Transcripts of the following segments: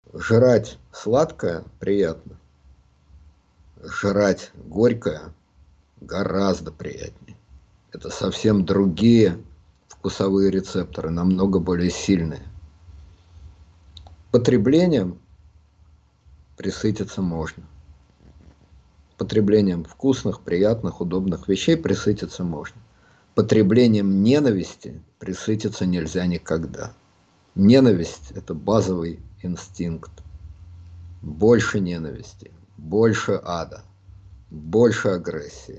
Жрать сладкое приятно, жрать горькое гораздо приятнее. Это совсем другие вкусовые рецепторы, намного более сильные. Потреблением присытиться можно. Потреблением вкусных, приятных, удобных вещей присытиться можно. Потреблением ненависти присытиться нельзя никогда. Ненависть – это базовый инстинкт. Больше ненависти, больше ада, больше агрессии.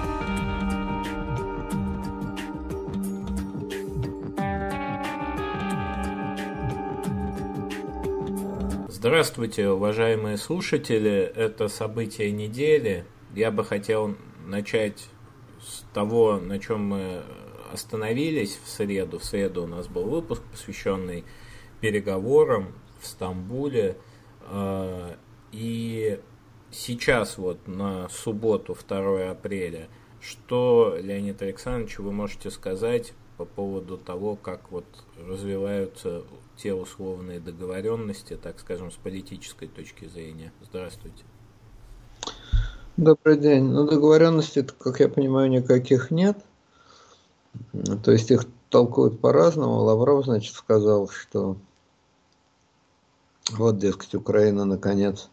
Здравствуйте, уважаемые слушатели. Это события недели. Я бы хотел начать с того, на чем мы остановились в среду. В среду у нас был выпуск, посвященный переговорам в Стамбуле. И сейчас, вот на субботу, 2 апреля, что, Леонид Александрович, вы можете сказать по поводу того, как вот развиваются те условные договоренности, так скажем, с политической точки зрения? Здравствуйте. Добрый день. Ну, договоренностей, как я понимаю, никаких нет. То есть их толкуют по-разному. Лавров, значит, сказал, что вот, дескать, Украина наконец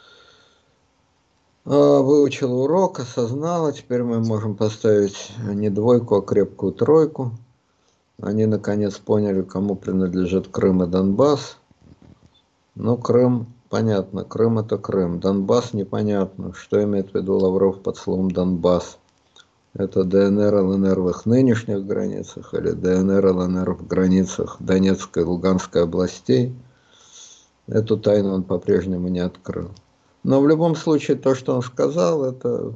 выучила урок, осознала, теперь мы можем поставить не двойку, а крепкую тройку. Они наконец поняли, кому принадлежит Крым и Донбасс. Ну, Крым, понятно, Крым это Крым. Донбасс непонятно, что имеет в виду Лавров под словом Донбасс. Это ДНР, ЛНР в их нынешних границах или ДНР, ЛНР в границах Донецкой и Луганской областей. Эту тайну он по-прежнему не открыл. Но в любом случае то, что он сказал, это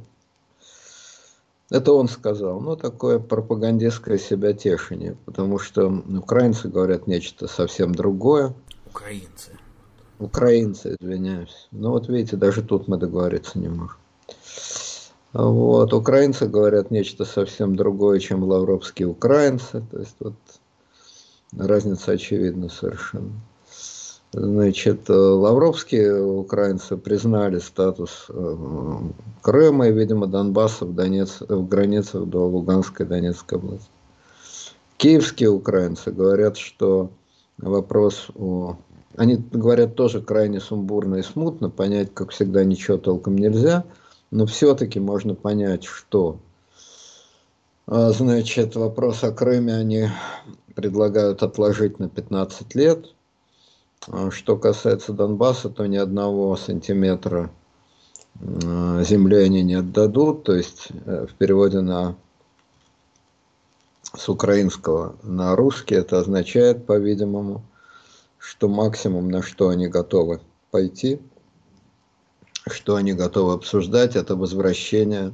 он сказал. Ну, такое пропагандистское себятешение, потому что украинцы говорят нечто совсем другое. Украинцы. Украинцы, извиняюсь. Ну, вот видите, даже тут мы договориться не можем. Вот. Украинцы говорят нечто совсем другое, чем лавровские украинцы. То есть вот разница очевидна совершенно. Значит, лавровские украинцы признали статус Крыма и, видимо, Донбасса в границах до Луганской и Донецкой области. Киевские украинцы говорят, что вопрос о... Они говорят тоже крайне сумбурно и смутно, понять, как всегда, ничего толком нельзя, но все-таки можно понять, что... Значит, вопрос о Крыме они предлагают отложить на 15 лет. Что касается Донбасса, то ни одного сантиметра земли они не отдадут. То есть в переводе с украинского на русский это означает, по-видимому, что максимум, на что они готовы пойти, что они готовы обсуждать, это возвращение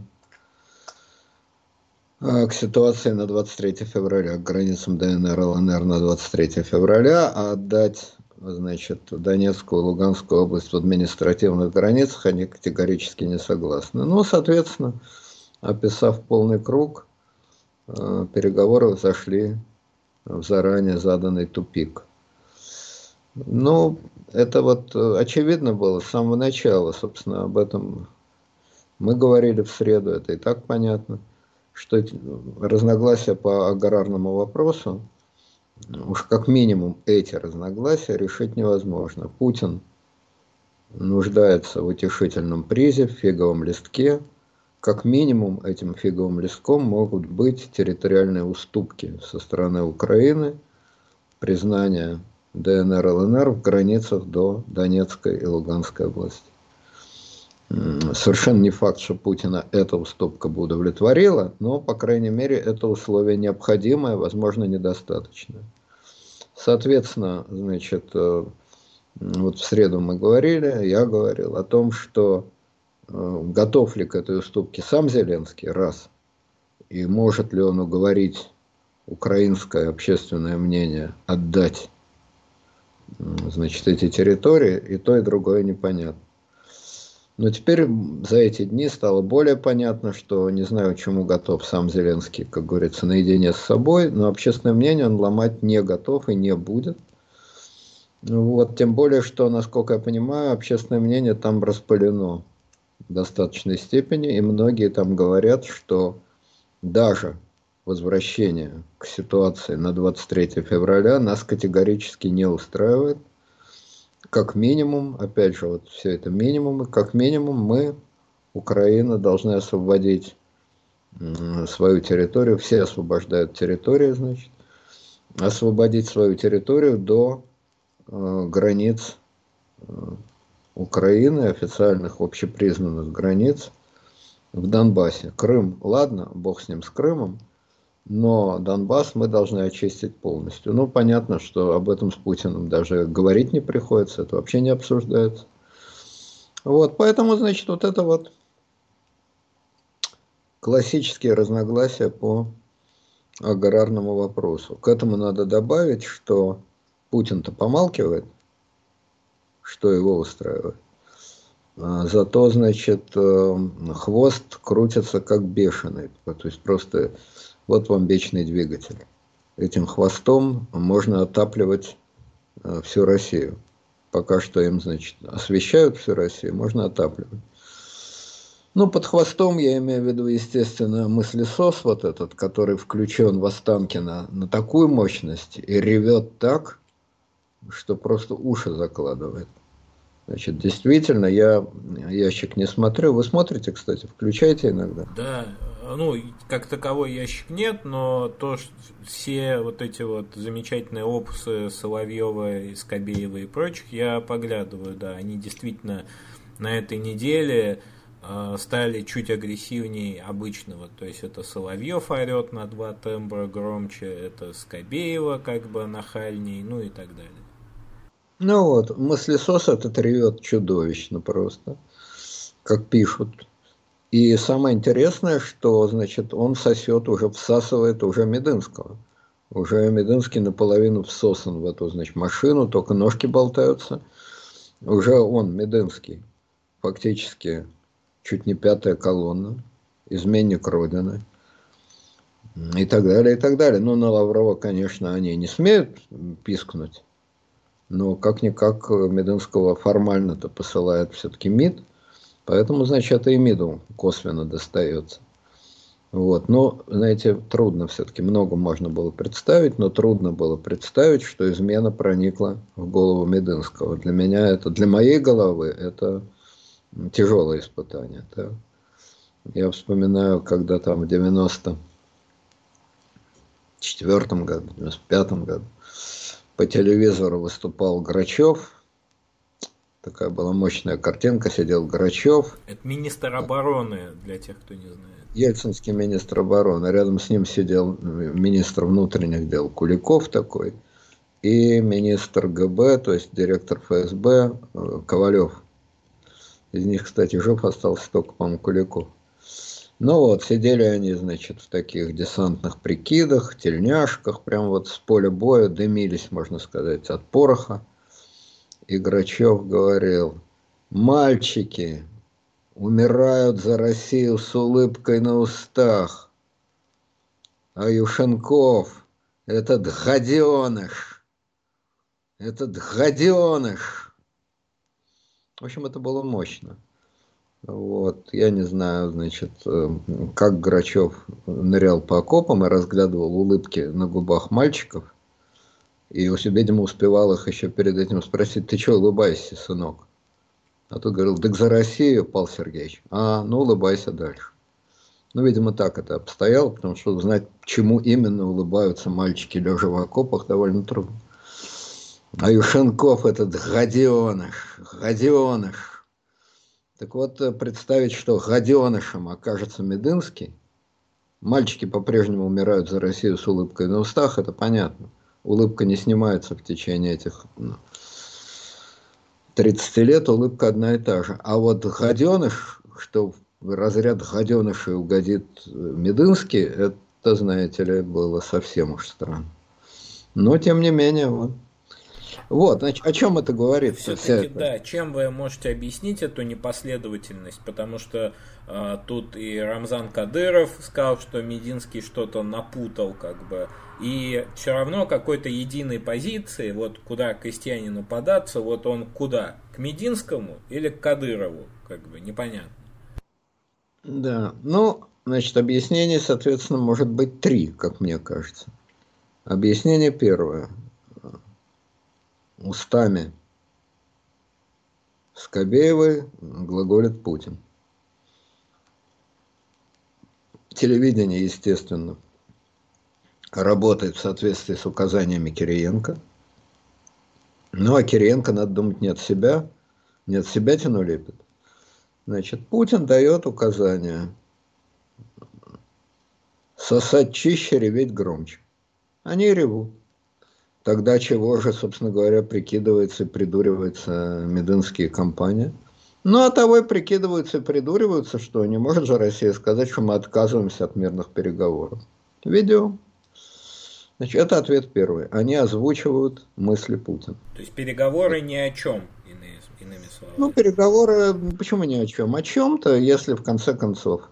к ситуации на 23 февраля, к границам ДНР, ЛНР на 23 февраля, а отдать, значит, Донецкую и Луганскую область в административных границах они категорически не согласны. Ну, соответственно, описав полный круг, переговоры зашли в заранее заданный тупик. Ну, это вот очевидно было с самого начала, собственно, об этом мы говорили в среду, это и так понятно, что разногласия по аграрному вопросу, уж как минимум эти разногласия решить невозможно. Путин нуждается в утешительном призе, в фиговом листке. Как минимум этим фиговым листком могут быть территориальные уступки со стороны Украины, признание ДНР, ЛНР в границах до Донецкой и Луганской области. Совершенно не факт, что Путина эта уступка бы удовлетворила, но, по крайней мере, это условие необходимое, возможно, недостаточное. Соответственно, значит, вот в среду мы говорили, я говорил о том, что готов ли к этой уступке сам Зеленский, раз, и может ли он уговорить украинское общественное мнение отдать, значит, эти территории, и то, и другое непонятно. Но теперь за эти дни стало более понятно, что не знаю, чему готов сам Зеленский, как говорится, наедине с собой, но общественное мнение он ломать не готов и не будет. Ну вот, тем более, что, насколько я понимаю, общественное мнение там распылено в достаточной степени, и многие там говорят, что даже возвращение к ситуации на 23 февраля нас категорически не устраивает. Как минимум, опять же, вот все это минимумы, как минимум мы, Украина, должны освободить свою территорию, все освобождают территорию, значит, освободить свою территорию до границ Украины, официальных общепризнанных границ в Донбассе. Крым, ладно, бог с ним, с Крымом, но Донбасс мы должны очистить полностью. Ну, понятно, что об этом с Путиным даже говорить не приходится, это вообще не обсуждается. Вот, поэтому, значит, вот это вот классические разногласия по аграрному вопросу. К этому надо добавить, что Путин-то помалкивает, что его устраивает. Зато, значит, хвост крутится как бешеный. То есть просто вот вам вечный двигатель. Этим хвостом можно отапливать всю Россию. Пока что им, значит, освещают всю Россию, можно отапливать. Ну, под хвостом я имею в виду, естественно, мыслесос вот этот, который включен в Останкино на такую мощность и ревет так, что просто уши закладывает. Значит, действительно, я ящик не смотрю. Вы смотрите, кстати, включайте иногда. Да, ну, как таковой ящик нет, но то, что все вот эти вот замечательные опусы Соловьева, Скобеева и прочих, я поглядываю, да, они действительно на этой неделе стали чуть агрессивнее обычного. То есть это Соловьев орет на 2 тембра громче, это Скобеева как бы нахальней, ну и так далее. Ну вот, мыслесос этот ревет чудовищно просто, как пишут. И самое интересное, что, значит, он сосет, уже всасывает уже Мединского. Уже Мединский наполовину всосан в эту, значит, машину, только ножки болтаются. Уже он, Мединский, фактически чуть не пятая колонна, изменник Родины и так далее, и так далее. Но на Лаврова, конечно, они не смеют пискнуть, но как-никак Мединского формально-то посылает все-таки МИД, поэтому, значит, это и МИДу косвенно достается. Вот. Но, знаете, трудно все-таки, много можно было представить, но трудно было представить, что измена проникла в голову Мединского. Для меня это, для моей головы, это тяжелое испытание. Да? Я вспоминаю, когда там в 94-м году, в 95-м году по телевизору выступал Грачев. Такая была мощная картинка, сидел Грачев. Это министр обороны, для тех, кто не знает. Ельцинский министр обороны. Рядом с ним сидел министр внутренних дел Куликов такой. И министр ГБ, то есть директор ФСБ Ковалев. Из них, кстати, жив остался только, по-моему, Куликов. Ну вот, сидели они, значит, в таких десантных прикидах, тельняшках, прям вот с поля боя дымились, можно сказать, от пороха. И Грачев говорил: мальчики умирают за Россию с улыбкой на устах, а Юшенков, этот гаденыш, В общем, это было мощно. Вот, я не знаю, значит, как Грачев нырял по окопам и разглядывал улыбки на губах мальчиков. И, видимо, успевал их еще перед этим спросить: ты что улыбаешься, сынок? А тот говорил: так за Россию, Павел Сергеевич. Ну улыбайся дальше. Ну, видимо, так это обстояло, потому что узнать, чему именно улыбаются мальчики, лежа в окопах, довольно трудно. А Юшенков этот гаденыш. Так вот, представить, что гаденышем окажется Мединский, мальчики по-прежнему умирают за Россию с улыбкой на устах, это понятно. Улыбка не снимается в течение этих 30 лет, улыбка одна и та же. А вот гаденыш, что в разряд гаденышей угодит Мединский, это, знаете ли, было совсем уж странно. Но, тем не менее, вот. Вот, значит, о чем это говорит вся Все-таки, эта... да, чем вы можете объяснить эту непоследовательность? Потому что тут и Рамзан Кадыров сказал, что Мединский что-то напутал, как бы, и все равно какой-то единой позиции, вот куда крестьянину податься, вот он куда? К Мединскому или к Кадырову? Как бы непонятно. Да, ну, значит, объяснений, соответственно, может быть три, как мне кажется. Объяснение первое. Устами Скобеевой глаголит Путин. Телевидение, естественно, работает в соответствии с указаниями Кириенко. Ну, а Кириенко, надо думать, не от себя тяну лепит. Значит, Путин дает указания сосать чище, реветь громче. Они ревут. Тогда чего же, собственно говоря, прикидывается и придуривается Мединские компания? Ну, а того и прикидываются и придуриваются, что не может же Россия сказать, что мы отказываемся от мирных переговоров. Видео. Значит, это ответ первый. Они озвучивают мысли Путина. То есть переговоры ни о чем, иными Ну, словами. переговоры, почему ни о чем? О чем-то, если в конце концов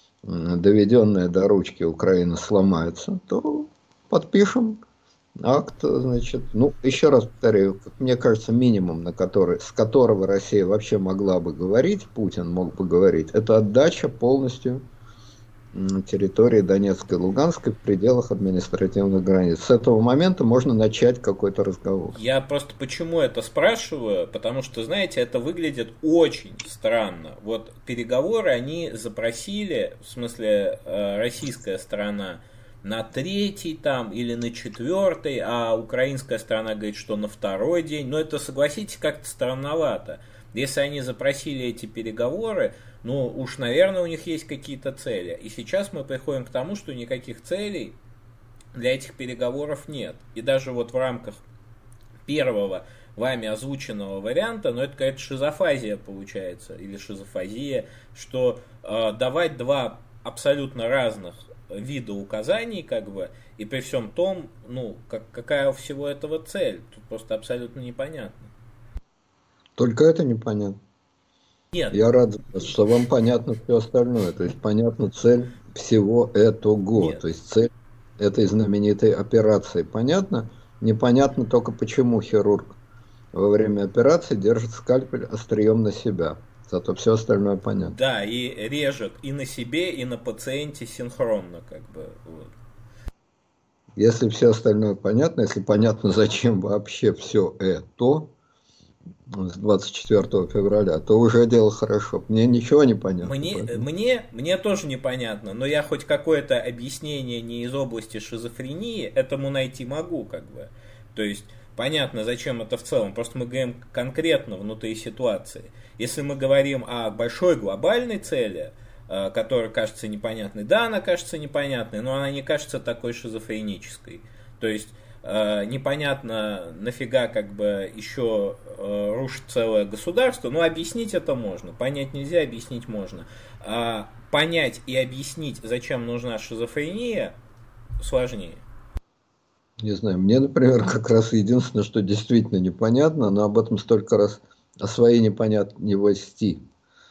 доведенная до ручки Украина сломается, то подпишем акт, значит, ну, еще раз повторяю, как мне кажется, минимум, с которого Россия вообще могла бы говорить, Путин мог бы говорить, это отдача полностью территории Донецкой и Луганской в пределах административных границ. С этого момента можно начать какой-то разговор. Я просто почему это спрашиваю, потому что, знаете, это выглядит очень странно. Вот переговоры они запросили, в смысле российская сторона, на третий там или на четвертый, а украинская сторона говорит, что на второй день. Но это, согласитесь, как-то странновато. Если они запросили эти переговоры, ну уж, наверное, у них есть какие-то цели. И сейчас мы приходим к тому, что никаких целей для этих переговоров нет. И даже вот в рамках первого вами озвученного варианта, но это какая-то шизофазия получается, или шизофазия, что давать два абсолютно разных вида указаний, как бы, и при всем том, ну, какая у всего этого цель, тут просто абсолютно непонятно. Только это непонятно. Нет, Я рад, что вам понятно все остальное. То есть понятна цель всего этого. нет. То есть цель этой знаменитой операции. Понятно? Непонятно только, почему хирург во время операции держит скальпель острием на себя. Зато все остальное понятно. Да, и режет и на себе, и на пациенте синхронно, как бы. Вот. Если все остальное понятно, если понятно, зачем вообще все это с 24 февраля, то уже дело хорошо. Мне ничего не понятно. Поэтому... Мне тоже непонятно, но я хоть какое-то объяснение не из области шизофрении этому найти могу, как бы. То есть, понятно, зачем это в целом, просто мы говорим конкретно внутри ситуации. Если мы говорим о большой глобальной цели, которая кажется непонятной, да, она кажется непонятной, но она не кажется такой шизофренической. То есть, непонятно нафига как бы еще рушить целое государство, но объяснить это можно, понять нельзя, объяснить можно. А понять и объяснить, зачем нужна шизофрения, сложнее. Не знаю, мне, например, как раз единственное, что действительно непонятно, но об этом столько раз, о своей непонятливости,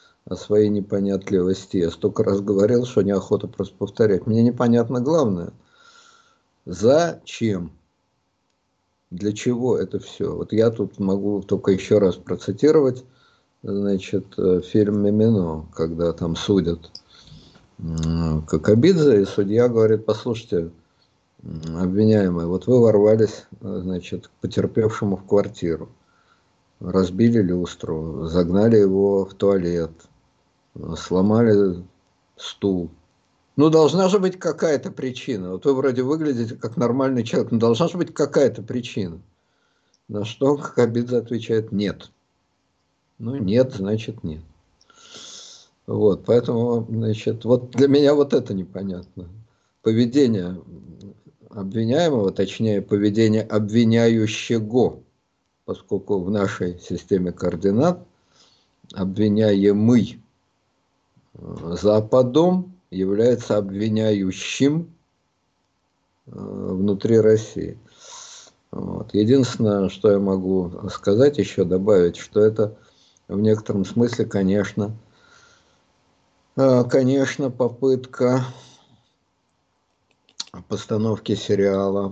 я столько раз говорил, что неохота просто повторять. Мне непонятно главное, зачем, для чего это все. Вот я тут могу только еще раз процитировать, значит, фильм «Мимино», когда там судят Кокобидзе, и судья говорит: послушайте, обвиняемые, вот вы ворвались, значит, к потерпевшему в квартиру, разбили люстру, загнали его в туалет, сломали стул. Ну, должна же быть какая-то причина. Вот вы вроде выглядите как нормальный человек, но должна же быть какая-то причина. На что Кокобидзе отвечает: нет. Ну, нет, значит нет. Вот, поэтому, значит, вот для меня вот это непонятно. Поведение обвиняемого, точнее, поведение обвиняющего, поскольку в нашей системе координат обвиняемый Западом является обвиняющим внутри России. Вот. Единственное, что я могу сказать еще, добавить, что это в некотором смысле, конечно, попытка постановки сериала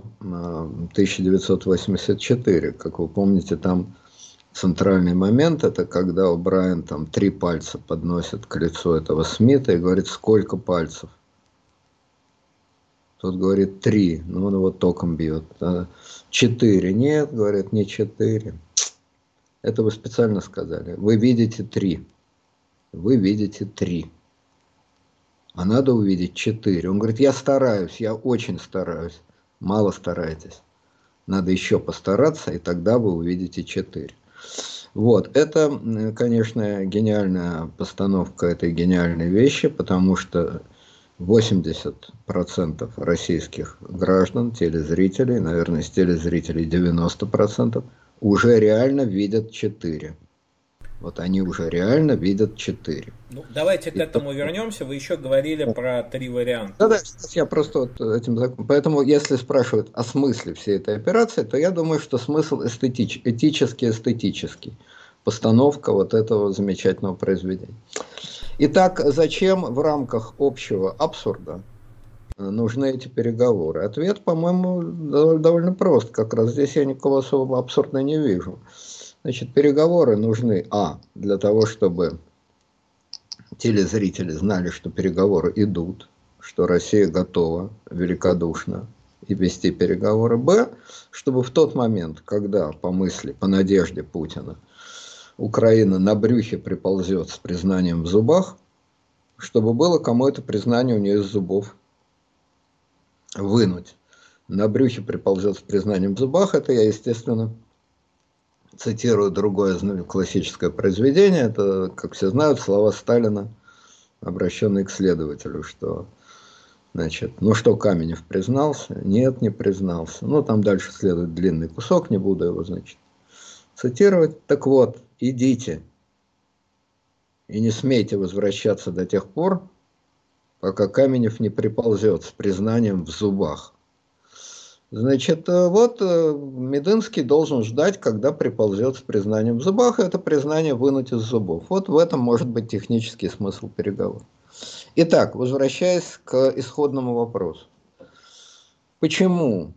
1984. Как вы помните, там центральный момент, это когда О'Брайен там 3 пальца подносит к лицу этого Смита и говорит, сколько пальцев? Тот говорит 3, но он его током бьет. 4, нет, говорит, не 4. Это вы специально сказали. Вы видите 3. Вы видите 3. А надо увидеть 4. Он говорит, я стараюсь, я очень стараюсь. Мало стараетесь. Надо еще постараться, и тогда вы увидите 4. Вот, это, конечно, гениальная постановка этой гениальной вещи, потому что 80% российских граждан, телезрителей, наверное, из телезрителей 90%, уже реально видят 4. Вот они уже реально видят 4. Ну, давайте к И этому вернемся. Вы еще говорили про 3 варианта. да, я просто вот этим закончу. Поэтому, если спрашивают о смысле всей этой операции, то я думаю, что смысл этический. Постановка вот этого замечательного произведения. Итак, зачем в рамках общего абсурда нужны эти переговоры? Ответ, по-моему, довольно прост. Как раз здесь я никакого особого абсурда не вижу. Значит, переговоры нужны, для того, чтобы телезрители знали, что переговоры идут, что Россия готова великодушно и вести переговоры. Чтобы в тот момент, когда, по мысли, по надежде Путина, Украина на брюхе приползет с признанием в зубах, чтобы было кому это признание у нее из зубов вынуть. На брюхе приползет с признанием в зубах, это я, естественно, цитирую другое классическое произведение, это, как все знают, слова Сталина, обращенные к следователю, что, значит, ну что, Каменев признался? Нет, не признался. Ну, там дальше следует длинный кусок, не буду его, значит, цитировать. Так вот, идите и не смейте возвращаться до тех пор, пока Каменев не приползет с признанием в зубах. Значит, вот Мединский должен ждать, когда приползет с признанием в зубах, и это признание вынуть из зубов. Вот в этом может быть технический смысл переговоров. Итак, возвращаясь к исходному вопросу. Почему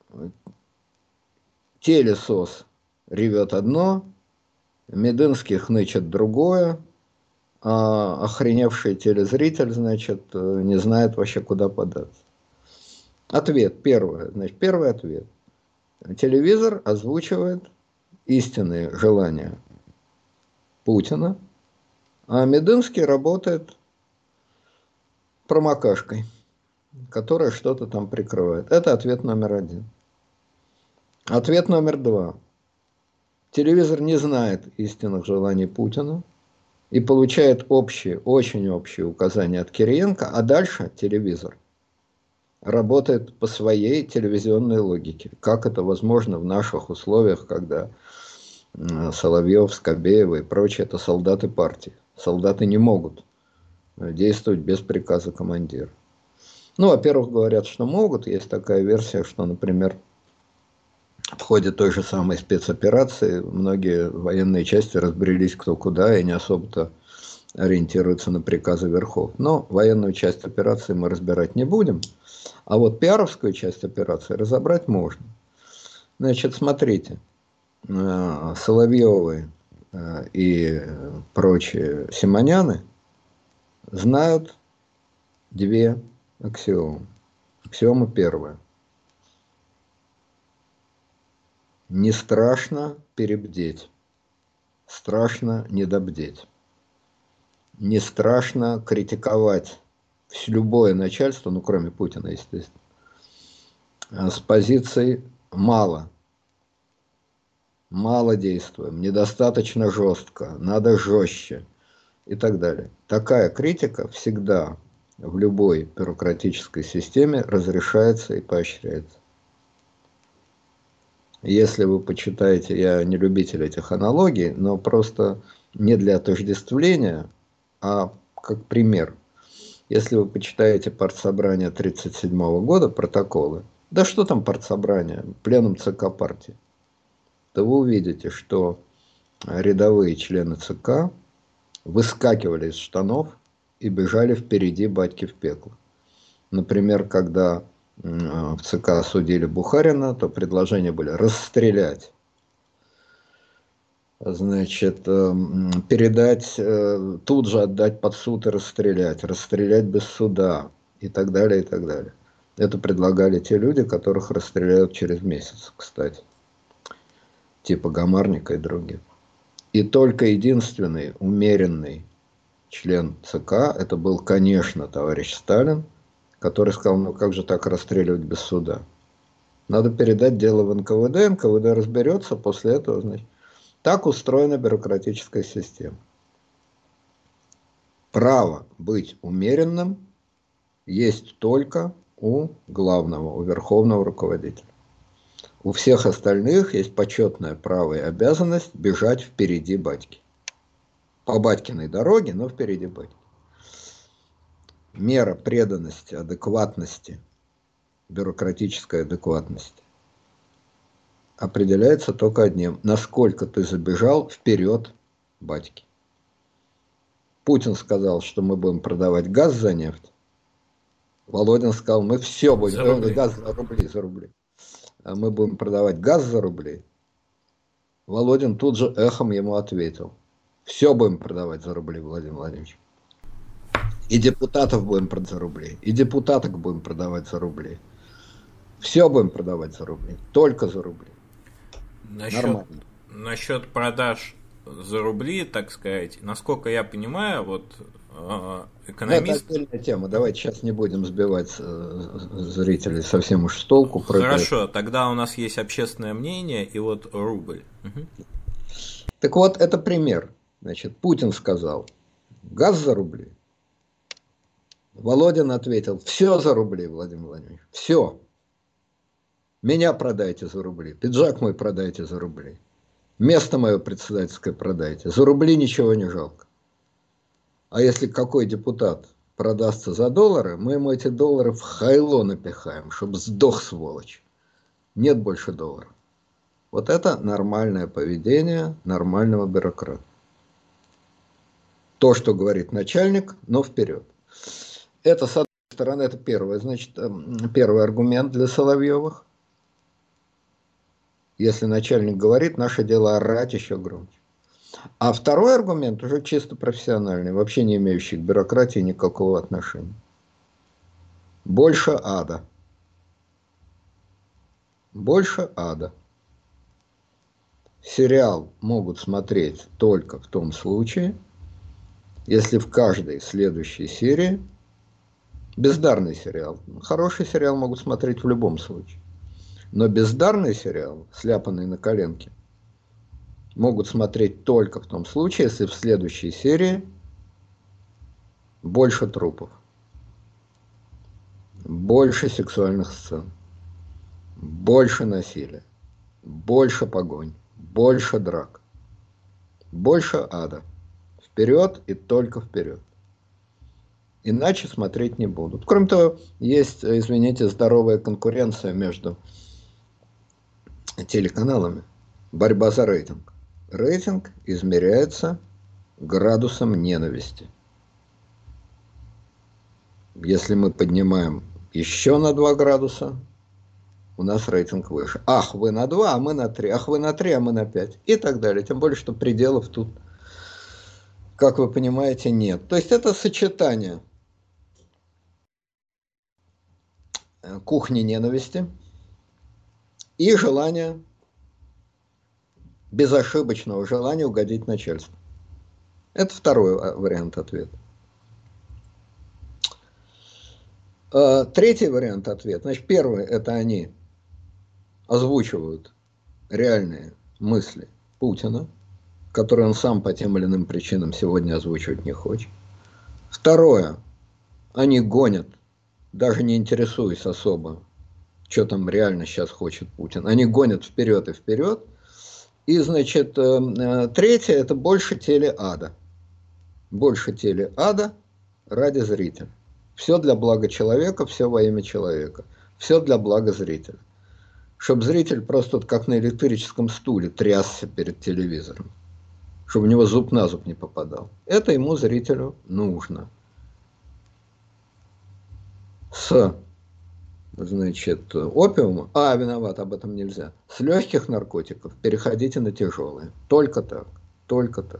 телесос ревет одно, Мединский хнычет другое, а охреневший телезритель, значит, не знает вообще, куда податься? Ответ, первый ответ. Телевизор озвучивает истинные желания Путина, а Мединский работает промокашкой, которая что-то там прикрывает. Это ответ номер один. Ответ номер два. Телевизор не знает истинных желаний Путина и получает общие, очень общие указания от Кириенко, а дальше телевизор работает по своей телевизионной логике. Как это возможно в наших условиях, когда Соловьев, Скобеева и прочие это солдаты партии. Солдаты не могут действовать без приказа командира. Ну, во-первых, говорят, что могут. Есть такая версия, что, например, в ходе той же самой спецоперации многие военные части разбрелись кто куда и не особо-то ориентируются на приказы верхов. Но военную часть операции мы разбирать не будем. А вот пиаровскую часть операции разобрать можно. Значит, смотрите. Соловьевы и прочие симоняны знают две аксиомы. Аксиома первая. Не страшно перебдеть, страшно недобдеть. Не страшно критиковать любое начальство, ну кроме Путина, естественно, с позицией мало действуем, недостаточно жестко, надо жестче и так далее. Такая критика всегда в любой бюрократической системе разрешается и поощряется. Если вы почитаете, я не любитель этих аналогий, но просто не для отождествления, а как пример. Если вы почитаете партсобрание 1937 года, протоколы, Да что там партсобрание, пленум ЦК партии. Да вы увидите, что рядовые члены ЦК выскакивали из штанов и бежали впереди батьки в пекло. Например, когда в ЦК осудили Бухарина, то предложения были расстрелять, значит, передать, тут же отдать под суд и расстрелять без суда и так далее, и так далее. Это предлагали те люди, которых расстреляют через месяц, кстати, типа Гамарника и других. И только единственный умеренный член ЦК, это был, конечно, товарищ Сталин, который сказал, ну как же так расстреливать без суда? Надо передать дело в НКВД, НКВД разберется, после этого, значит, так устроена бюрократическая система. Право быть умеренным есть только у главного, у верховного руководителя. У всех остальных есть почетное право и обязанность бежать впереди батьки. По батькиной дороге, но впереди батьки. Мера преданности, адекватности, бюрократической адекватности определяется только одним. Насколько ты забежал вперед батьки. Путин сказал, что мы будем продавать газ за нефть. Володин сказал, мы все будем... Газ за рубли. А мы будем продавать газ за рубли. Володин тут же эхом ему ответил. Все будем продавать за рубли, Владимир Владимирович. И депутатов будем продавать за рубли. И депутаток будем продавать за рубли. Все будем продавать за рубли. Только за рубли. Насчет продаж за рубли, так сказать, насколько я понимаю, вот экономист... Это отдельная тема. Давайте сейчас не будем сбивать зрителей совсем уж с толку. Хорошо, тогда у нас есть общественное мнение и вот рубль. Угу. Так вот, это пример. Значит, Путин сказал, газ за рубли. Володин ответил, все за рубли, Владимир Владимирович, все. Меня продайте за рубли, пиджак мой продайте за рубли, место мое председательское продайте, за рубли ничего не жалко. А если какой депутат продастся за доллары, мы ему эти доллары в хайло напихаем, чтобы сдох, сволочь. Нет больше долларов. Вот это нормальное поведение нормального бюрократа. То, что говорит начальник, но вперед. Это, с одной стороны, это первое, значит, первый аргумент для Соловьевых. Если начальник говорит, наше дело орать еще громче. А второй аргумент уже чисто профессиональный, вообще не имеющий к бюрократии никакого отношения. Больше ада. Больше ада. Сериал могут смотреть только в том случае, если в каждой следующей серии бездарный сериал. Хороший сериал могут смотреть в любом случае. Но бездарный сериал, сляпанный на коленке, могут смотреть только в том случае, если в следующей серии больше трупов, больше сексуальных сцен, больше насилия, больше погонь, больше драк, больше ада. Вперед и только вперед. Иначе смотреть не будут. Кроме того, есть, извините, здоровая конкуренция между телеканалами. Борьба за рейтинг. Рейтинг измеряется градусом ненависти. Если мы поднимаем еще на 2 градуса, у нас рейтинг выше. Ах, вы на 2, а мы на 3. Ах, вы на 3, а мы на 5. И так далее. Тем более, что пределов тут, как вы понимаете, нет. То есть это сочетание кухни ненависти и желания, безошибочного желания угодить начальству. Это второй вариант ответа. Третий вариант ответа. Значит, первый – это они озвучивают реальные мысли Путина, которые он сам по тем или иным причинам сегодня озвучивать не хочет. Второе – они гонят, даже не интересуясь особо, что там реально сейчас хочет Путин. Они гонят вперед и вперед. И, значит, третье – это больше телеада. Больше телеада ради зрителя. Все для блага человека, все во имя человека. Все для блага зрителя. Чтобы зритель просто вот как на электрическом стуле трясся перед телевизором. Чтобы у него зуб на зуб не попадал. Это ему, зрителю, нужно. С, значит, опиума, виноват, об этом нельзя. С легких наркотиков переходите на тяжелые. Только так, только так.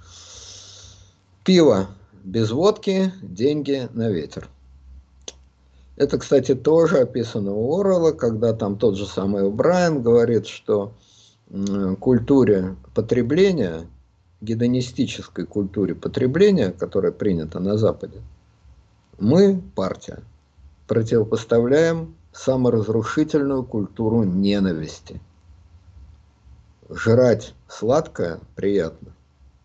Пиво без водки, деньги на ветер. Это, кстати, тоже описано у Орвелла, когда там тот же самый О'Брайен говорит, что культуре потребления, гедонистической культуре потребления, которая принята на Западе, мы, партия, противопоставляем саморазрушительную культуру ненависти. Жрать сладкое приятно,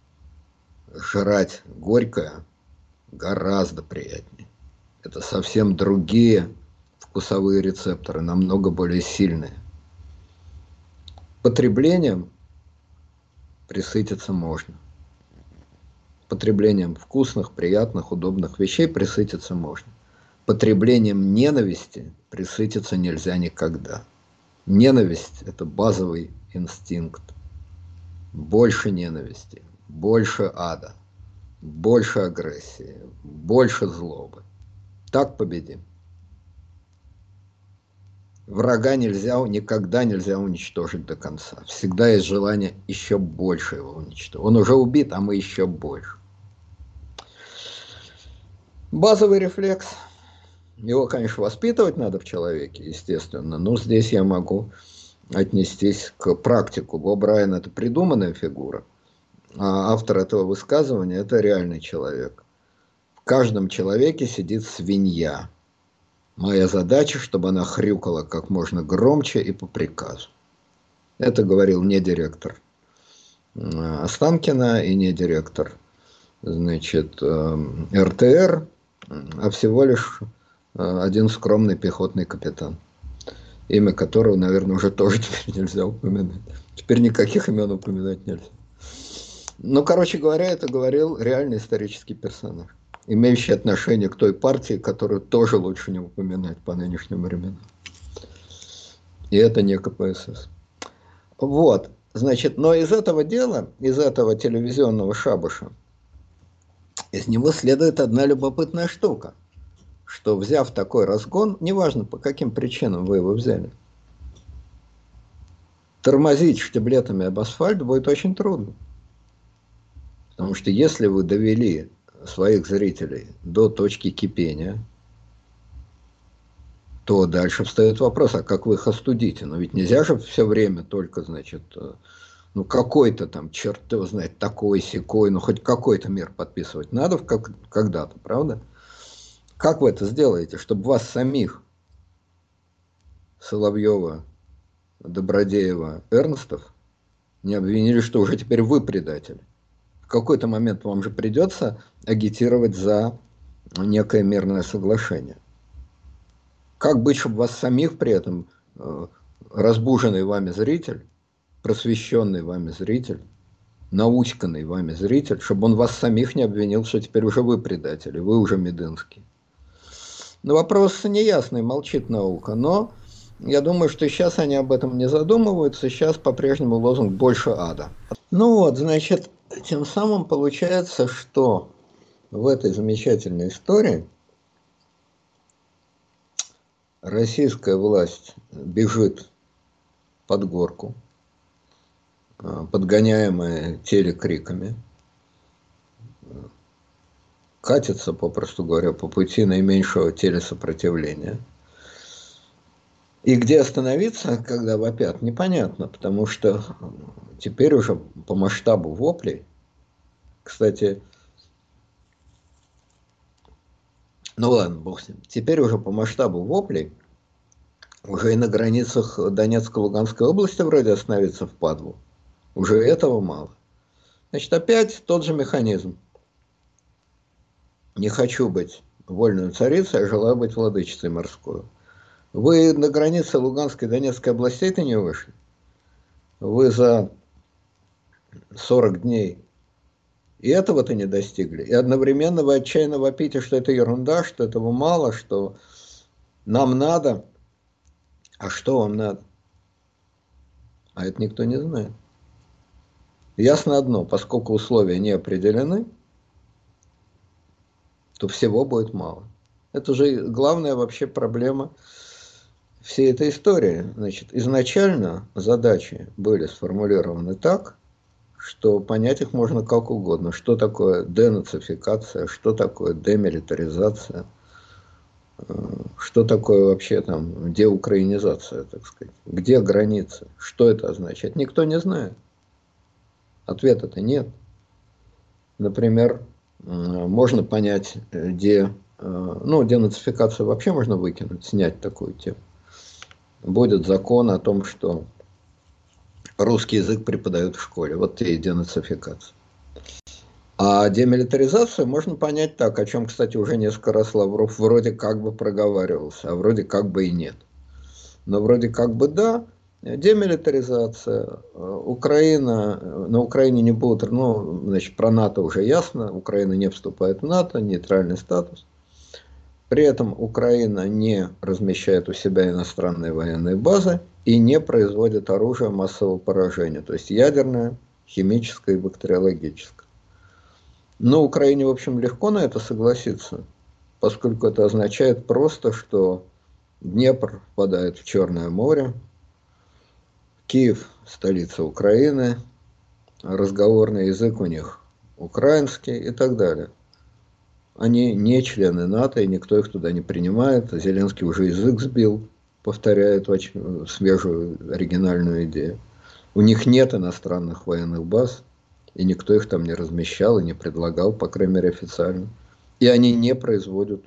жрать горькое гораздо приятнее. Это совсем другие вкусовые рецепторы, намного более сильные. Потреблением присытиться можно. Потреблением вкусных, приятных, удобных вещей присытиться можно. Потреблением ненависти присытиться нельзя никогда. Ненависть – это базовый инстинкт. Больше ненависти, больше ада, больше агрессии, больше злобы. Так победим. Врага никогда нельзя уничтожить до конца. Всегда есть желание еще больше его уничтожить. Он уже убит, а мы еще больше. Базовый рефлекс. Его, конечно, воспитывать надо в человеке, естественно, но здесь я могу отнестись к практику. О'Брайен – это придуманная фигура, а автор этого высказывания – это реальный человек. В каждом человеке сидит свинья. Моя задача, чтобы она хрюкала как можно громче и по приказу. Это говорил не директор Останкина и не директор, значит, РТР, а всего лишь один скромный пехотный капитан, имя которого, наверное, уже тоже теперь нельзя упоминать. Теперь никаких имен упоминать нельзя. Ну, короче говоря, это говорил реальный исторический персонаж, имеющий отношение к той партии, которую тоже лучше не упоминать по нынешним временам. И это не КПСС. Вот, значит, но из этого дела, из этого телевизионного шабаша, из него следует одна любопытная штука, что, взяв такой разгон, неважно по каким причинам вы его взяли, тормозить штиблетами об асфальт будет очень трудно. Потому что если вы довели своих зрителей до точки кипения, то дальше встает вопрос, а как вы их остудите? Но ведь нельзя же все время только, значит, ну какой-то там, черт его знает, такой-сякой, ну хоть какой-то мир подписывать надо когда-то, правда? Как вы это сделаете, чтобы вас самих, Соловьева, Добродеева, Эрнстов, не обвинили, что уже теперь вы предатели? В какой-то момент вам же придется агитировать за некое мирное соглашение. Как быть, чтобы вас самих при этом разбуженный вами зритель, просвещенный вами зритель, научканный вами зритель, чтобы он вас самих не обвинил, что теперь уже вы предатели, вы уже Медынский. Но вопрос неясный, молчит наука, но я думаю, что сейчас они об этом не задумываются, сейчас по-прежнему лозунг «больше ада». Ну вот, значит, тем самым получается, что в этой замечательной истории российская власть бежит под горку, подгоняемая телекриками, катится, попросту говоря, по пути наименьшего телесопротивления. И где остановиться, когда вопят, непонятно, потому что теперь уже по масштабу воплей, кстати, ну ладно, бог с ним, теперь уже по масштабу воплей, уже и на границах Донецкой, Луганской области вроде остановиться впадлу, уже этого мало. Значит, опять тот же механизм. Не хочу быть вольной царицей, а желаю быть владычицей морской. Вы на границе Луганской и Донецкой областей-то не вышли. Вы за 40 дней и этого-то не достигли. И одновременно вы отчаянно вопите, что это ерунда, что этого мало, что нам надо А что вам надо? А это никто не знает. Ясно одно, поскольку условия не определены, то всего будет мало. Это же главная вообще проблема всей этой истории. Значит, изначально задачи были сформулированы так, что понять их можно как угодно. Что такое денацификация, что такое демилитаризация, что такое вообще там деукраинизация, так сказать. Где границы, что это означает, никто не знает. Ответа-то нет. Например, можно понять, ну, денацификацию вообще можно выкинуть, снять такую тему. Будет закон о том, что русский язык преподают в школе. Вот тебе и денацификация. А демилитаризацию можно понять так, о чем, кстати, уже несколько раз Лавров вроде как бы проговаривался, а вроде как бы и нет. Но вроде как бы да, демилитаризация, Украина, на Украине не будут, ну, значит, про НАТО уже ясно, Украина не вступает в НАТО, нейтральный статус. При этом Украина не размещает у себя иностранные военные базы и не производит оружие массового поражения, то есть ядерное, химическое и бактериологическое. Но Украине, в общем, легко на это согласиться, поскольку это означает просто, что Днепр впадает в Черное море, Киев – столица Украины, разговорный язык у них украинский и так далее. Они не члены НАТО, и никто их туда не принимает. Зеленский уже язык сбил, повторяет очень свежую оригинальную идею. У них нет иностранных военных баз, и никто их там не размещал и не предлагал, по крайней мере, официально. И они не производят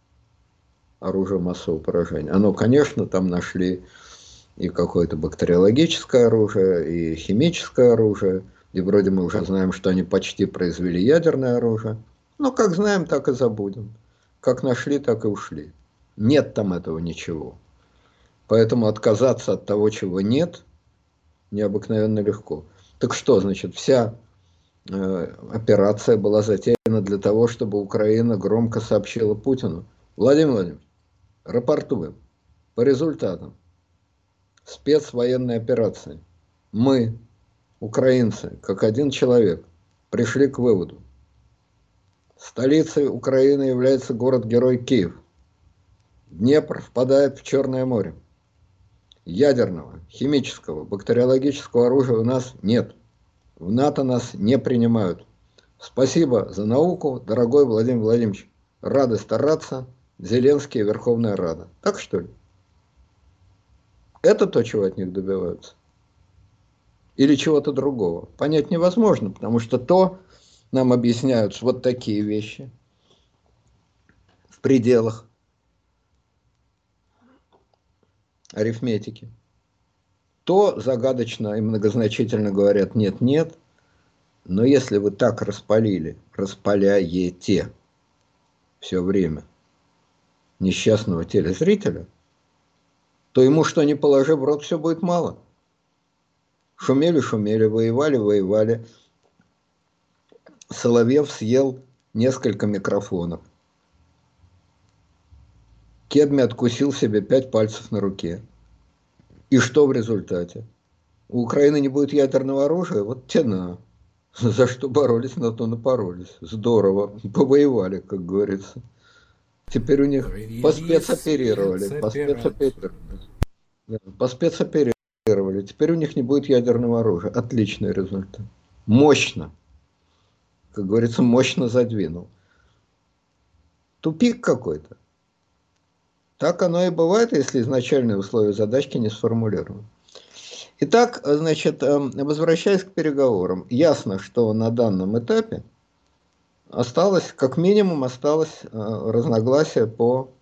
оружие массового поражения. Оно, конечно, там нашли и какое-то бактериологическое оружие, и химическое оружие, и вроде мы уже знаем, что они почти произвели ядерное оружие. Но как знаем, так и забудем. Как нашли, так и ушли. Нет там этого ничего. Поэтому отказаться от того, чего нет, необыкновенно легко. Так что, значит, вся операция была затеяна для того, чтобы Украина громко сообщила Путину: Владимир Владимирович, рапортуем по результатам спецвоенной операции. Мы, украинцы, как один человек, пришли к выводу: столицей Украины является город-герой Киев. Днепр впадает в Черное море. Ядерного, химического, бактериологического оружия у нас нет. В НАТО нас не принимают. Спасибо за науку, дорогой Владимир Владимирович. Рады стараться. Зеленский и Верховная Рада. Так что ли? Это то, чего от них добиваются? Или чего-то другого? Понять невозможно, потому что то нам объясняют вот такие вещи в пределах арифметики. То загадочно и многозначительно говорят нет-нет, но если вы так распаляете все время несчастного телезрителя, то ему что ни положи в рот, все будет мало. Шумели-шумели, воевали-воевали. Соловьев съел несколько микрофонов. Кедми откусил себе 5 пальцев на руке. И что в результате? У Украины не будет ядерного оружия? Вот тяна. За что боролись, на то напоролись. Здорово. Повоевали, как говорится. Теперь у них поспецоперировали. Поспецоперировали. Теперь у них не будет ядерного оружия. Отличный результат. Мощно. Как говорится, мощно задвинул. Тупик какой-то. Так оно и бывает, если изначальные условия задачки не сформулированы. Итак, значит, возвращаясь к переговорам, ясно, что на данном этапе осталось, как минимум, осталось разногласие по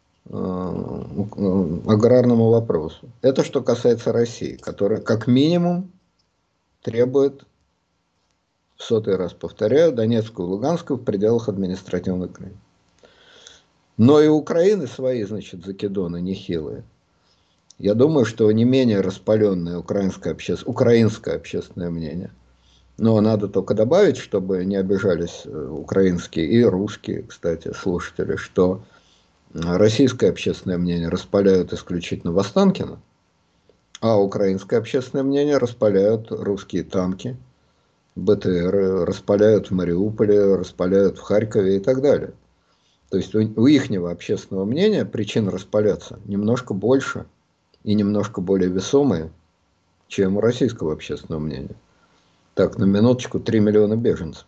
аграрному вопросу. Это что касается России, которая, как минимум, требует, в 100-й раз повторяю, Донецкую и Луганскую в пределах административных границ. Но и у Украины свои, значит, закидоны нехилые. Я думаю, что не менее распаленное украинское общественное мнение. Но надо только добавить, чтобы не обижались украинские и русские, кстати, слушатели, что Российское общественное мнение распаляют исключительно в Останкино, а украинское общественное мнение распаляют русские танки, БТР, распаляют в Мариуполе, распаляют в Харькове и так далее. То есть у ихнего общественного мнения причин распаляться немножко больше и немножко более весомые, чем у российского общественного мнения. Так, на минуточку, 3 миллиона беженцев.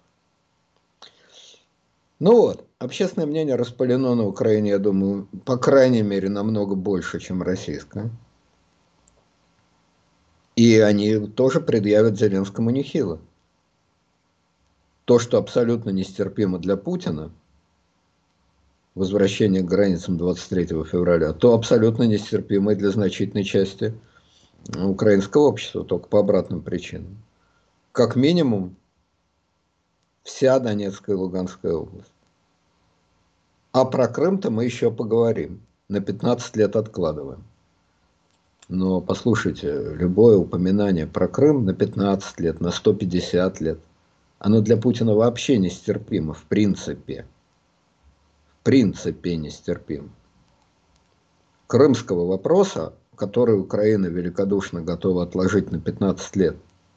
Ну вот, общественное мнение распалено на Украине, я думаю, по крайней мере, намного больше, чем российское. И они тоже предъявят Зеленскому нехило. То, что абсолютно нестерпимо для Путина, возвращение к границам 23 февраля, то абсолютно нестерпимо и для значительной части украинского общества, только по обратным причинам. Как минимум, вся Донецкая и Луганская область. А про Крым-то мы еще поговорим. На 15 лет откладываем. Но послушайте, любое упоминание про Крым на 15 лет, на 150 лет, оно для Путина вообще нестерпимо, в принципе. В принципе нестерпимо. Крымского вопроса, который Украина великодушно готова отложить на 15 лет,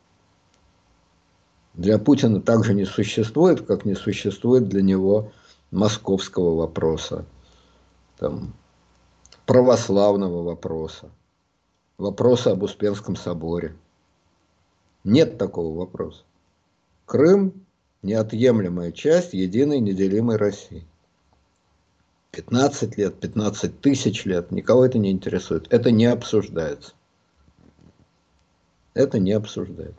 для Путина также не существует, как не существует для него московского вопроса, там, православного вопроса, вопроса об Успенском соборе. Нет такого вопроса. Крым – неотъемлемая часть единой неделимой России. 15 лет, 15 тысяч лет, никого это не интересует. Это не обсуждается. Это не обсуждается.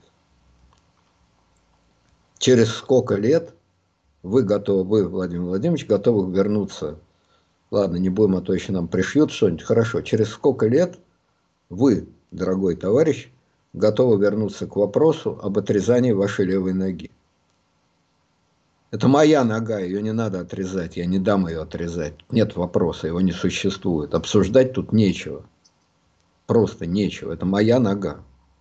Через сколько лет вы готовы, вы, Владимир Владимирович, готовы вернуться? Ладно, не будем, а то еще нам пришьют что-нибудь. Хорошо. Через сколько лет вы, дорогой товарищ, готовы вернуться к вопросу об отрезании вашей левой ноги? Это моя нога, ее не надо отрезать, я не дам ее отрезать. Нет вопроса, его не существует. Обсуждать тут нечего. Просто нечего. Это моя нога.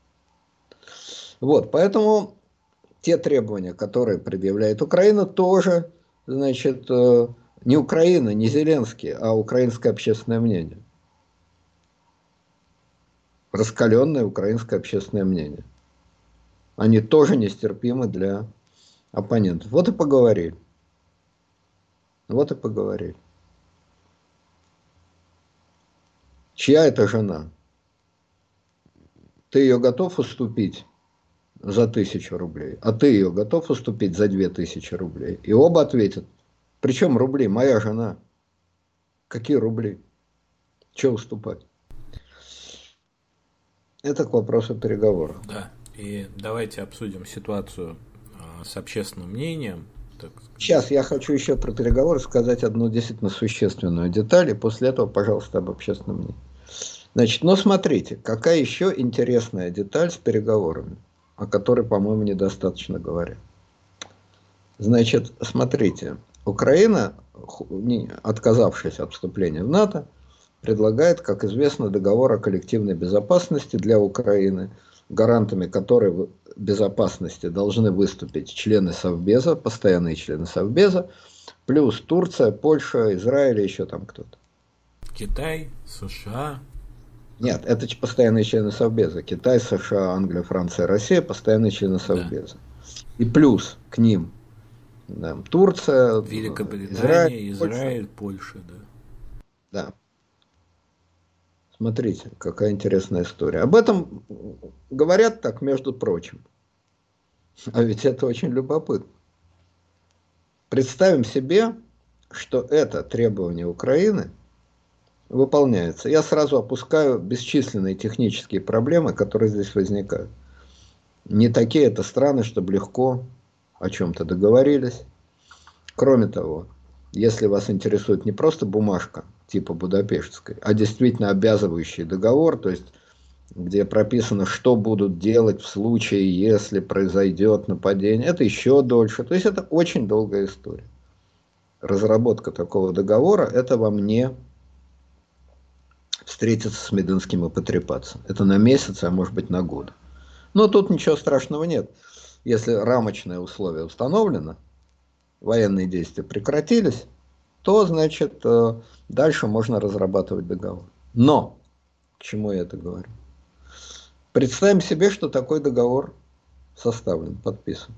Вот, поэтому те требования, которые предъявляет Украина, тоже, значит, не Украина, не Зеленский, а украинское общественное мнение. Раскаленное украинское общественное мнение. Они тоже нестерпимы для оппонентов. Вот и поговорили. Вот и поговорили. Чья это жена? Ты ее готов уступить за 1000 рублей, а ты ее готов уступить за 2000 рублей? И оба ответят. Причем рубли? Моя жена. Какие рубли? Че уступать? Это к вопросу переговоров. Да, и давайте обсудим ситуацию с общественным мнением. Сейчас я хочу еще про переговоры сказать одну действительно существенную деталь, и после этого, пожалуйста, об общественном мнении. Значит, но смотрите, какая еще интересная деталь с переговорами, о которой, по-моему, недостаточно говорят. Значит, смотрите, Украина, отказавшись от вступления в НАТО, предлагает, как известно, договор о коллективной безопасности для Украины, гарантами которой безопасности должны выступить члены Совбеза, постоянные члены Совбеза, плюс Турция, Польша, Израиль и еще там кто-то. Китай, США. Нет, это постоянные члены Совбеза. Китай, США, Англия, Франция, Россия, постоянные члены Совбеза. Да. И плюс к ним да, Турция, Великобритания, Израиль, Польша. Да. Да. Смотрите, какая интересная история. Об этом говорят так, между прочим. А ведь это очень любопытно. Представим себе, что это требование Украины выполняется. Я сразу опускаю бесчисленные технические проблемы, которые здесь возникают. Не такие это страны, чтобы легко о чем-то договорились. Кроме того, если вас интересует не просто бумажка типа Будапештской, а действительно обязывающий договор, то есть где прописано, что будут делать в случае, если произойдет нападение, это еще дольше. То есть это очень долгая история. Разработка такого договора, это вам не встретиться с Мединским и потрепаться. Это на месяц, а может быть на год. Но тут ничего страшного нет. Если рамочные условия установлены, военные действия прекратились, то, значит, дальше можно разрабатывать договор. Но, к чему я это говорю? Представим себе, что такой договор составлен, подписан.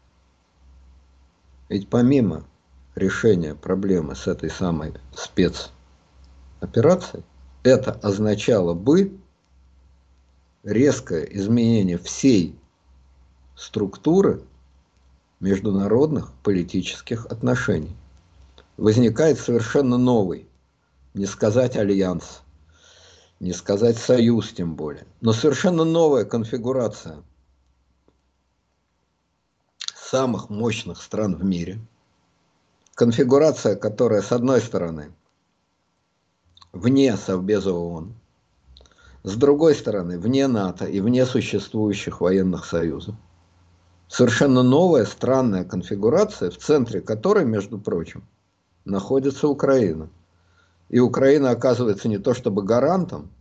Ведь помимо решения проблемы с этой самой спецоперацией, это означало бы резкое изменение всей структуры международных политических отношений. Возникает совершенно новый, не сказать альянс, не сказать союз тем более, но совершенно новая конфигурация самых мощных стран в мире. Конфигурация, которая, с одной стороны, вне Совбеза ООН, с другой стороны, вне НАТО и вне существующих военных союзов. Совершенно новая, странная конфигурация, в центре которой, между прочим, находится Украина. И Украина оказывается не то чтобы гарантом,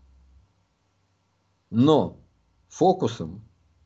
но фокусом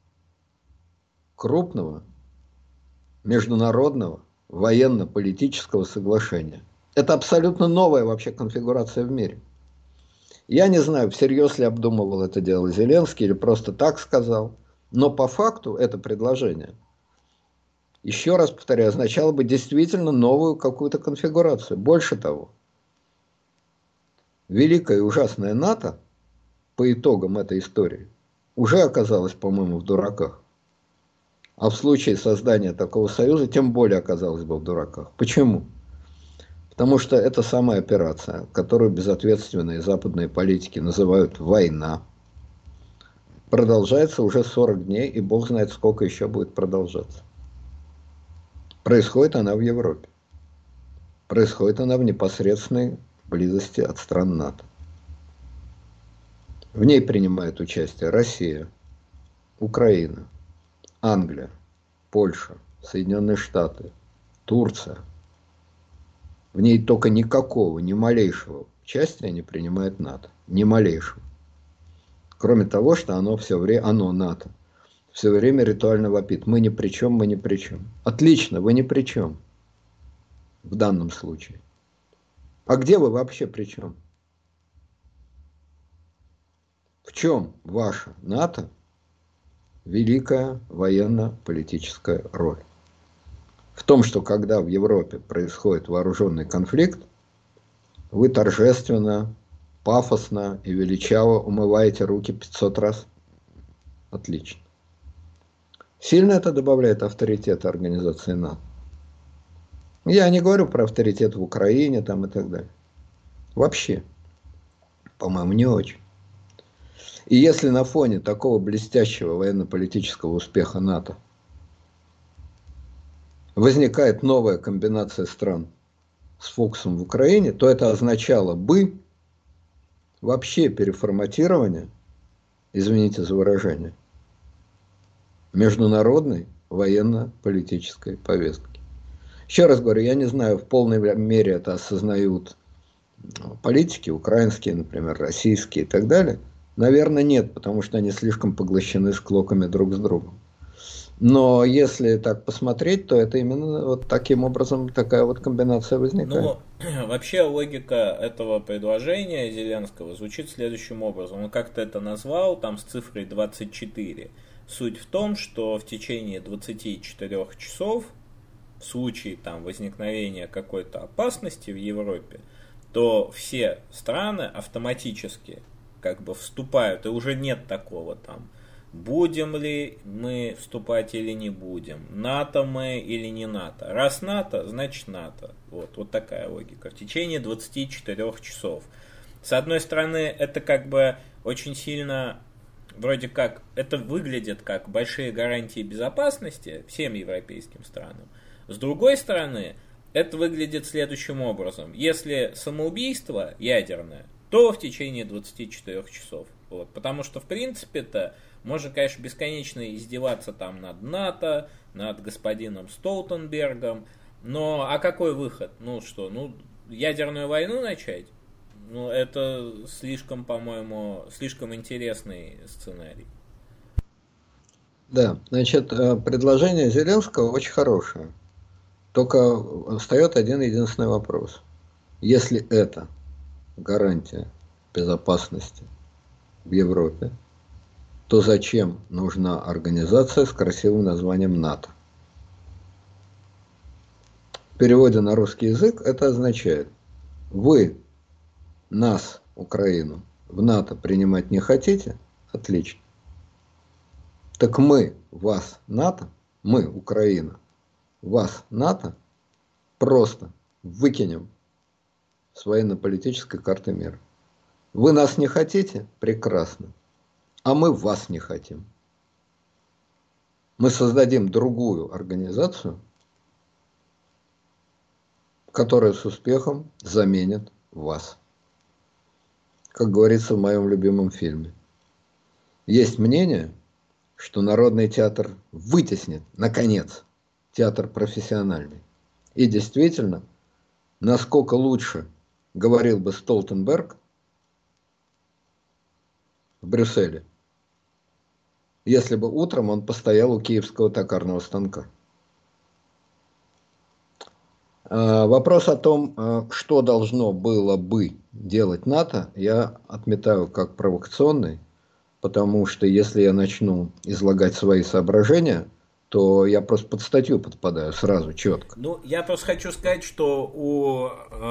крупного международного военно-политического соглашения. Это абсолютно новая вообще конфигурация в мире. Я не знаю, всерьез ли обдумывал это дело Зеленский или просто так сказал, но по факту это предложение, еще раз повторяю, означало бы действительно новую какую-то конфигурацию. Больше того, великая и ужасная НАТО по итогам этой истории уже оказалась, по-моему, в дураках. А в случае создания такого союза тем более оказалась бы в дураках. Почему? Потому что это самая операция, которую безответственные западные политики называют война, продолжается уже 40 дней, и бог знает, сколько еще будет продолжаться. Происходит она в Европе. Происходит она в непосредственной близости от стран НАТО. В ней принимают участие Россия, Украина, Англия, Польша, Соединенные Штаты, Турция. В ней только никакого, ни малейшего участия не принимает НАТО. Ни малейшего. Кроме того, что оно все время, НАТО, все время ритуально вопит. Мы ни при чем, мы ни при чем. Отлично, вы ни при чем. В данном случае. А где вы вообще при чем? В чем ваша НАТО великая военно-политическая роль? В том, что когда в Европе происходит вооруженный конфликт, вы торжественно, пафосно и величаво умываете руки 500 раз. Отлично. Сильно это добавляет авторитета организации НАТО. Я не говорю про авторитет в Украине там и так далее. Вообще, по-моему, не очень. И если на фоне такого блестящего военно-политического успеха НАТО возникает новая комбинация стран с фокусом в Украине, то это означало бы вообще переформатирование, извините за выражение, международной военно-политической повестки. Еще раз говорю, я не знаю, в полной мере это осознают политики, украинские, например, российские и так далее. Наверное, нет, потому что они слишком поглощены склоками друг с другом. Но если так посмотреть, то это именно вот таким образом такая вот комбинация возникает. Ну, вообще логика этого предложения Зеленского звучит следующим образом. Он как-то это назвал, там с цифрой 24. Суть в том, что в течение 24 часов, в случае там возникновения какой-то опасности в Европе, то все страны автоматически как бы вступают, и уже нет такого там, будем ли мы вступать или не будем, НАТО мы или не НАТО. Раз НАТО, значит НАТО. Вот такая логика. В течение 24 часов. С одной стороны, это как бы очень сильно, вроде как, это выглядит как большие гарантии безопасности всем европейским странам. С другой стороны, это выглядит следующим образом. Если самоубийство ядерное, то в течение 24 часов. Вот. Потому что, в принципе-то, можно, конечно, бесконечно издеваться там над НАТО, над господином Столтенбергом, но а какой выход? Ядерную войну начать? Это слишком, по-моему, слишком интересный сценарий. Да, значит, предложение Зеленского очень хорошее. Только встает один единственный вопрос. Если это гарантия безопасности в Европе, то зачем нужна организация с красивым названием НАТО? В переводе на русский язык это означает: вы нас, Украину, в НАТО принимать не хотите? Отлично. Так мы вас, НАТО, мы, Украина, вас, НАТО, просто выкинем с военно-политической карты мира. Вы нас не хотите? Прекрасно. А мы вас не хотим. Мы создадим другую организацию, которая с успехом заменит вас. Как говорится в моем любимом фильме. Есть мнение, что Народный театр вытеснит, наконец, театр профессиональный. И действительно, насколько лучше говорил бы Столтенберг в Брюсселе, если бы утром он постоял у киевского токарного станка. Вопрос о том, что должно было бы делать НАТО, я отметаю как провокационный, потому что если я начну излагать свои соображения, то я просто под статью подпадаю сразу, четко. Ну, я просто хочу сказать, что у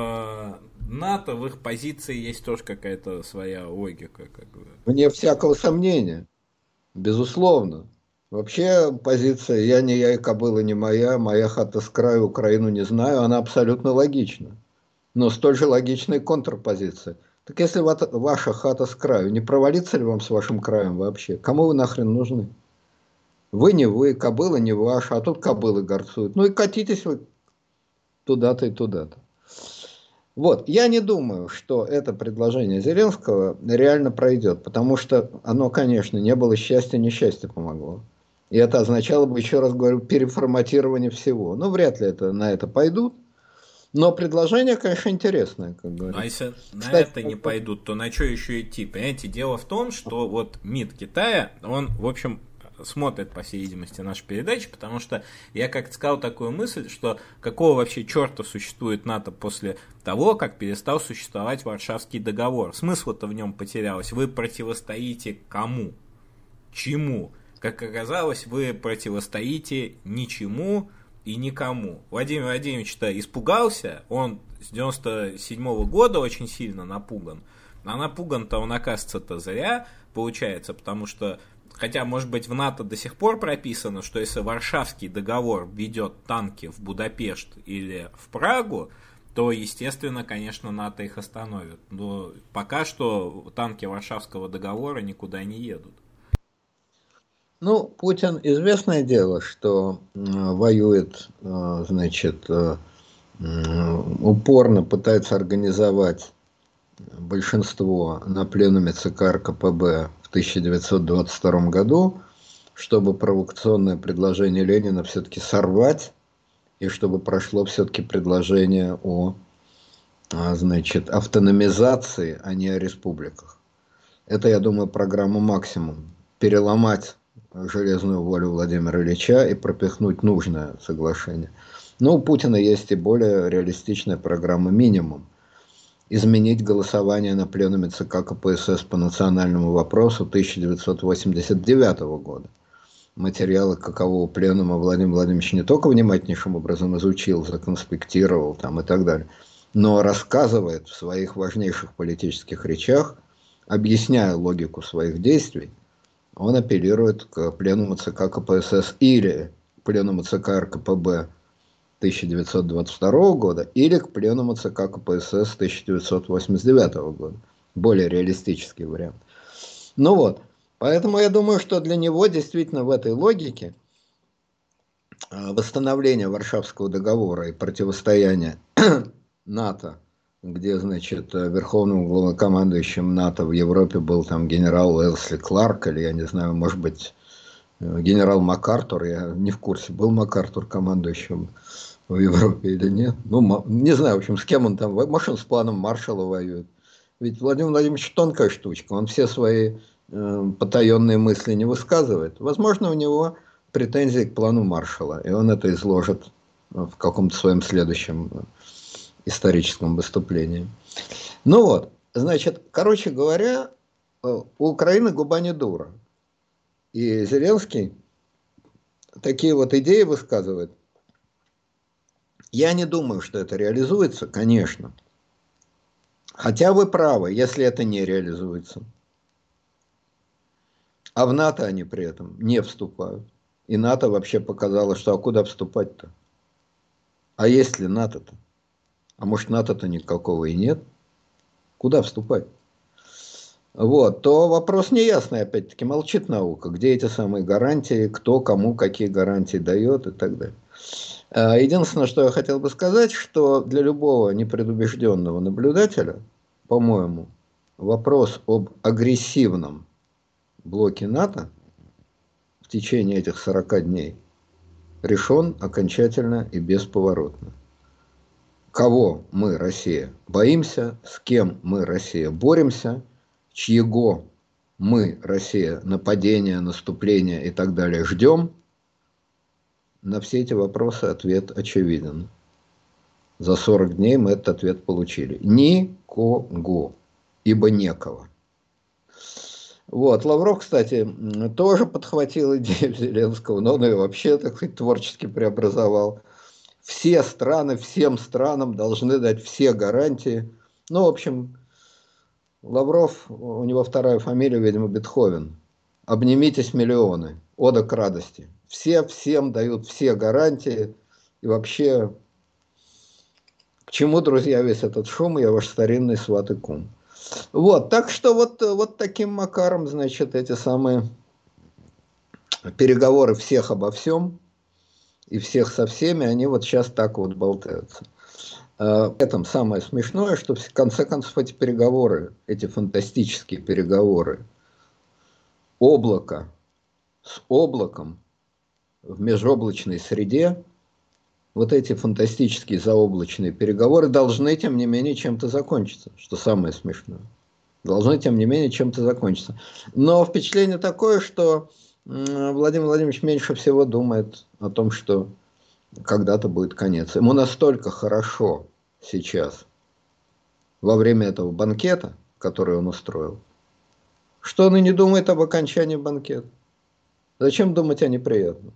НАТО в их позиции есть тоже какая-то своя логика. Как бы. Вне всякого сомнения, безусловно. Вообще позиция «я не я и кобыла не моя, моя хата с краю, Украину не знаю», она абсолютно логична. Но столь же логична и контрпозиция. Так если ваша хата с краю, не провалится ли вам с вашим краем вообще? Кому вы нахрен нужны? Вы не вы, кобыла не ваша, а тут кобылы горцуют. Ну и катитесь вы туда-то и туда-то. Вот, я не думаю, что это предложение Зеленского реально пройдет, потому что оно, конечно, не было счастья, несчастье помогло. И это означало бы, еще раз говорю, переформатирование всего. Ну, вряд ли на это пойдут. Но предложение, конечно, интересное, как говорится. А если на это не пойдут, то на что еще идти? Понимаете, дело в том, что вот МИД Китая, он, в общем, смотрит, по всей видимости, наши передачи, потому что я как-то сказал такую мысль, что какого вообще черта существует НАТО после того, как перестал существовать Варшавский договор? Смысл-то в нем потерялось. Вы противостоите кому? Чему? Как оказалось, вы противостоите ничему и никому. Владимир Владимирович-то испугался, он с 97-го года очень сильно напуган. А напуган-то он, оказывается-то, зря получается, потому что, хотя, может быть, в НАТО до сих пор прописано, что если Варшавский договор ведет танки в Будапешт или в Прагу, то, естественно, конечно, НАТО их остановит. Но пока что танки Варшавского договора никуда не едут. Ну, Путин, известное дело, что воюет, значит, упорно пытается организовать большинство на пленуме ЦК РКПБ в 1922 году, чтобы провокационное предложение Ленина все-таки сорвать, и чтобы прошло все-таки предложение о, значит, автономизации, а не о республиках. Это, я думаю, программа «Максимум». Переломать железную волю Владимира Ильича и пропихнуть нужное соглашение. Но у Путина есть и более реалистичная программа «Минимум». Изменить голосование на пленуме ЦК КПСС по национальному вопросу 1989 года. Материалы какового пленума Владимир Владимирович не только внимательнейшим образом изучил, законспектировал там и так далее, но рассказывает в своих важнейших политических речах, объясняя логику своих действий. Он апеллирует к пленуму ЦК КПСС или пленуму ЦК РКПБ 1922 года или к пленуму ЦК КПСС 1989 года. Более реалистический вариант. Ну вот, поэтому я думаю, что для него действительно в этой логике восстановление Варшавского договора и противостояние НАТО, где, значит, верховным главнокомандующим НАТО в Европе был там генерал Уэлсли Кларк, или, я не знаю, может быть, генерал МакАртур, я не в курсе, был МакАртур командующим в Европе или нет. Ну, не знаю, в общем, с кем он там, может, он с планом Маршалла воюет. Ведь Владимир Владимирович тонкая штучка, он все свои потаенные мысли не высказывает. Возможно, у него претензии к плану Маршалла, и он это изложит в каком-то своем следующем историческом выступлении. Ну вот, значит, короче говоря, у Украины губа не дура. И Зеленский такие вот идеи высказывает. Я не думаю, что это реализуется, конечно. Хотя вы правы, если это не реализуется. А в НАТО они при этом не вступают. И НАТО вообще показало, что а куда вступать-то? А есть ли НАТО-то? А может, НАТО-то никакого и нет? Куда вступать? Вот, то вопрос неясный, опять-таки, молчит наука. Где эти самые гарантии, кто кому какие гарантии дает и так далее. Единственное, что я хотел бы сказать, что для любого непредубежденного наблюдателя, по-моему, вопрос об агрессивном блоке НАТО в течение этих 40 дней решен окончательно и бесповоротно. Кого мы, Россия, боимся, с кем мы, Россия, боремся, чьего мы, Россия, нападения, наступления и так далее ждем, на все эти вопросы ответ очевиден. За 40 дней мы этот ответ получили. Никого, ибо некого. Вот. Лавров, кстати, тоже подхватил идею Зеленского, но он ее вообще, так сказать, творчески преобразовал. Все страны, всем странам должны дать все гарантии. Ну, в общем, Лавров, у него вторая фамилия, видимо, Бетховен. Обнимитесь, миллионы. Ода к радости. Все всем дают все гарантии. И вообще, к чему, друзья, весь этот шум? Я ваш старинный сват и кум. Вот, так что вот таким макаром, значит, эти самые переговоры всех обо всем и всех со всеми, они вот сейчас так вот болтаются. В этом самое смешное, что в конце концов эти переговоры, эти фантастические переговоры, облако с облаком в межоблачной среде, вот эти фантастические заоблачные переговоры должны, тем не менее, чем-то закончиться, что самое смешное. Должны, тем не менее, чем-то закончиться. Но впечатление такое, что Владимир Владимирович меньше всего думает о том, что когда-то будет конец. Ему настолько хорошо сейчас, во время этого банкета, который он устроил, что он и не думает об окончании банкета. Зачем думать о неприятном?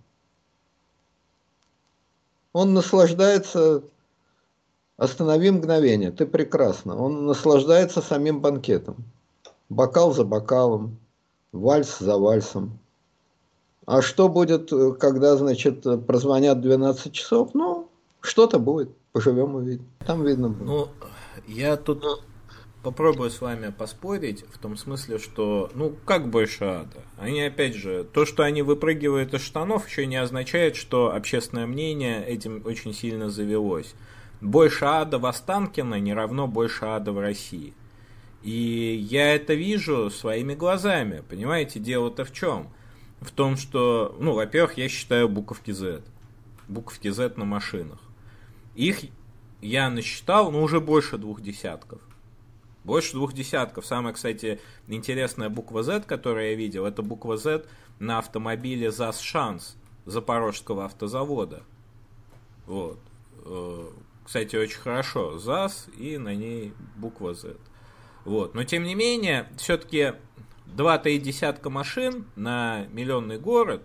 Он наслаждается, останови мгновение, ты прекрасно. Он наслаждается самим банкетом. Бокал за бокалом, вальс за вальсом. А что будет, когда, значит, прозвонят 12 часов? Ну, что-то будет, поживем увидим. Там видно будет. Ну, я тут попробую с вами поспорить, в том смысле, что, ну, как больше ада? Они, опять же, то, что они выпрыгивают из штанов, еще не означает, что общественное мнение этим очень сильно завелось. Больше ада в Останкино не равно больше ада в России. И я это вижу своими глазами, понимаете, дело-то в чем? В том, что, ну, во-первых, я считаю буковки Z на машинах. Их я насчитал, ну, уже больше 2 десятков. Больше 2 десятков. Самая, кстати, интересная буква Z, которую я видел, это буква Z на автомобиле ЗАЗ «Шанс» Запорожского автозавода. Вот. Кстати, очень хорошо. ЗАЗ и на ней буква Z. Вот. Но, тем не менее, все-таки 2-3 десятка машин на миллионный город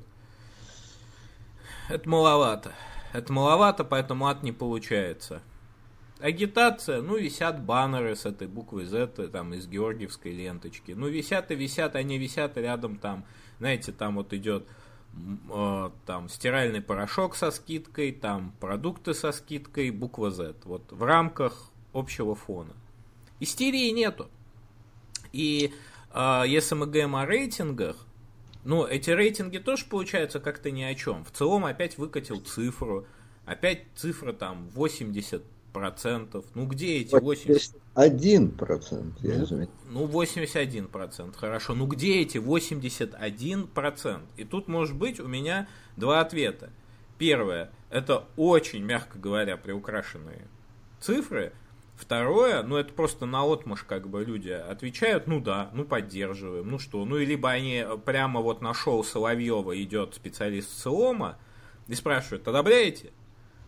— это маловато. Это маловато, поэтому ад не получается. Агитация, ну, висят баннеры с этой буквой Z, там, из георгиевской ленточки. Ну, висят и висят, они висят рядом там, знаете, там вот идет там стиральный порошок со скидкой, там продукты со скидкой, буква Z. Вот в рамках общего фона. Истерии нету. И если мы говорим о рейтингах, ну, эти рейтинги тоже получаются как-то ни о чем. В целом опять выкатил цифру. Опять цифра там 80%. Ну, где эти 80%? 81%, я заметил. Ну, 81%, хорошо. Ну, где эти 81%? И тут может быть у меня два ответа. Первое, это очень, мягко говоря, приукрашенные цифры. Второе, ну, это просто наотмашь, как бы, люди отвечают, ну да, ну поддерживаем, ну что, ну, и либо они прямо вот на шоу Соловьева идет специалист ЦИОМа и спрашивают, одобряете?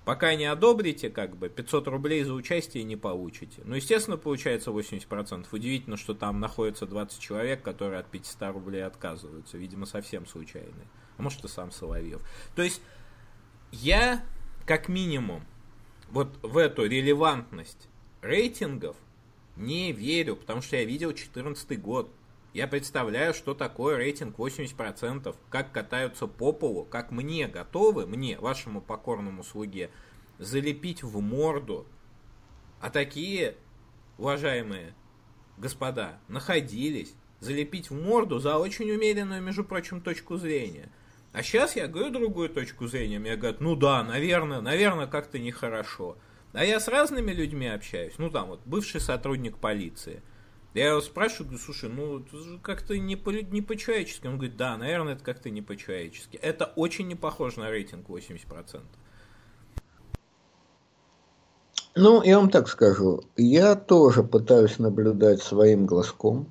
Пока не одобрите, 500 рублей за участие не получите. Ну, естественно, получается 80%. Удивительно, что там находится 20 человек, которые от 500 рублей отказываются. Видимо, совсем случайные. А может, и сам Соловьев. То есть, я, как минимум, вот в эту релевантность рейтингов не верю, потому что я видел 2014 год. Я представляю, что такое рейтинг 80%, как катаются по полу, как мне готовы, мне, вашему покорному слуге, залепить в морду. А такие, уважаемые господа, находились залепить в морду за очень умеренную, между прочим, точку зрения. А сейчас я говорю другую точку зрения, мне говорят, ну да, наверное, как-то нехорошо. А я с разными людьми общаюсь, ну там вот, бывший сотрудник полиции. Я его спрашиваю, говорю, слушай, ну это же как-то не по-человечески. Он говорит, да, наверное, это как-то не по-человечески. Это очень не похоже на рейтинг 80%. Ну, я вам так скажу, я тоже пытаюсь наблюдать своим глазком.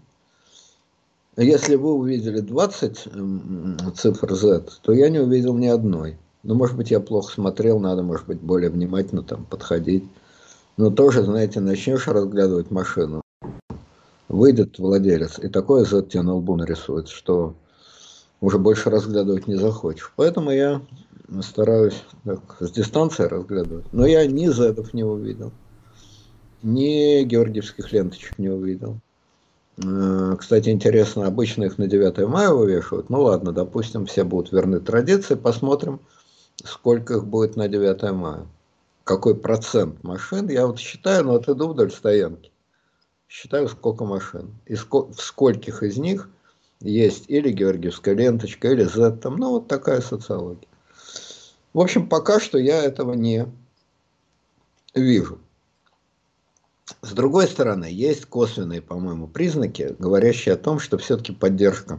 Если вы увидели 20 цифр Z, то я не увидел ни одной. Ну, может быть, я плохо смотрел, надо, может быть, более внимательно там подходить. Но тоже, знаете, начнешь разглядывать машину, выйдет владелец, и такое Z тебе на лбу нарисует, что уже больше разглядывать не захочешь. Поэтому я стараюсь так, с дистанции разглядывать. Но я ни Z-ов не увидел, ни георгиевских ленточек не увидел. Кстати, интересно, обычно их на 9 мая вывешивают. Ну ладно, допустим, все будут верны традиции. Посмотрим, сколько их будет на 9 мая. Какой процент машин. Я вот считаю, ну вот иду вдоль стоянки. Считаю, сколько машин. И в скольких из них есть или георгиевская ленточка, или Z. Там, ну вот такая социология. В общем, пока что я этого не вижу. С другой стороны, есть косвенные, по-моему, признаки, говорящие о том, что все-таки поддержка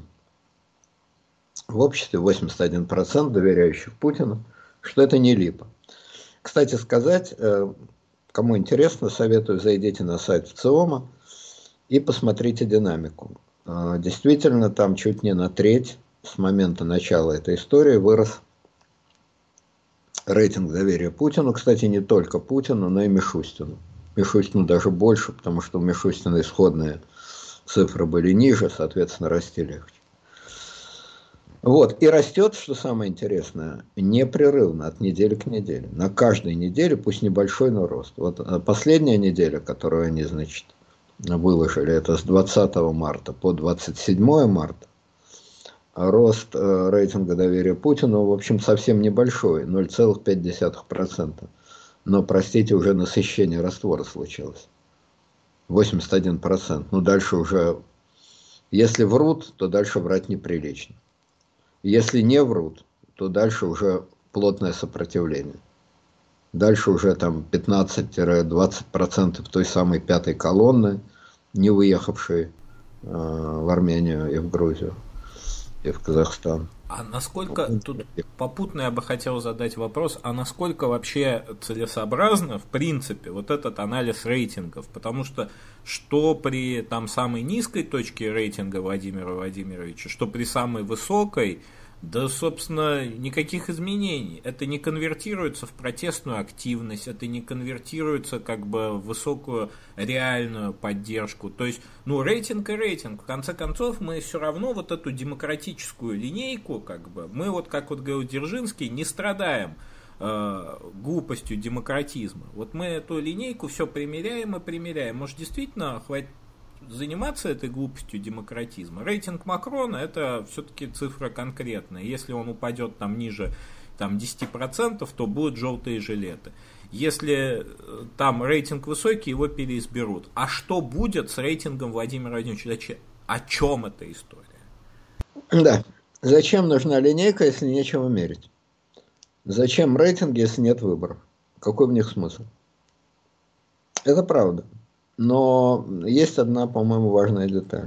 в обществе 81% доверяющих Путину, что это не липа. Кстати сказать, кому интересно, советую, зайдите на сайт ВЦИОМа и посмотрите динамику. Действительно, там чуть не на треть с момента начала этой истории вырос рейтинг доверия Путину. Кстати, не только Путину, но и Мишустину. Мишустину даже больше, потому что у Мишустина исходные цифры были ниже, соответственно, расти легче. Вот, и растет, что самое интересное, непрерывно от недели к неделе. На каждой неделе, пусть небольшой, но рост. Вот последняя неделя, которую они, значит, выложили, это с 20 марта по 27 марта, рост рейтинга доверия Путину, в общем, совсем небольшой, 0,5%. Но, простите, уже насыщение раствора случилось. 81%. Ну, дальше уже, если врут, то дальше врать неприлично. Если не врут, то дальше уже плотное сопротивление. Дальше уже там 15-20% той самой пятой колонны, не выехавшей в Армению и в Грузию, и в Казахстан. А насколько, тут попутно я бы хотел задать вопрос, а насколько вообще целесообразно, в принципе, вот этот анализ рейтингов? Потому что при там самой низкой точке рейтинга Владимира Владимировича, что при самой высокой, да, собственно, никаких изменений. Это не конвертируется в протестную активность, это не конвертируется в высокую реальную поддержку. То есть, рейтинг и рейтинг. В конце концов, мы все равно вот эту демократическую линейку, мы как говорил Дзержинский, не страдаем глупостью демократизма. Вот мы эту линейку все примеряем и примеряем. Может, действительно хватит заниматься этой глупостью демократизма. Рейтинг Макрона это все-таки цифра конкретная. Если он упадет ниже 10%, то будут желтые жилеты. Если там рейтинг высокий, его переизберут. А что будет с рейтингом Владимира Владимировича? О чем эта история? Да. Зачем нужна линейка, если нечего мерить? Зачем рейтинги, если нет выборов? Какой в них смысл? Это правда. Но есть одна, по-моему, важная деталь.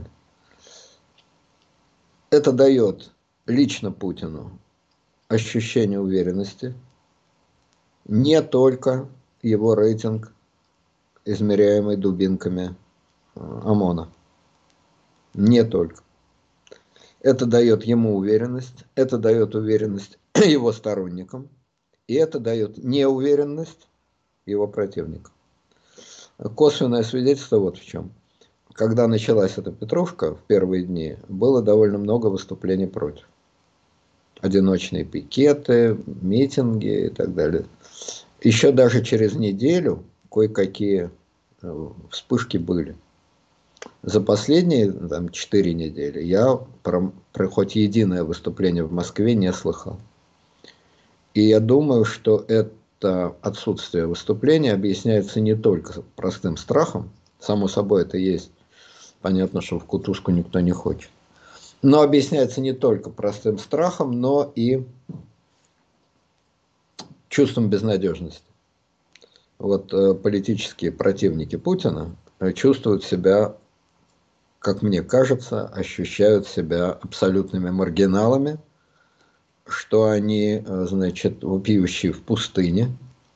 Это дает лично Путину ощущение уверенности. Не только его рейтинг, измеряемый дубинками ОМОНа. Не только. Это дает ему уверенность, это дает уверенность его сторонникам. И это дает неуверенность его противника. Косвенное свидетельство вот в чем. Когда началась эта петрушка в первые дни, было довольно много выступлений против. Одиночные пикеты, митинги и так далее. Еще даже через неделю кое-какие вспышки были. За последние 4 недели я про хоть единое выступление в Москве не слыхал. И я думаю, что это отсутствие выступления объясняется не только простым страхом, само собой это есть, понятно, что в кутузку никто не хочет, но объясняется не только простым страхом, но и чувством безнадежности. Вот политические противники Путина чувствуют себя, как мне кажется, ощущают себя абсолютными маргиналами, что они, значит, вопиющие в пустыне,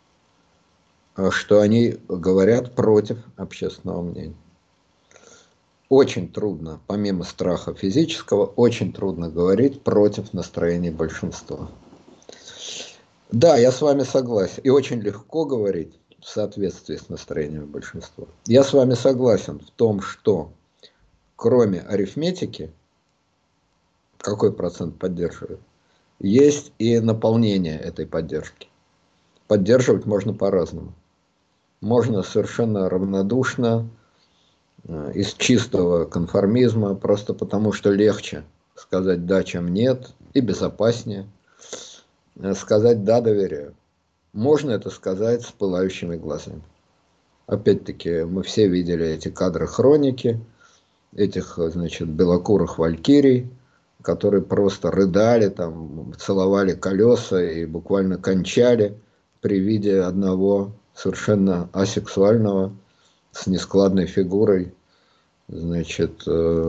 что они говорят против общественного мнения. Очень трудно, помимо страха физического, очень трудно говорить против настроений большинства. Да, я с вами согласен. И очень легко говорить в соответствии с настроением большинства. Я с вами согласен в том, что кроме арифметики, какой процент поддерживает, есть и наполнение этой поддержки. Поддерживать можно по-разному. Можно совершенно равнодушно, из чистого конформизма, просто потому что легче сказать «да», чем «нет», и безопаснее. Сказать «да», доверяю. Можно это сказать с пылающими глазами. Опять-таки, мы все видели эти кадры хроники, этих, значит, белокурых валькирий, которые просто рыдали, там, целовали колеса и буквально кончали при виде одного совершенно асексуального, с нескладной фигурой, значит,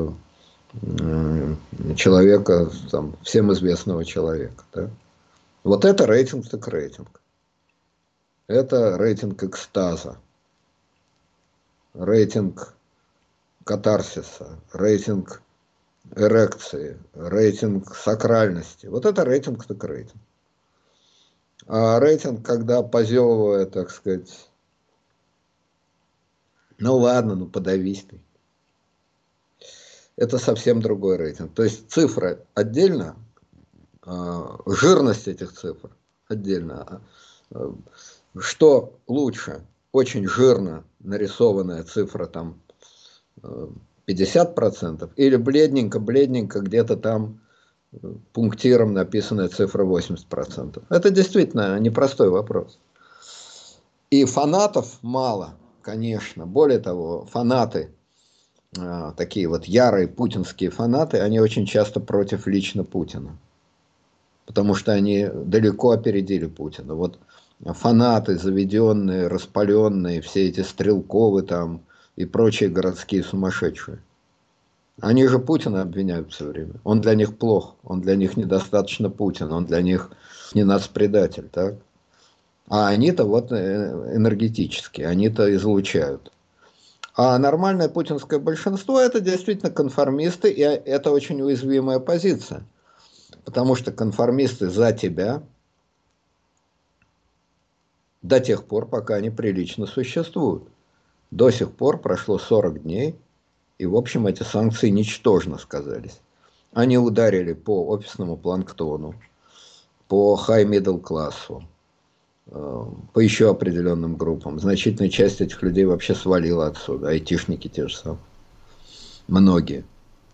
человека, там, всем известного человека. Да? Вот это рейтинг так рейтинг. Это рейтинг экстаза, рейтинг катарсиса, рейтинг эрекции, рейтинг сакральности. Вот это рейтинг так рейтинг. А рейтинг, когда позевывая, так сказать, ну ладно, ну подавись ты. Это совсем другой рейтинг. То есть цифры отдельно, жирность этих цифр отдельно. Что лучше? Очень жирно нарисованная цифра там 50% или бледненько где-то там пунктиром написанная цифра 80%. Это действительно непростой вопрос. И фанатов мало, конечно. Более того, фанаты, такие вот ярые путинские фанаты, они очень часто против лично Путина. Потому что они далеко опередили Путина. Вот фанаты, заведенные, распаленные, все эти Стрелковы там и прочие городские сумасшедшие. Они же Путина обвиняют все время. Он для них плох, он для них недостаточно Путин, он для них не нацпредатель, так? А они-то вот энергетические, они-то излучают. А нормальное путинское большинство это действительно конформисты, и это очень уязвимая позиция. Потому что конформисты за тебя до тех пор, пока они прилично существуют. До сих пор прошло 40 дней, и в общем эти санкции ничтожно сказались. Они ударили по офисному планктону, по high-middle классу, по еще определенным группам. Значительная часть этих людей вообще свалила отсюда, айтишники те же самые. Многие.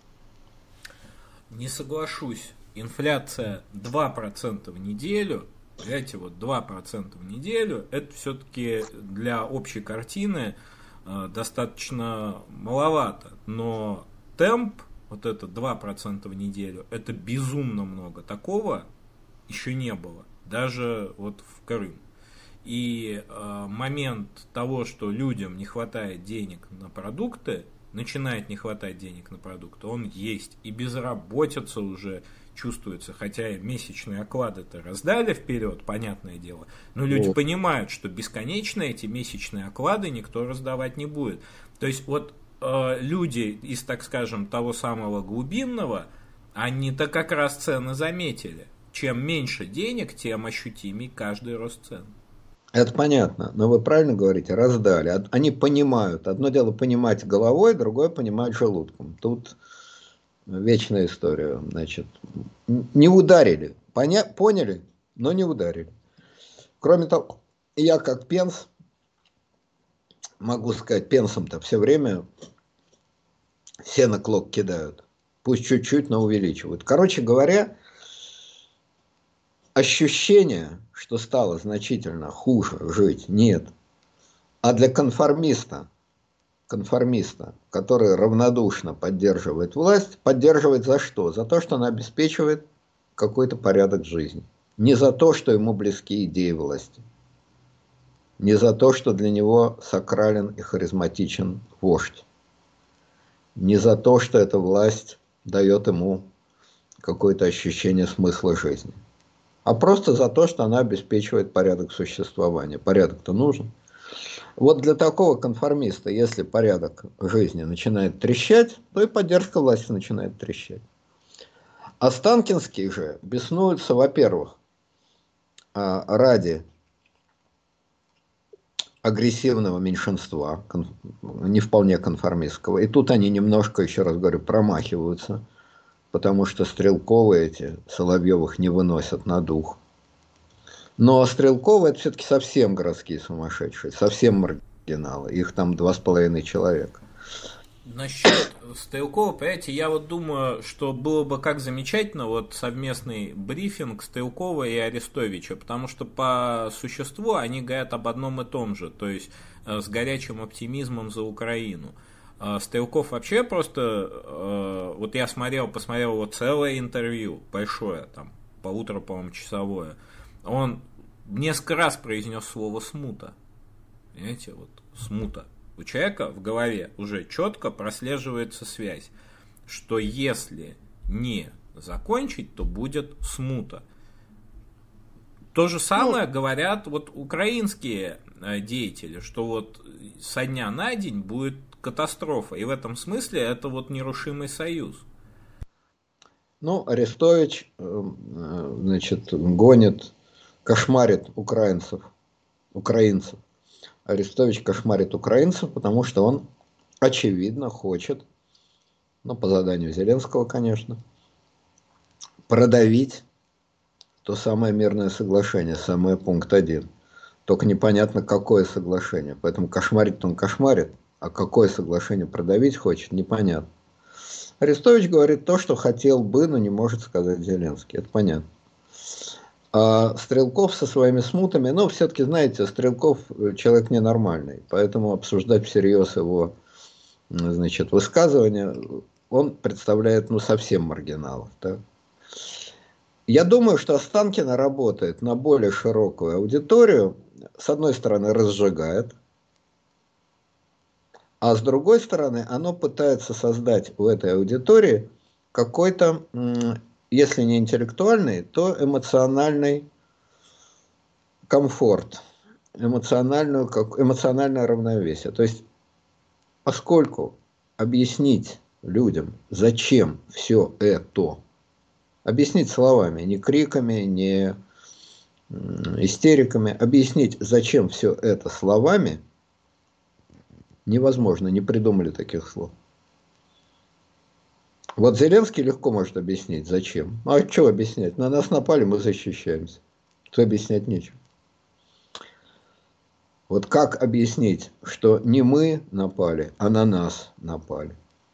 Не соглашусь. Инфляция 2% в неделю, эти вот 2% в неделю, это все-таки для общей картины достаточно маловато. Но темп, вот это 2% в неделю, это безумно много. Такого еще не было. Даже вот в Крым. И момент того, что людям не хватает денег на продукты, начинает не хватать денег на продукты, он есть. И безработица уже чувствуется, хотя и месячные оклады-то раздали вперед, понятное дело, но люди понимают, что бесконечно эти месячные оклады никто раздавать не будет. То есть вот люди из, так скажем, того самого глубинного, они-то как раз цены заметили. чем меньше денег, тем ощутимее каждый рост цен. Это понятно, но вы правильно говорите, раздали. Они понимают. Одно дело понимать головой, другое понимать желудком. Тут вечная история. Значит, не ударили. Поняли, но не ударили. Кроме того, я как пенс, могу сказать, пенсом-то все время сено-клок кидают. Пусть чуть-чуть, но увеличивают. Короче говоря, ощущение, что стало значительно хуже жить, нет. А для конформиста, который равнодушно поддерживает власть, поддерживает за что? За то, что она обеспечивает какой-то порядок жизни. Не за то, что ему близки идеи власти. Не за то, что для него сакрален и харизматичен вождь. Не за то, что эта власть дает ему какое-то ощущение смысла жизни. А просто за то, что она обеспечивает порядок существования. Порядок-то нужен. Вот для такого конформиста, если порядок жизни начинает трещать, то и поддержка власти начинает трещать. Останкинские же беснуются, во-первых, ради агрессивного меньшинства, не вполне конформистского. И тут они немножко, еще раз говорю, промахиваются, потому что Стрелковы эти, Соловьевых не выносят на дух. Но Стрелковы это все-таки совсем городские сумасшедшие, совсем маргиналы. Их там 2,5 человека. Насчет Стрелкова, понимаете, я вот думаю, что было бы как замечательно вот совместный брифинг Стрелкова и Арестовича, потому что по существу они говорят об одном и том же, то есть с горячим оптимизмом за Украину. Стрелков вообще просто, вот я посмотрел его целое интервью, большое, там, полутора, по-моему, часовое, он несколько раз произнес слово «смута». Понимаете, вот «смута». У человека в голове уже четко прослеживается связь, что если не закончить, то будет смута. То же самое говорят вот украинские деятели, что вот со дня на день будет катастрофа. И в этом смысле это вот нерушимый союз. Ну, Арестович, значит, гонит, кошмарит украинцев. Арестович кошмарит украинцев, потому что он, очевидно, хочет, ну, по заданию Зеленского, конечно, продавить то самое мирное соглашение, самое пункт 1. Только непонятно, какое соглашение. Поэтому кошмарит-то он кошмарит, а какое соглашение продавить хочет, непонятно. Арестович говорит то, что хотел бы, но не может сказать Зеленский. Это понятно. А Стрелков со своими смутами, ну, все-таки, знаете, Стрелков человек ненормальный, поэтому обсуждать всерьез его, значит, высказывания, он представляет, ну, совсем маргиналов. Да? Я думаю, что Останкино работает на более широкую аудиторию, с одной стороны, разжигает, а с другой стороны, оно пытается создать в этой аудитории какой-то, если не интеллектуальный, то эмоциональный комфорт, эмоциональное равновесие. То есть, поскольку объяснить людям, зачем все это, объяснить словами, не криками, не истериками, объяснить, зачем все это словами, невозможно, не придумали таких слов. Вот Зеленский легко может объяснить, зачем. А что объяснять? На нас напали, мы защищаемся. Тут объяснять нечего. Вот как объяснить, что не мы напали, а на нас напали?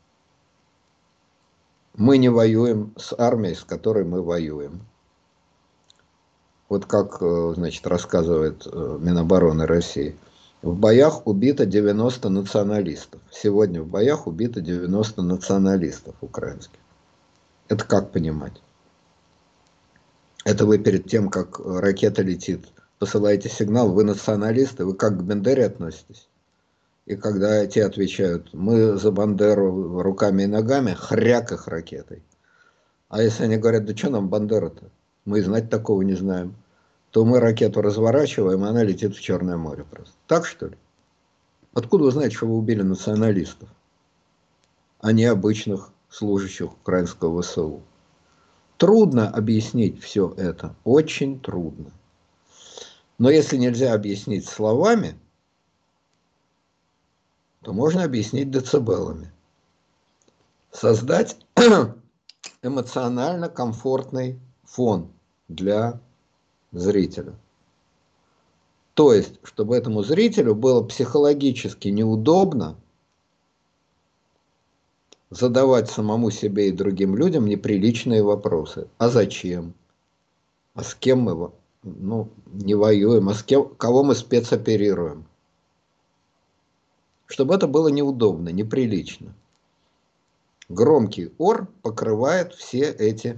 Мы не воюем с армией, с которой мы воюем. Вот как, значит, рассказывает Минобороны России. В боях убито 90 националистов. Сегодня в боях убито 90 националистов украинских. Это как понимать? Это вы перед тем, как ракета летит, посылаете сигнал, вы националисты, вы как к Бендере относитесь? И когда те отвечают, мы за Бандеру руками и ногами, хряк их ракетой. А если они говорят, да что нам Бандера-то? Мы и знать такого не знаем. То мы ракету разворачиваем, и она летит в Черное море просто. Так что ли? Откуда вы знаете, что вы убили националистов, а не обычных служащих украинского ВСУ? Трудно объяснить все это, очень трудно. Но если нельзя объяснить словами, то можно объяснить децибелами. Создать эмоционально комфортный фон для зрителя. То есть, чтобы этому зрителю было психологически неудобно задавать самому себе и другим людям неприличные вопросы. А зачем? А с кем мы не воюем? А с кем, кого мы спецоперируем? Чтобы это было неудобно, неприлично. Громкий ор покрывает все эти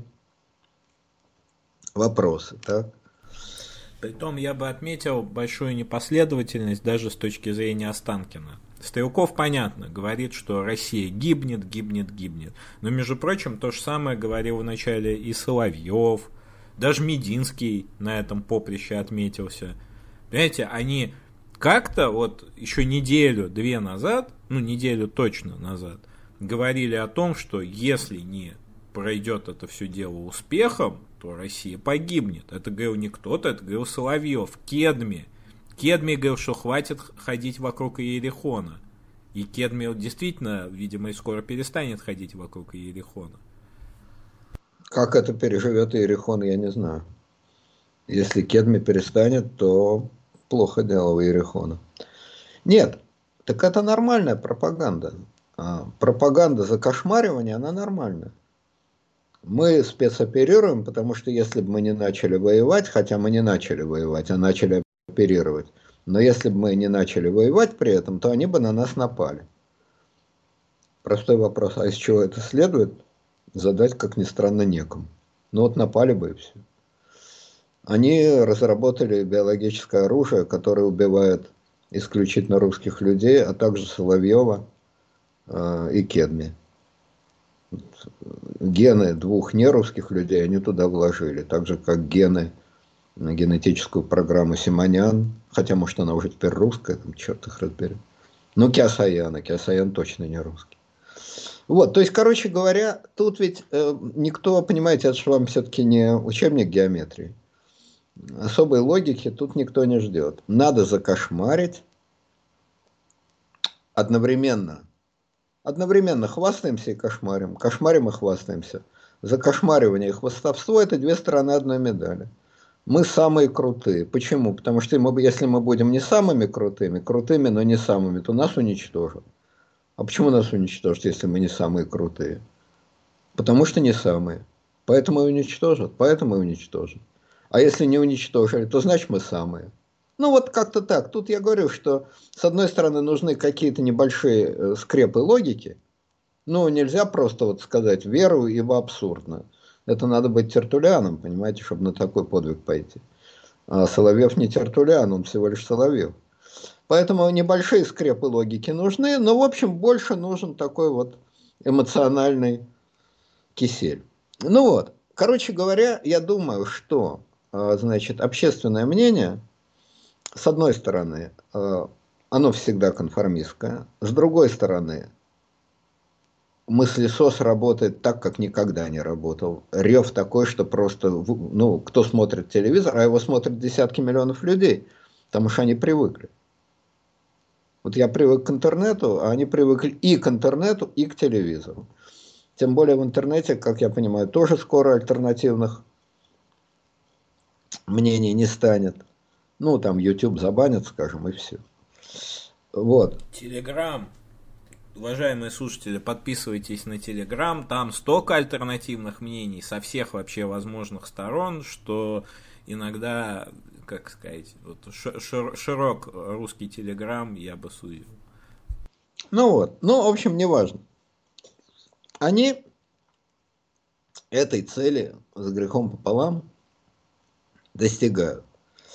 вопросы. Так? Притом я бы отметил большую непоследовательность даже с точки зрения Останкина. Стрелков, понятно, говорит, что Россия гибнет, гибнет, гибнет. Но, между прочим, то же самое говорил вначале и Соловьев, даже Мединский на этом поприще отметился. Понимаете, они как-то вот еще неделю-две назад, неделю точно назад, говорили о том, что если не пройдет это все дело успехом, то Россия погибнет. Это говорил не кто-то, это говорил Соловьев, Кедми. Кедми говорил, что хватит ходить вокруг Иерихона. И Кедми действительно, видимо, и скоро перестанет ходить вокруг Иерихона. Как это переживет Иерихон, я не знаю. Если Кедми перестанет, то плохо дело у Иерихона. Нет, так это нормальная пропаганда. Пропаганда закошмаривания, она нормальная. Мы спецоперируем, потому что если бы мы не начали воевать, хотя мы не начали воевать, а начали оперировать, но если бы мы не начали воевать при этом, то они бы на нас напали. Простой вопрос, а из чего это следует, задать, как ни странно, некому. Ну вот напали бы и все. Они разработали биологическое оружие, которое убивает исключительно русских людей, а также Соловьева и Кедми. Гены двух нерусских людей они туда вложили, так же как гены на генетическую программу Симонян, хотя может она уже теперь русская, там черт их разберет. Ну Киасаян точно не русский. Вот, то есть, короче говоря, тут ведь никто, понимаете, это же вам все-таки не учебник геометрии. Особой логики тут никто не ждет. Надо закошмарить одновременно. Одновременно хвастаемся и кошмарим. Кошмарим и хвастаемся. Закошмаривание и хвастовство – это две стороны одной медали. Мы самые крутые. Почему? Потому что если мы будем не самыми крутыми, но не самыми, то нас уничтожат. А почему нас уничтожат, если мы не самые крутые? Потому что не самые. Поэтому и уничтожат. Поэтому и уничтожат. А если не уничтожили, то значит мы самые. Ну вот как-то так. Тут я говорю, что с одной стороны нужны какие-то небольшие скрепы логики. Ну нельзя просто вот сказать веру, ибо абсурдно. Это надо быть Тертуллианом, понимаете, чтобы на такой подвиг пойти. А Соловьев не Тертуллиан, он всего лишь Соловьев. Поэтому небольшие скрепы логики нужны, но в общем больше нужен такой вот эмоциональный кисель. Ну вот, короче говоря, я думаю, что значит, общественное мнение, с одной стороны, оно всегда конформистское, с другой стороны, мыслесос работает так, как никогда не работал. Рев такой, что просто, кто смотрит телевизор, а его смотрят десятки миллионов людей, потому что они привыкли. Вот я привык к интернету, а они привыкли и к интернету, и к телевизору. Тем более в интернете, как я понимаю, тоже скоро альтернативных мнений не станет. Ну, там YouTube забанят, скажем, и все. Вот. Телеграм. Уважаемые слушатели, подписывайтесь на Телеграм. Там столько альтернативных мнений со всех вообще возможных сторон, что иногда, как сказать, вот широк русский Телеграм я бы сузил. Ну вот. Ну, в общем, неважно. Они этой цели с грехом пополам достигают.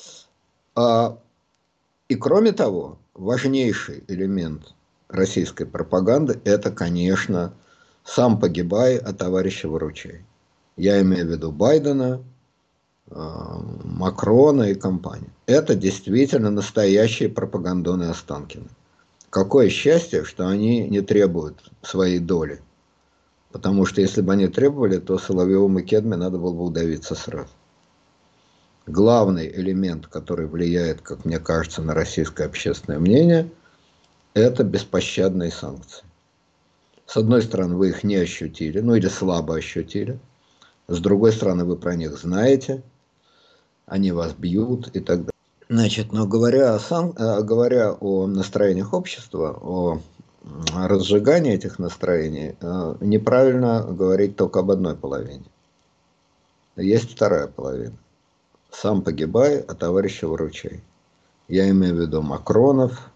И кроме того, важнейший элемент российской пропаганды – это, конечно, сам погибай, а товарища выручай. Я имею в виду Байдена, Макрона и компанию. Это действительно настоящие пропагандоны Останкина. Какое счастье, что они не требуют своей доли Потому что если бы они требовали, то Соловьевым и Кедми надо было бы удавиться сразу. Главный элемент, который влияет, как мне кажется, на российское общественное мнение, это беспощадные санкции. С одной стороны, вы их не ощутили, ну или слабо ощутили. С другой стороны, вы про них знаете, они вас бьют и так далее. Значит, но говоря о настроениях общества, о разжигании этих настроений, неправильно говорить только об одной половине. Есть вторая половина. Сам погибай, а товарища выручай. Я имею в виду Макронов,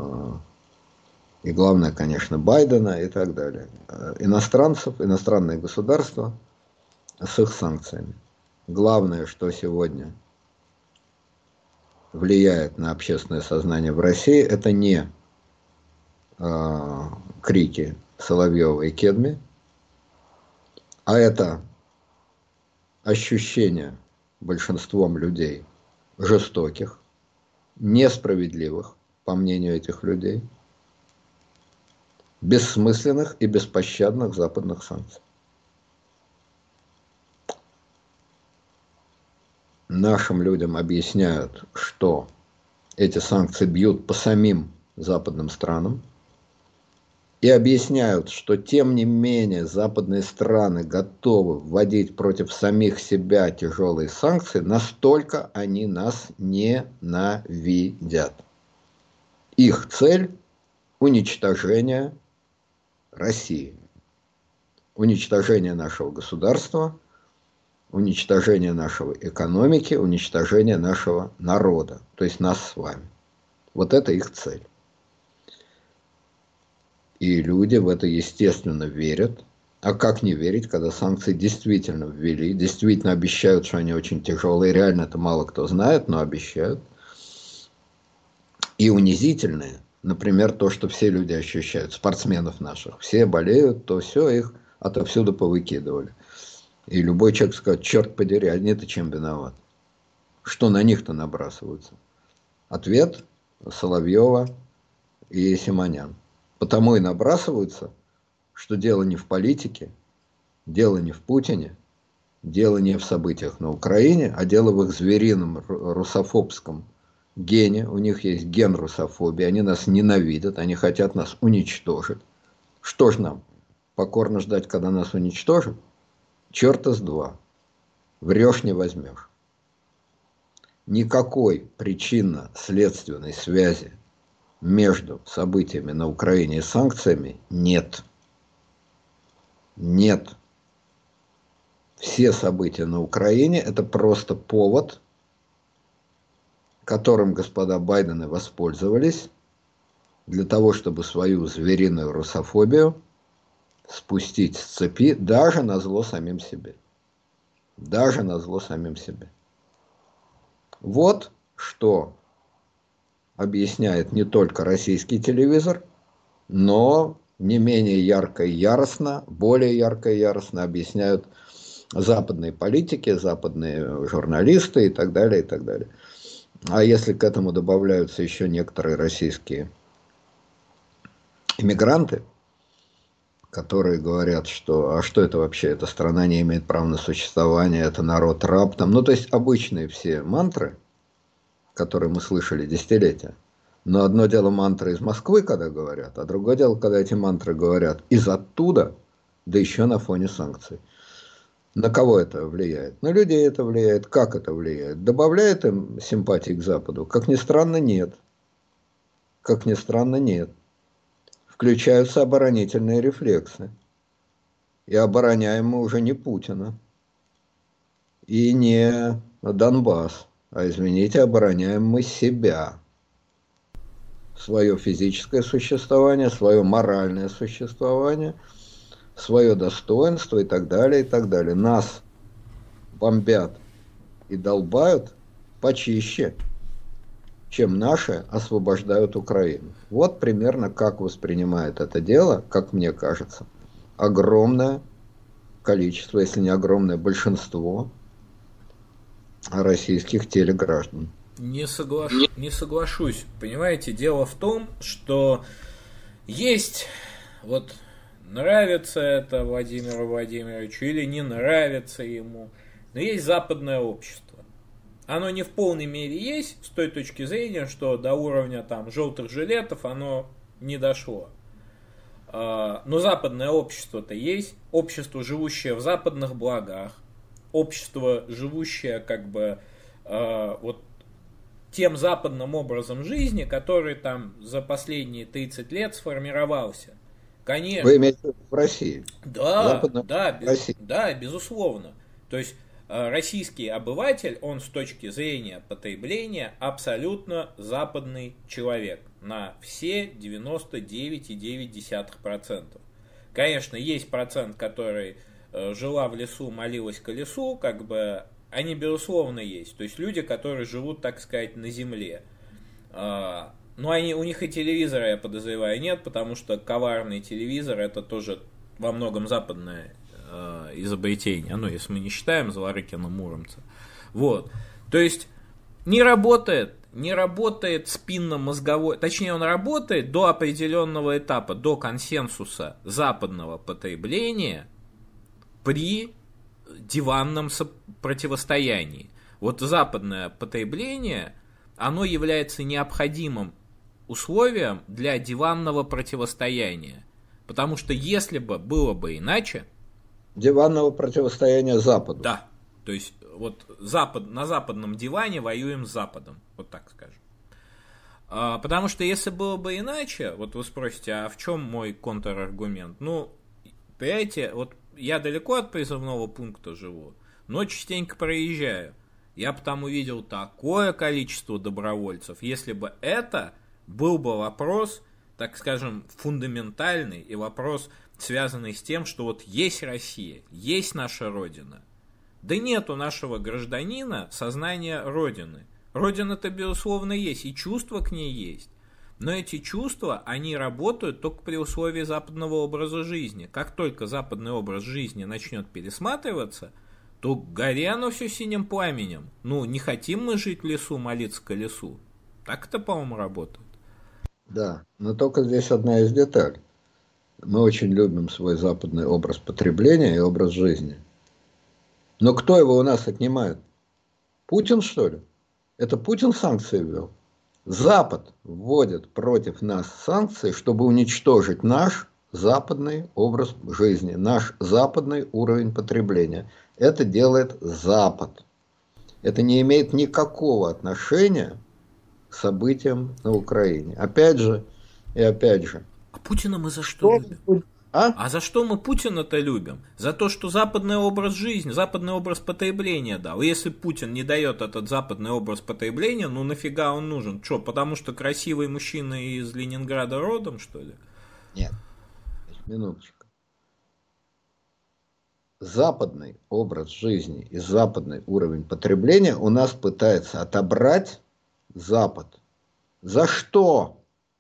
и главное, конечно, Байдена и так далее. Иностранцев, иностранные государства с их санкциями. Главное, что сегодня влияет на общественное сознание в России, это не крики Соловьева и Кедми, а это ощущение большинством людей жестоких, несправедливых, по мнению этих людей, бессмысленных и беспощадных западных санкций. Нашим людям объясняют, что эти санкции бьют по самим западным странам, и объясняют, что тем не менее западные страны готовы вводить против самих себя тяжелые санкции, настолько они нас ненавидят. Их цель – уничтожение России, уничтожение нашего государства, уничтожение нашей экономики, уничтожение нашего народа, то есть нас с вами. Вот это их цель. И люди в это, естественно, верят. А как не верить, когда санкции действительно ввели, действительно обещают, что они очень тяжелые. Реально это мало кто знает, но обещают. И унизительные. Например, то, что все люди ощущают, спортсменов наших. Все болеют, то все их отовсюду повыкидывали. И любой человек скажет, черт подери, они-то чем виноваты? Что на них-то набрасываются? Ответ Соловьева и Симонян. Потому и набрасываются, что дело не в политике, дело не в Путине, дело не в событиях на Украине, а дело в их зверином русофобском гене. У них есть ген русофобии, они нас ненавидят, они хотят нас уничтожить. Что ж нам, покорно ждать, когда нас уничтожат? Черта с два. Врешь не возьмешь. Никакой причинно-следственной связи между событиями на Украине и санкциями нет. Нет. Все события на Украине – это просто повод, которым господа Байдены воспользовались для того, чтобы свою звериную русофобию спустить с цепи даже на зло самим себе. Даже на зло самим себе. Вот что объясняет не только российский телевизор, но не менее ярко и яростно, более ярко и яростно объясняют западные политики, западные журналисты и так далее, и так далее. А если к этому добавляются еще некоторые российские иммигранты, которые говорят, что а что это вообще, эта страна не имеет права на существование, это народ раб, там, ну то есть обычные все мантры, которые мы слышали десятилетия. Но одно дело мантры из Москвы, когда говорят, а другое дело, когда эти мантры говорят из оттуда, да еще на фоне санкций. На кого это влияет? На людей это влияет. Как это влияет? Добавляет им симпатии к Западу? Как ни странно, нет. Как ни странно, нет. Включаются оборонительные рефлексы. И обороняем мы уже не Путина. И не Донбасс. А, извините, обороняем мы себя. Свое физическое существование, свое моральное существование, свое достоинство и так далее, и так далее. Нас бомбят и долбают почище, чем наши освобождают Украину. Вот примерно как воспринимает это дело, как мне кажется, огромное количество, если не огромное большинство российских телеграждан. Не соглашусь. Понимаете, дело в том, что есть вот нравится это Владимиру Владимировичу или не нравится ему. Но есть западное общество. Оно не в полной мере есть, с той точки зрения, что до уровня там желтых жилетов оно не дошло. Но западное общество-то есть, общество, живущее в западных благах, общество, живущее как бы вот тем западным образом жизни, который там за последние 30 лет сформировался. Конечно. Вы имеете в виду в России? Да, России. да, безусловно. То есть российский обыватель, он с точки зрения потребления абсолютно западный человек на все 99,9%. Конечно, есть процент, который жила в лесу, молилась колесу, как бы они безусловно есть. То есть люди, которые живут, так сказать, на земле. Но у них и телевизора, я подозреваю, нет, потому что коварный телевизор это тоже во многом западное изобретение. Ну, если мы не считаем Зворыкина Муромца. Вот. То есть не работает спинномозговой, точнее он работает до определенного этапа, до консенсуса западного потребления при диванном противостоянии. Вот западное потребление, оно является необходимым условием для диванного противостояния. Потому что если бы было бы иначе... Диванного противостояния Западу. Да. То есть вот на западном диване воюем с Западом. Вот так скажем. Потому что если было бы иначе, вот вы спросите, а в чем мой контраргумент? Ну, понимаете, вот я далеко от призывного пункта живу, но частенько проезжаю. Я потому видел такое количество добровольцев. Если бы это был бы вопрос, так скажем, фундаментальный и вопрос, связанный с тем, что вот есть Россия, есть наша Родина. Да нет у нашего гражданина сознания Родины. Родина-то, безусловно, есть, и чувства к ней есть. Но эти чувства, они работают только при условии западного образа жизни. Как только западный образ жизни начнет пересматриваться, то горе оно все синим пламенем. Ну, не хотим мы жить в лесу, молиться колесу. Так это, по-моему, работает. Да, но только здесь одна из деталей. Мы очень любим свой западный образ потребления и образ жизни. Но кто его у нас отнимает? Путин, что ли? Это Путин санкции ввел? Запад вводит против нас санкции, чтобы уничтожить наш западный образ жизни, наш западный уровень потребления. Это делает Запад. Это не имеет никакого отношения к событиям на Украине. Опять же и опять же. А Путина мы за что любим? А за что мы Путина-то любим? За то, что западный образ жизни, западный образ потребления дал. Если Путин не дает этот западный образ потребления, ну нафига он нужен? Что, потому что красивый мужчина из Ленинграда родом, что ли? Нет, минуточку. Западный образ жизни и западный уровень потребления у нас пытается отобрать Запад. За что?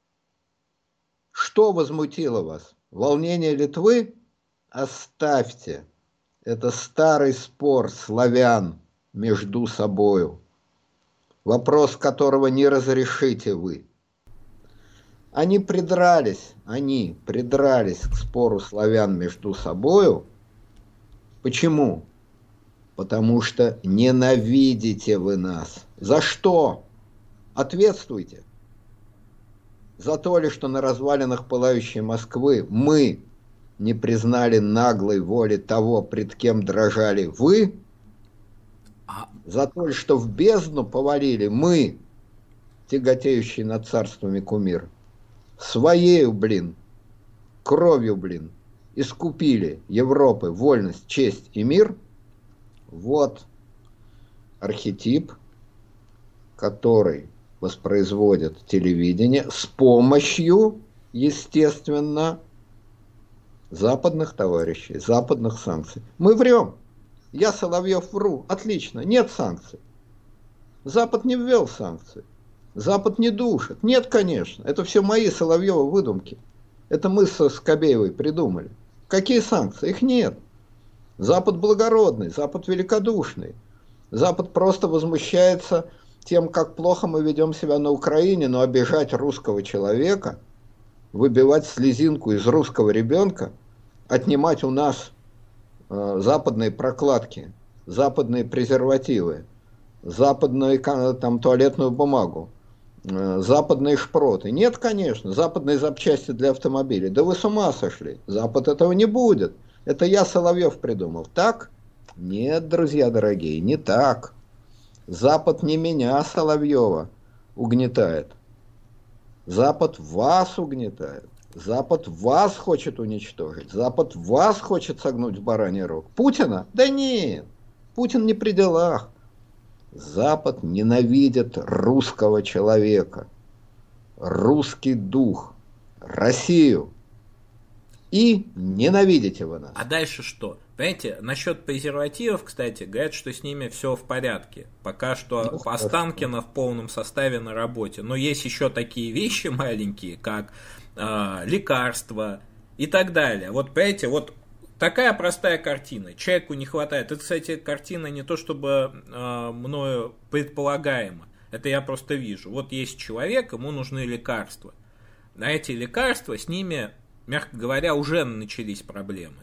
Что возмутило вас? Волнение Литвы? Оставьте. Это старый спор славян между собою. Вопрос которого не разрешите вы. Они придрались к спору славян между собою. Почему? Потому что ненавидите вы нас. За что? Ответствуйте. За то ли, что на развалинах пылающей Москвы мы не признали наглой воли того, пред кем дрожали вы? За то ли, что в бездну повалили мы, тяготеющие над царствами кумир? Своею, кровью, искупили Европы вольность, честь и мир? Вот архетип, который воспроизводит телевидение с помощью, естественно, западных товарищей, западных санкций. Мы врем. Я, Соловьев, вру. Отлично. Нет санкций. Запад не ввел санкции. Запад не душит. Нет, конечно. Это все мои Соловьевы выдумки. Это мы со Скобеевой придумали. Какие санкции? Их нет. Запад благородный, Запад великодушный. Запад просто возмущается тем, как плохо мы ведем себя на Украине, но обижать русского человека, выбивать слезинку из русского ребенка, отнимать у нас западные прокладки, западные презервативы, западную там, туалетную бумагу, западные шпроты. Нет, конечно, западные запчасти для автомобилей. Да вы с ума сошли. Запад этого не будет. Это я, Соловьев, придумал. Так? Нет, друзья дорогие, не так. Запад не меня, Соловьева, угнетает. Запад вас угнетает. Запад вас хочет уничтожить. Запад вас хочет согнуть в бараний рог. Путина? Да нет. Путин не при делах. Запад ненавидит русского человека, русский дух, Россию. И ненавидите вы нас. А дальше что? Понимаете, насчет презервативов, кстати, говорят, что с ними все в порядке. Пока что Останкино в полном составе на работе. Но есть еще такие вещи маленькие, как лекарства и так далее. Вот, понимаете, вот такая простая картина. Человеку не хватает. Это, кстати, картина не то чтобы мною предполагаема. Это я просто вижу. Вот есть человек, ему нужны лекарства. На эти лекарства с ними, мягко говоря, уже начались проблемы.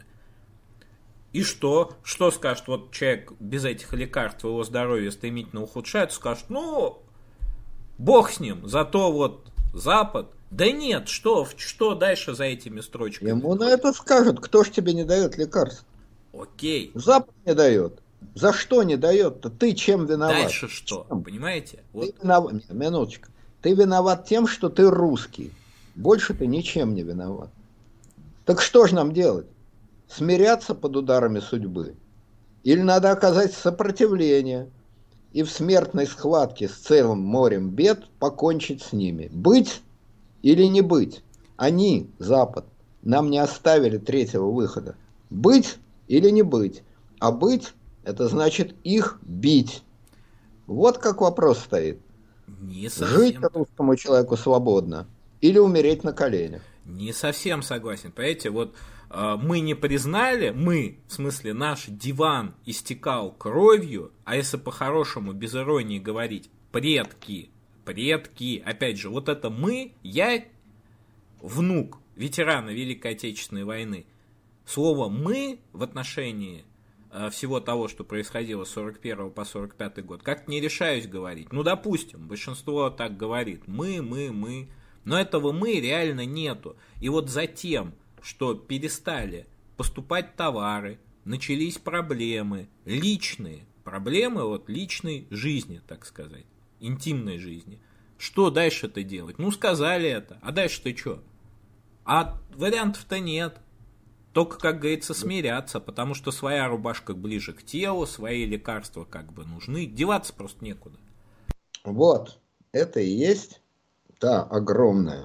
И что? Что скажет вот человек без этих лекарств, его здоровье стремительно ухудшается, скажет, ну, бог с ним, зато вот Запад. Да нет, что дальше за этими строчками? Ему на это скажут, кто ж тебе не дает лекарств? Окей. Запад не дает. За что не дает-то? Ты чем виноват? Дальше что? Чем? Понимаете? Вот. Нет, минуточку. Ты виноват тем, что ты русский. Больше ты ничем не виноват. Так что же нам делать? Смиряться под ударами судьбы? Или надо оказать сопротивление и в смертной схватке с целым морем бед покончить с ними? Быть или не быть? Они, Запад, нам не оставили третьего выхода. Быть или не быть? А быть – это значит их бить. Вот как вопрос стоит. Не совсем. Жить русскому человеку свободно или умереть на коленях? Не совсем согласен. Понимаете, вот мы не признали, мы, в смысле наш диван истекал кровью, а если по-хорошему, без иронии говорить, предки, опять же, вот это мы, я внук ветерана Великой Отечественной войны. Слово «мы» в отношении всего того, что происходило с 41 по 45 год, как-то не решаюсь говорить. Ну, допустим, большинство так говорит. Мы. Но этого «мы» реально нету. И вот затем, что перестали поступать товары, начались проблемы, личные проблемы вот личной жизни, так сказать, интимной жизни. Что дальше-то делать? Ну, сказали это. А дальше-то что? А вариантов-то нет. Только, как говорится, смиряться, потому что своя рубашка ближе к телу, свои лекарства как бы нужны. Деваться просто некуда. Вот, это и есть та огромная,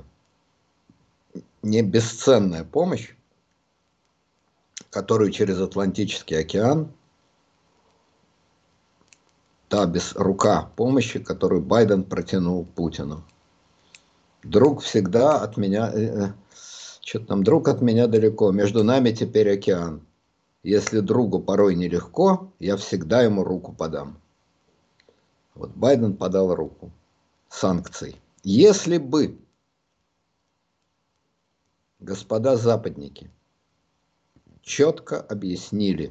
не бесценная помощь, которую через Атлантический океан, та рука помощи, которую Байден протянул Путину. Друг всегда от меня, что-то там, друг от меня далеко, между нами теперь океан. Если другу порой нелегко, я всегда ему руку подам. Вот Байден подал руку санкций. Если бы, господа западники, четко объяснили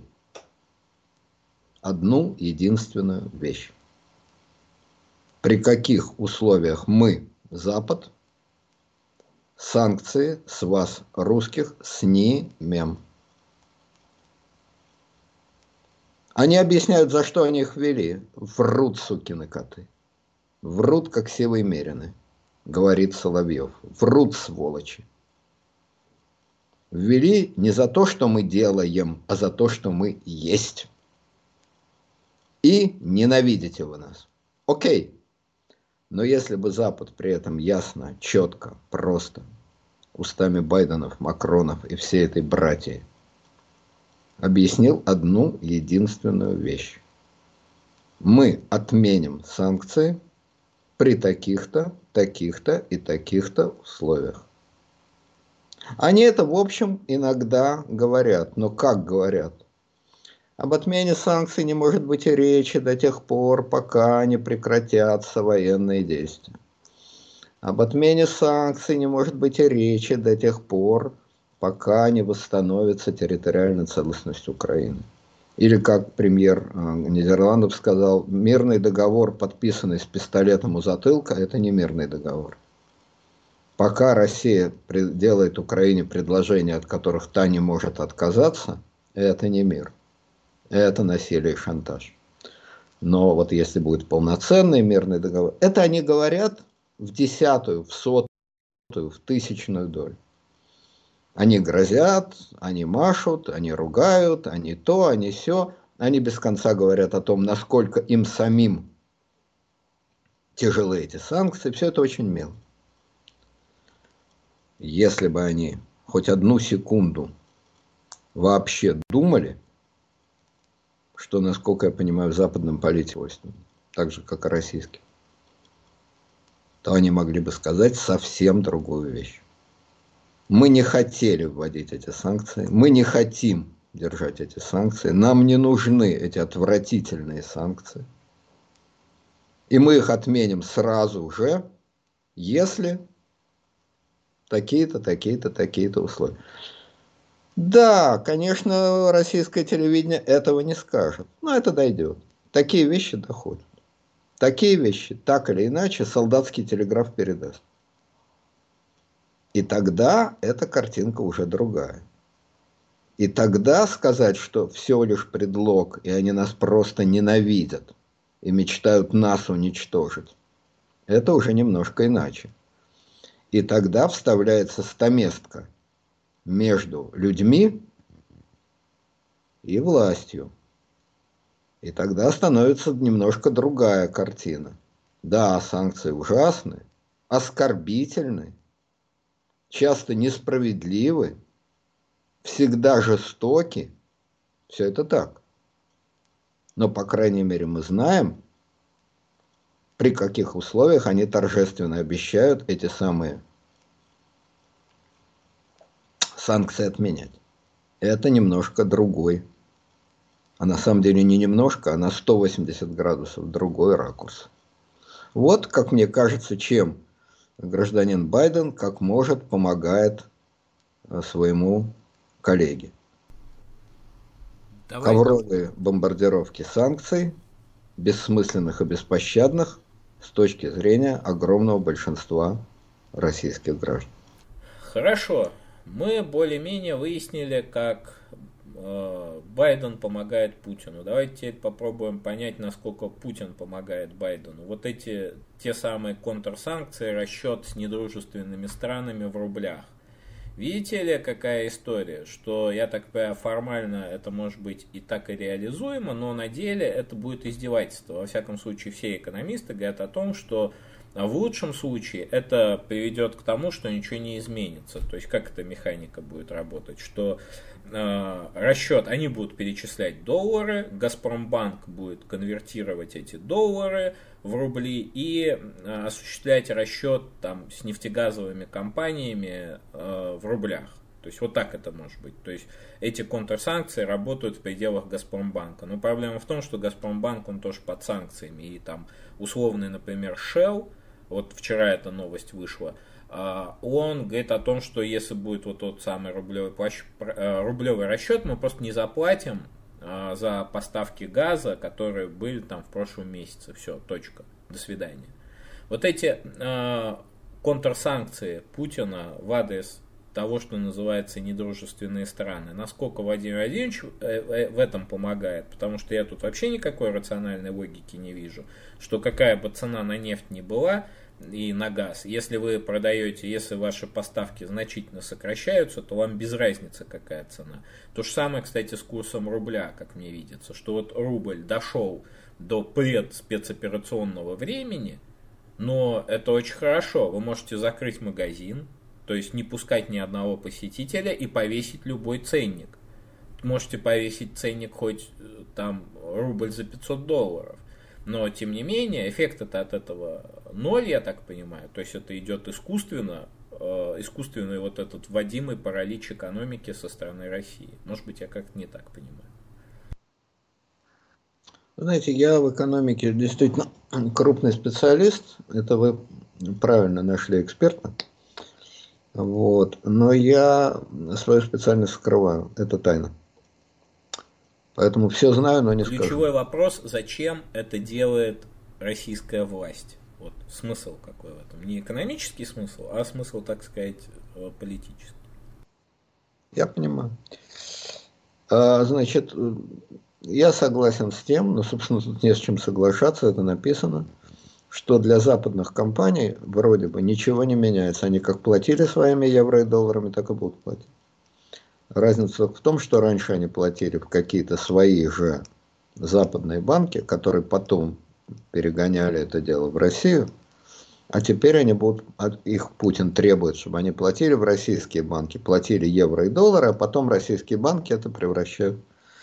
одну единственную вещь. При каких условиях мы, Запад, санкции с вас, русских, снимем. Они объясняют, за что они их ввели. Врут, сукины коты. Врут, как сивые мерины, говорит Соловьев. Врут, сволочи. Ввели не за то, что мы делаем, а за то, что мы есть. И ненавидите вы нас. Окей. Но если бы Запад при этом ясно, четко, просто, устами Байденов, Макронов и всей этой братьи, объяснил одну единственную вещь. Мы отменим санкции при таких-то, таких-то и таких-то условиях. Они это, в общем, иногда говорят. Но как говорят? Об отмене санкций не может быть и речи до тех пор, пока не прекратятся военные действия. Об отмене санкций не может быть и речи до тех пор, пока не восстановится территориальная целостность Украины. Или, как премьер Нидерландов сказал, мирный договор, подписанный с пистолетом у затылка, это не мирный договор. Пока Россия делает Украине предложения, от которых та не может отказаться, это не мир. Это насилие и шантаж. Но вот если будет полноценный мирный договор, это они говорят в десятую, в сотую, в тысячную долю. Они грозят, они машут, они ругают, они то, они сё. Они без конца говорят о том, насколько им самим тяжелы эти санкции. Все это очень мило. Если бы они хоть одну секунду вообще думали, что, насколько я понимаю, в западном политике, так же, как и российским, то они могли бы сказать совсем другую вещь. Мы не хотели вводить эти санкции, мы не хотим держать эти санкции, нам не нужны эти отвратительные санкции. И мы их отменим сразу же, если такие-то, такие-то, такие-то условия. Да, конечно, российское телевидение этого не скажет, но это дойдет. Такие вещи доходят. Такие вещи, так или иначе, солдатский телеграф передаст. И тогда эта картинка уже другая. И тогда сказать, что все лишь предлог, и они нас просто ненавидят и мечтают нас уничтожить, это уже немножко иначе. И тогда вставляется стаместка между людьми и властью. И тогда становится немножко другая картина. Да, санкции ужасны, оскорбительны, часто несправедливы, всегда жестоки. Все это так. Но, по крайней мере, мы знаем, при каких условиях они торжественно обещают эти самые санкции отменять. Это немножко другой. А на самом деле не немножко, а на 180 градусов другой ракурс. Вот, как мне кажется, чем гражданин Байден, как может, помогает своему коллеге. Ковровые бомбардировки санкций, бессмысленных и беспощадных, с точки зрения огромного большинства российских граждан. Хорошо. Мы более-менее выяснили, как Байден помогает Путину. Давайте теперь попробуем понять, насколько Путин помогает Байдену. Вот эти те самые контрсанкции, расчет с недружественными странами в рублях. Видите ли, какая история, что, я так понимаю, формально это может быть и так и реализуемо, но на деле это будет издевательство. Во всяком случае, все экономисты говорят о том, что в лучшем случае это приведет к тому, что ничего не изменится. То есть, как эта механика будет работать, что расчет, они будут перечислять доллары, Газпромбанк будет конвертировать эти доллары в рубли и осуществлять расчет там, с нефтегазовыми компаниями в рублях. То есть вот так это может быть. То есть эти контрсанкции работают в пределах Газпромбанка. Но проблема в том, что Газпромбанк, он тоже под санкциями. И там условный, например, Shell, вот вчера эта новость вышла, он говорит о том, что если будет вот тот самый рублевый расчет, мы просто не заплатим за поставки газа, которые были там в прошлом месяце. Все, точка. До свидания. Вот эти контрсанкции Путина в адрес того, что называется недружественные страны, насколько Владимир Владимирович в этом помогает, потому что я тут вообще никакой рациональной логики не вижу, что какая бы цена на нефть ни была и на газ, если вы продаете, если ваши поставки значительно сокращаются, то вам без разницы какая цена. То же самое, кстати, с курсом рубля, как мне видится, что вот рубль дошел до предспецоперационного времени, но это очень хорошо, вы можете закрыть магазин, то есть не пускать ни одного посетителя и повесить любой ценник. Можете повесить ценник хоть там рубль за $500. Но, тем не менее, эффект-то от этого ноль, я так понимаю. То есть это идет искусственно, искусственный вот этот вводимый паралич экономики со стороны России. Может быть, я как-то не так понимаю. Знаете, я в экономике действительно крупный специалист. Это вы правильно нашли эксперта. Вот. Но я свою специальность скрываю. Это тайна. Поэтому все знаю, но не скажу. Ключевой вопрос, зачем это делает российская власть? Вот смысл какой в этом? Не экономический смысл, а смысл, так сказать, политический. Я понимаю. Значит, я согласен с тем, но, собственно, тут не с чем соглашаться, это написано, что для западных компаний вроде бы ничего не меняется. Они как платили своими евро и долларами, так и будут платить. Разница только в том, что раньше они платили в какие-то свои же западные банки, которые потом перегоняли это дело в Россию, а теперь они будут, их Путин требует, чтобы они платили в российские банки, платили евро и доллары, а потом российские банки это превращают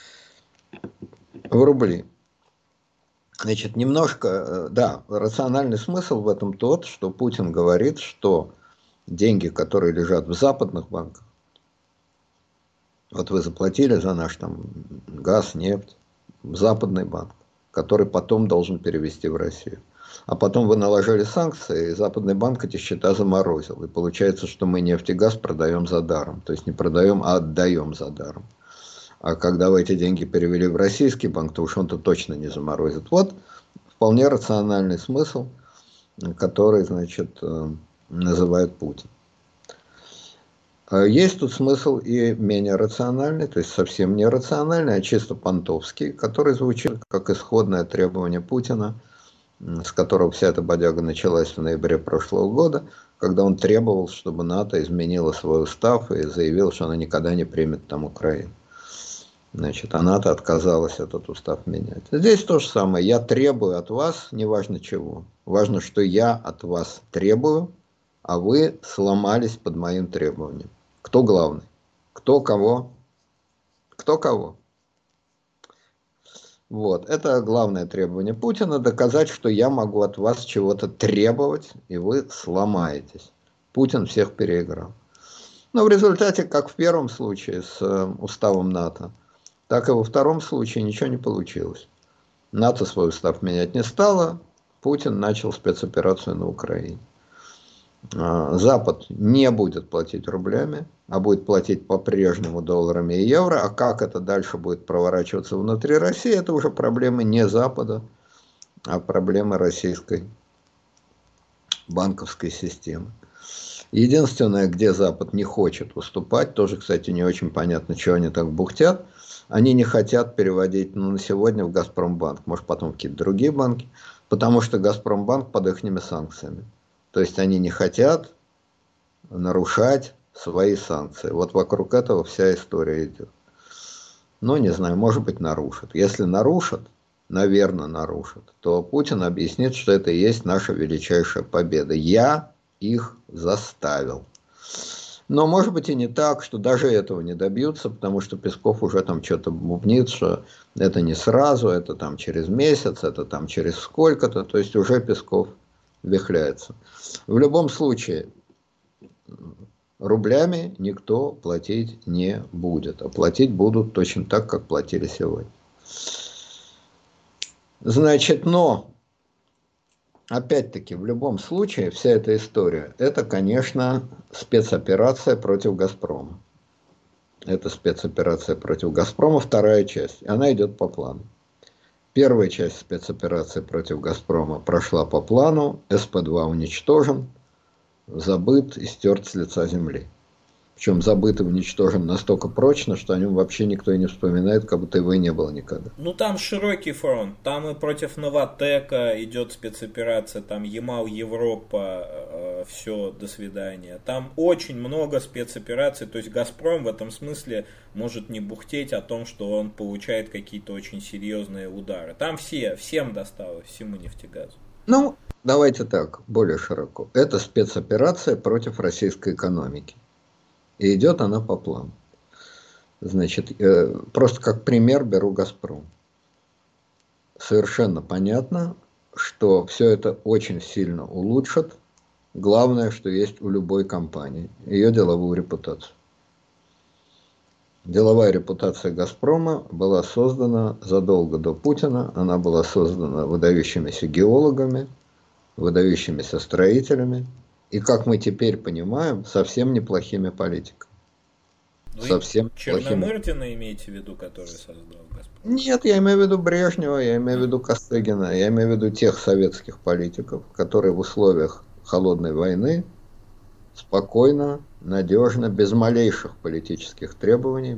в рубли. Значит, немножко, да, рациональный смысл в этом тот, что Путин говорит, что деньги, которые лежат в западных банках, вот вы заплатили за наш там газ, нефть, в западный банк, который потом должен перевести в Россию. А потом вы наложили санкции, и Западный банк эти счета заморозил. И получается, что мы нефть и газ продаем за даром. То есть не продаем, а отдаем за даром. А когда вы эти деньги перевели в российский банк, то уж он-то точно не заморозит. Вот вполне рациональный смысл, который, значит, называет Путин. Есть тут смысл и менее рациональный, то есть совсем не рациональный, а чисто понтовский, который звучит как исходное требование Путина, с которого вся эта бодяга началась в ноябре прошлого года, когда он требовал, чтобы НАТО изменило свой устав и заявил, что она никогда не примет там Украину. Значит, а НАТО отказалась этот устав менять. Здесь то же самое. Я требую от вас, неважно чего. Важно, что я от вас требую, а вы сломались под моим требованием. Кто главный? Кто кого? Кто кого? Вот. Это главное требование Путина. Доказать, что я могу от вас чего-то требовать, и вы сломаетесь. Путин всех переиграл. Но в результате, как в первом случае с уставом НАТО, так и во втором случае ничего не получилось. НАТО свой устав менять не стало. Путин начал спецоперацию на Украине. Запад не будет платить рублями, а будет платить по-прежнему долларами и евро. А как это дальше будет проворачиваться внутри России, это уже проблемы не Запада, а проблемы российской банковской системы. Единственное, где Запад не хочет уступать, тоже, кстати, не очень понятно, чего они так бухтят, они не хотят переводить на сегодня в Газпромбанк, может потом в какие-то другие банки, потому что Газпромбанк под ихними санкциями. То есть они не хотят нарушать свои санкции. Вот вокруг этого вся история идет. Ну, не знаю, может быть, нарушат. Если нарушат, наверное, нарушат, то Путин объяснит, что это и есть наша величайшая победа. Я их заставил. Но может быть и не так, что даже этого не добьются, потому что Песков уже там что-то бубнит, что это не сразу, это там через месяц, это там через сколько-то. То есть уже Песков вихляется. В любом случае, рублями никто платить не будет. А платить будут точно так, как платили сегодня. Значит, но, опять-таки, в любом случае, вся эта история, это, конечно, спецоперация против «Газпрома». Это спецоперация против «Газпрома», вторая часть. Она идет по плану. Первая часть спецоперации против «Газпрома» прошла по плану, СП-2 уничтожен, забыт и стерт с лица земли. Причем забыт и уничтожен настолько прочно, что о нем вообще никто и не вспоминает, как будто его и не было никогда. Ну там широкий фронт, там и против Новатэка идет спецоперация, там Ямал, Европа, все, до свидания. Там очень много спецопераций, то есть Газпром в этом смысле может не бухтеть о том, что он получает какие-то очень серьезные удары. Там всем досталось, всему нефтегазу. Ну, давайте так, более широко. Это спецоперация против российской экономики. И идет она по плану. Значит, просто как пример беру «Газпром». Совершенно понятно, что все это очень сильно улучшит. Главное, что есть у любой компании. Ее деловую репутацию. Деловая репутация «Газпрома» была создана задолго до Путина. Она была создана выдающимися геологами, выдающимися строителями И, как мы теперь понимаем, совсем неплохими политиками. Вы Совсем неплохими. Черномырдина имеете в виду, который создал «Газпром»? Нет, я имею в виду Брежнева, я имею в виду Косыгина, я имею в виду тех советских политиков, которые в условиях холодной войны спокойно, надежно, без малейших политических требований,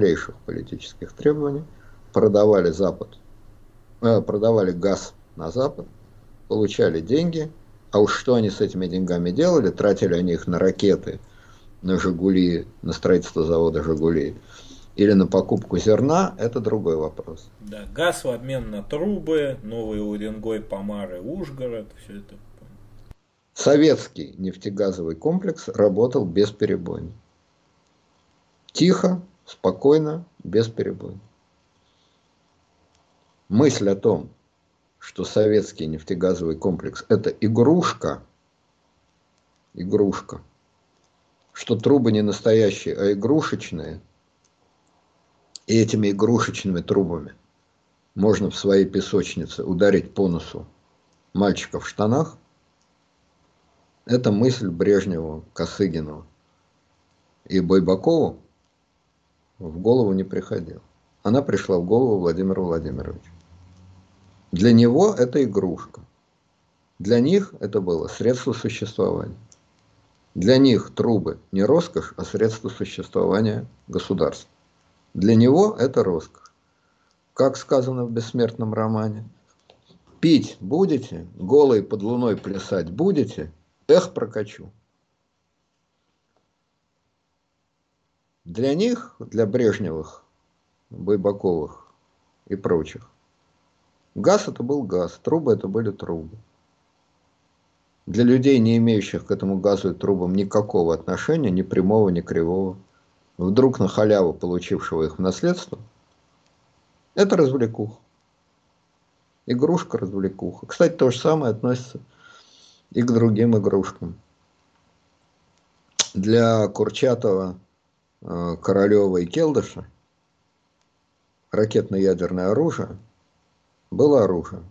продавали продавали газ на Запад, получали деньги, а уж что они с этими деньгами делали, тратили они их на ракеты, на «Жигули», на строительство завода «Жигули» или на покупку зерна, это другой вопрос. Да, газ в обмен на трубы, Новый Уренгой, Помары, Ужгород, все это. Советский нефтегазовый комплекс работал бесперебойно. Тихо, спокойно, бесперебойно. Мысль о том, что советский нефтегазовый комплекс – это игрушка, что трубы не настоящие, а игрушечные, и этими игрушечными трубами можно в своей песочнице ударить по носу мальчика в штанах, это мысль Брежневу, Косыгину и Байбакову в голову не приходила. Она пришла в голову Владимиру Владимировичу. Для него это игрушка. Для них это было средство существования. Для них трубы не роскошь, а средство существования государства. Для него это роскошь. Как сказано в бессмертном романе. Пить будете, голые под луной плясать будете, эх, прокачу. Для них, для Брежневых, Байбаковых и прочих, газ это был газ, трубы это были трубы. Для людей, не имеющих к этому газу и трубам никакого отношения, ни прямого, ни кривого, вдруг на халяву получившего их в наследство, это развлекуха. Игрушка-развлекуха. Кстати, то же самое относится и к другим игрушкам. Для Курчатова, Королева и Келдыша ракетно-ядерное оружие было оружием,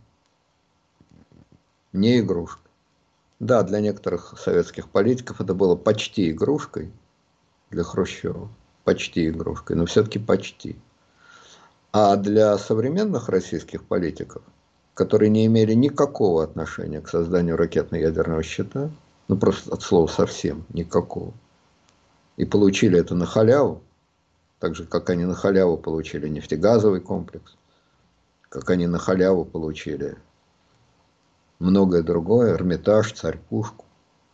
не игрушкой. Да, для некоторых советских политиков это было почти игрушкой, для Хрущева почти игрушкой, но все-таки почти. А для современных российских политиков, которые не имели никакого отношения к созданию ракетно-ядерного щита, ну просто от слова совсем никакого, и получили это на халяву, так же, как они на халяву получили нефтегазовый комплекс, как они на халяву получили многое другое, Эрмитаж, Царь-Пушку,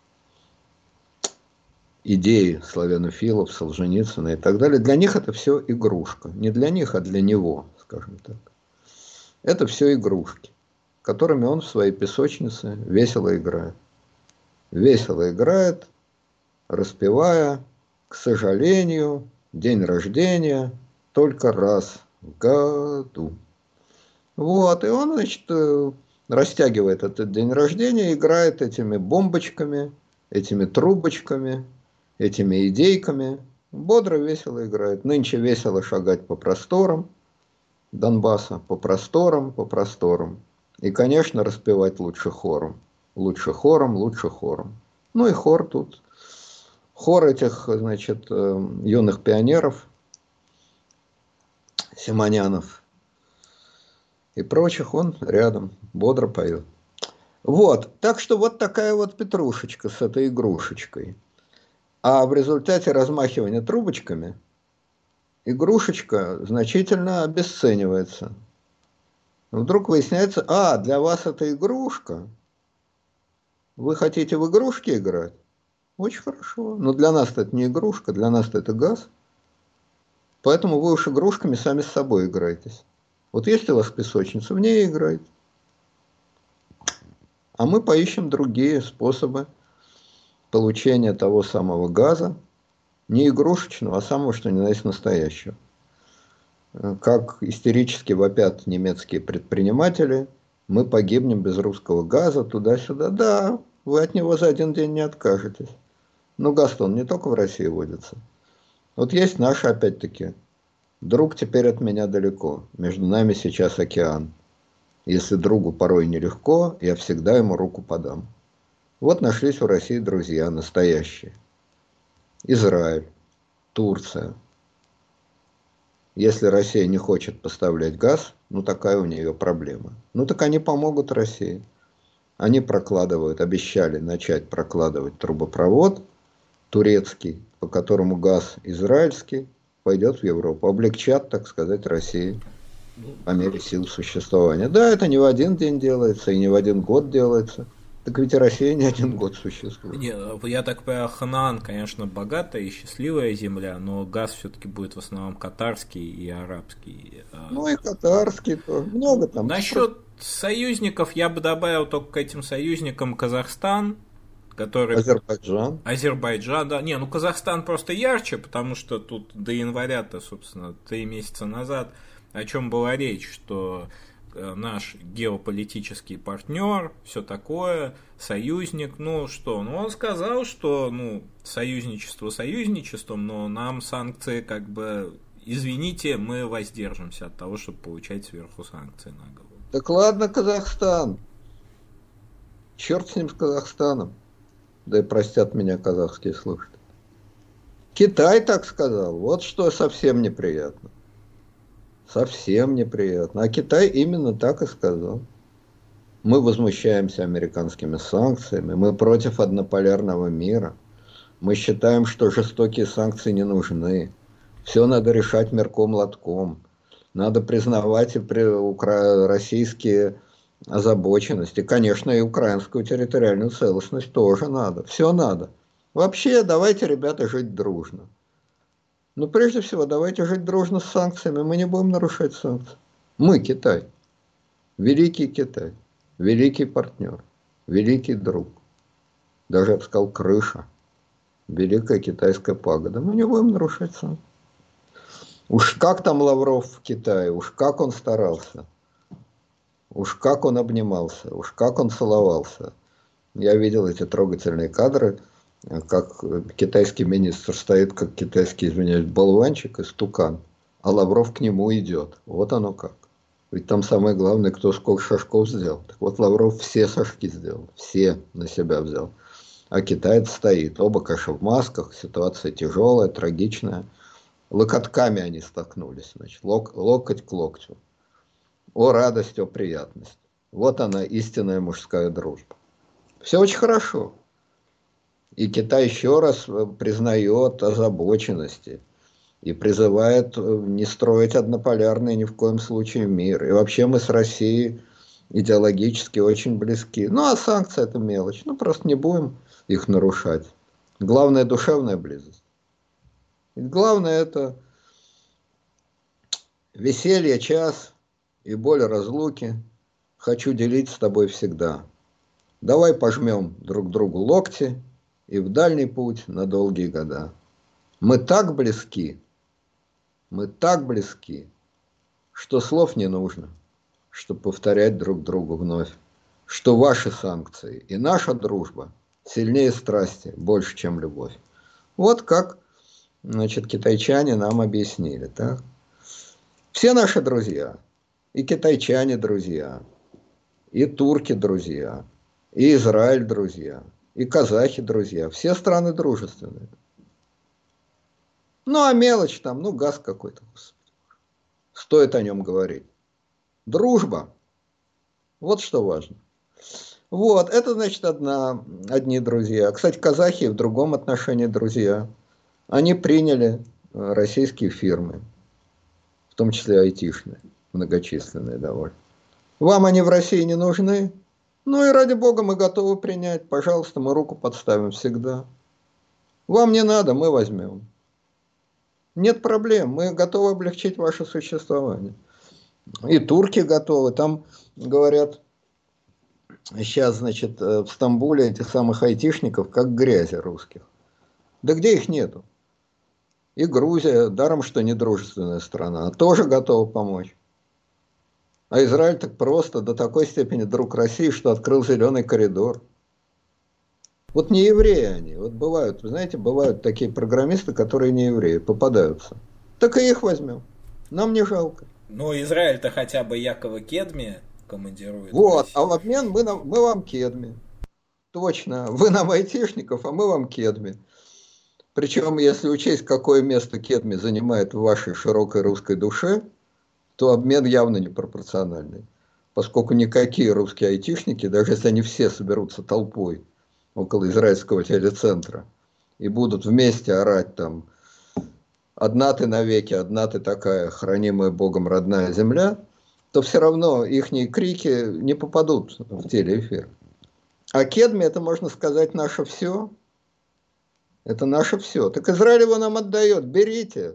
идеи славянофилов, Солженицына и так далее. Для них это все игрушка. Не для них, а для него, скажем так. Это все игрушки, которыми он в своей песочнице весело играет. Весело играет, распевая, к сожалению, день рождения только раз в году. Вот, и он, значит, растягивает этот день рождения, играет этими бомбочками, этими трубочками, этими идейками. Бодро, весело играет. Нынче весело шагать по просторам Донбасса, по просторам, по просторам. И, конечно, распевать лучше хором. Лучше хором, лучше хором. Ну и хор тут. Хор этих, значит, юных пионеров, Симонянов и прочих, он рядом бодро поет. Вот, так что вот такая вот петрушечка с этой игрушечкой. А в результате размахивания трубочками игрушечка значительно обесценивается. Вдруг выясняется, для вас это игрушка. Вы хотите в игрушки играть? Очень хорошо. Но для нас это не игрушка, для нас это газ. Поэтому вы уж игрушками сами с собой играетесь. Вот есть у вас песочница, в ней играйте. А мы поищем другие способы получения того самого газа, не игрушечного, а самого, что ни на есть настоящего. Как истерически вопят немецкие предприниматели, мы погибнем без русского газа, туда-сюда. Да, вы от него за один день не откажетесь. Но газ-то он не только в России водится. Вот есть наш, опять-таки, друг теперь от меня далеко. Между нами сейчас океан. Если другу порой нелегко, я всегда ему руку подам. Вот нашлись у России друзья настоящие. Израиль, Турция. Если Россия не хочет поставлять газ, ну такая у нее проблема. Ну так они помогут России. Они прокладывают, обещали начать прокладывать трубопровод турецкий, по которому газ израильский пойдет в Европу. Облегчат, так сказать, России по мере сил существования. Да, это не в один день делается и не в один год делается. Так ведь и Россия не один год существует. Не, я так понимаю, Ханаан, конечно, богатая и счастливая земля, но газ все-таки будет в основном катарский и арабский. Ну и катарский тоже. Много там. Насчет союзников я бы добавил только к этим союзникам Казахстан, который... Азербайджан. Азербайджан, да. Не, ну Казахстан просто ярче, потому что тут до января-то, собственно, 3 месяца назад, о чем была речь, что наш геополитический партнер, все такое, союзник, ну что, ну он сказал, что, ну, союзничество союзничеством, но нам санкции как бы, извините, мы воздержимся от того, чтобы получать сверху санкции на голову. Так ладно, Казахстан. Черт с ним, с Казахстаном. Да и простят меня казахские слушатели. Китай так сказал. Вот что совсем неприятно. Совсем неприятно. А Китай именно так и сказал. Мы возмущаемся американскими санкциями. Мы против однополярного мира. Мы считаем, что жестокие санкции не нужны. Все надо решать мерком-лотком. Надо признавать и российские озабоченности. Конечно, и украинскую территориальную целостность тоже надо. Все надо. Вообще, давайте, ребята, жить дружно. Но прежде всего, давайте жить дружно с санкциями. Мы не будем нарушать санкции. Мы, Китай. Великий Китай. Великий партнер. Великий друг. Даже, я бы сказал, крыша. Великая китайская пагода. Мы не будем нарушать санкции. Уж как там Лавров в Китае, уж как он старался. Уж как он обнимался, уж как он целовался. Я видел эти трогательные кадры, как китайский министр стоит, как китайский, извиняюсь, болванчик и стукан, а Лавров к нему идет. Вот оно как. Ведь там самое главное, кто сколько шажков сделал. Так вот, Лавров все шажки сделал, все на себя взял. А китаец стоит, оба, конечно, в масках, ситуация тяжелая, трагичная. Локотками они столкнулись, значит, локоть к локтю. О радость, о приятность. Вот она, истинная мужская дружба. Все очень хорошо. И Китай еще раз признает озабоченности и призывает не строить однополярный ни в коем случае мир. И вообще мы с Россией идеологически очень близки. Ну, а санкции это мелочь. Ну, просто не будем их нарушать. Главное душевная близость. И главное это веселье час и боль разлуки хочу делить с тобой всегда. Давай пожмем друг другу локти и в дальний путь на долгие года. Мы так близки, что слов не нужно, чтобы повторять друг другу вновь, что ваши санкции и наша дружба сильнее страсти, больше, чем любовь. Вот как, значит, китайчане нам объяснили, так? Все наши друзья, и китайчане друзья, и турки друзья, и Израиль друзья, и казахи друзья, все страны дружественные. Ну а мелочь там, ну газ какой-то, стоит о нем говорить. Дружба, вот что важно. Вот, это значит одни друзья. Кстати, казахи в другом отношении друзья. Они приняли российские фирмы, в том числе айтишные, многочисленные довольно. Вам они в России не нужны? Ну и ради бога мы готовы принять. Пожалуйста, мы руку подставим всегда. Вам не надо, мы возьмем. Нет проблем, мы готовы облегчить ваше существование. И турки готовы. Там, говорят, сейчас, значит, в Стамбуле этих самых айтишников как грязи русских. Да где их нету? И Грузия, даром что недружественная страна, тоже готова помочь. А Израиль так просто, до такой степени друг России, что открыл зеленый коридор. Вот не евреи они, вот бывают, вы знаете, бывают такие программисты, которые не евреи, попадаются. Так и их возьмем, нам не жалко. Ну, Израиль-то хотя бы Якова Кедми командирует. Вот, а в обмен мы вам Кедми. точно, вы нам айтишников, а мы вам Кедми. Причем, если учесть, какое место Кедми занимает в вашей широкой русской душе, то обмен явно непропорциональный. Поскольку никакие русские айтишники, даже если они все соберутся толпой около израильского телецентра и будут вместе орать там «Одна ты навеки, одна ты такая, хранимая Богом родная земля», то все равно их крики не попадут в телеэфир. А Кедми, это, можно сказать, наше все. Это наше все. Так Израиль его нам отдает. Берите.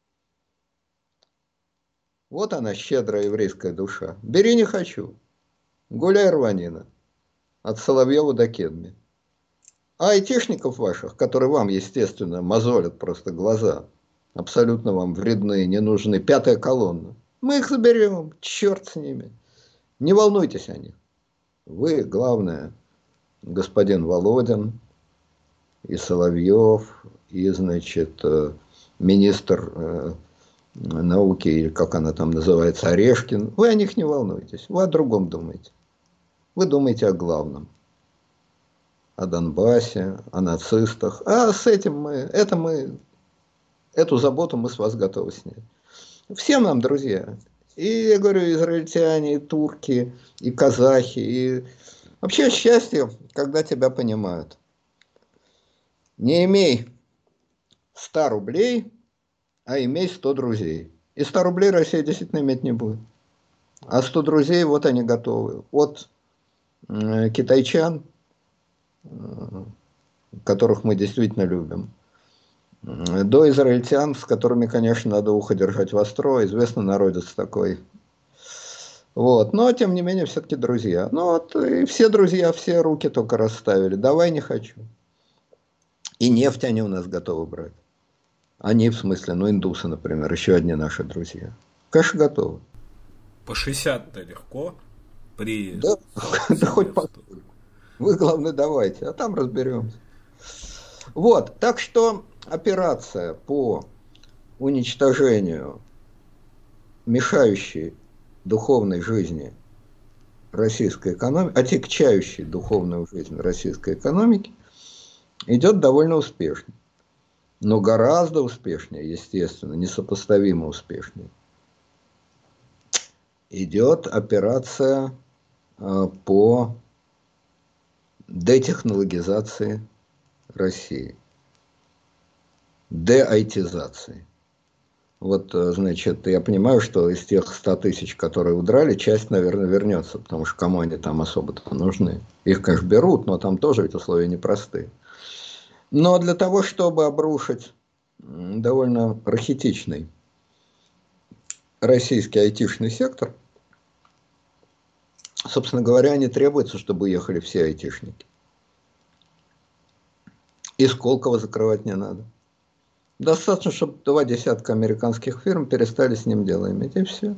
Вот она, щедрая еврейская душа. Бери, не хочу. Гуляй, рванина. От Соловьева до Кедми. А айтишников ваших, которые вам, естественно, мозолят просто глаза, абсолютно вам вредны, не нужны, пятая колонна. Мы их заберем, черт с ними. Не волнуйтесь о них. Вы, главное, господин Володин и Соловьев, и, значит, министр науки, или как она там называется, Орешкин. Вы о них не волнуйтесь, вы о другом думаете. Вы думаете о главном. О Донбассе, о нацистах. А с этим эту заботу мы с вас готовы снять. Всем нам, друзья. И, я говорю, израильтяне, и турки, и казахи, и вообще счастье, когда тебя понимают. Не имей 100 рублей, а имей 100 друзей. И 100 рублей Россия действительно иметь не будет. А 100 друзей, вот они готовы. От китайчан, которых мы действительно любим, до израильтян, с которыми, конечно, надо ухо держать востро. Известный народец такой. Вот. Но, тем не менее, все-таки друзья. Ну, вот, и все друзья, все руки только расставили. Давай, не хочу. И нефть они у нас готовы брать. Они, в смысле, ну, индусы, например, еще одни наши друзья. Конечно, готовы. По 60-то легко при Да, да хоть по... Вы, главное, давайте, а там разберемся. Вот, так что операция по уничтожению мешающей духовной жизни российской экономики, отягчающей духовную жизнь российской экономики, идет довольно успешно. Но гораздо успешнее, естественно, несопоставимо успешнее, идет операция по детехнологизации России, деайтизации. Вот, значит, я понимаю, что из тех 100 тысяч, которые удрали, часть, наверное, вернется, потому что кому они там особо-то нужны. Их, конечно, берут, но там тоже ведь условия непростые. Но для того, чтобы обрушить довольно рахитичный российский айтишный сектор, собственно говоря, не требуется, чтобы уехали все айтишники. И Сколково закрывать не надо. Достаточно, чтобы 2 десятка американских фирм перестали с ним дело иметь, и все.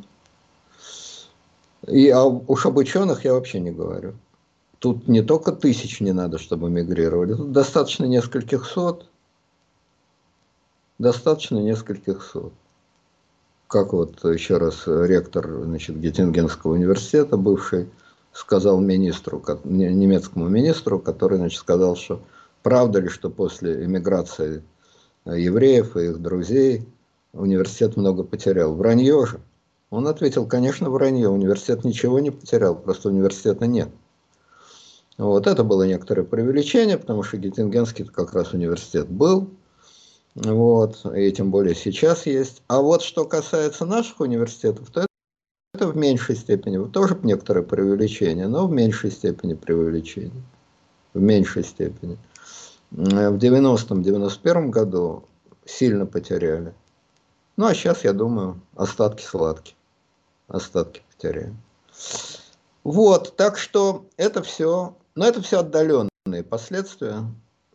И уж об ученых я вообще не говорю. Тут не только тысяч не надо, чтобы мигрировали, тут достаточно нескольких сот. Достаточно нескольких сот. Как вот еще раз ректор, значит, Геттингенского университета, бывший, сказал министру, немецкому министру, который, значит, сказал, что правда ли, что после эмиграции евреев и их друзей университет много потерял. Вранье же. Он ответил, конечно, вранье. Университет ничего не потерял, просто университета нет. Вот это было некоторое преувеличение, потому что Геттингенский как раз университет был. Вот, и тем более сейчас есть. А вот что касается наших университетов, то это в меньшей степени, тоже некоторое преувеличение, но в меньшей степени преувеличение. В меньшей степени. В 90-91 году сильно потеряли. Ну, а сейчас, я думаю, остатки сладкие. Остатки потеряли. Вот, так что это все, но это все отдаленные последствия,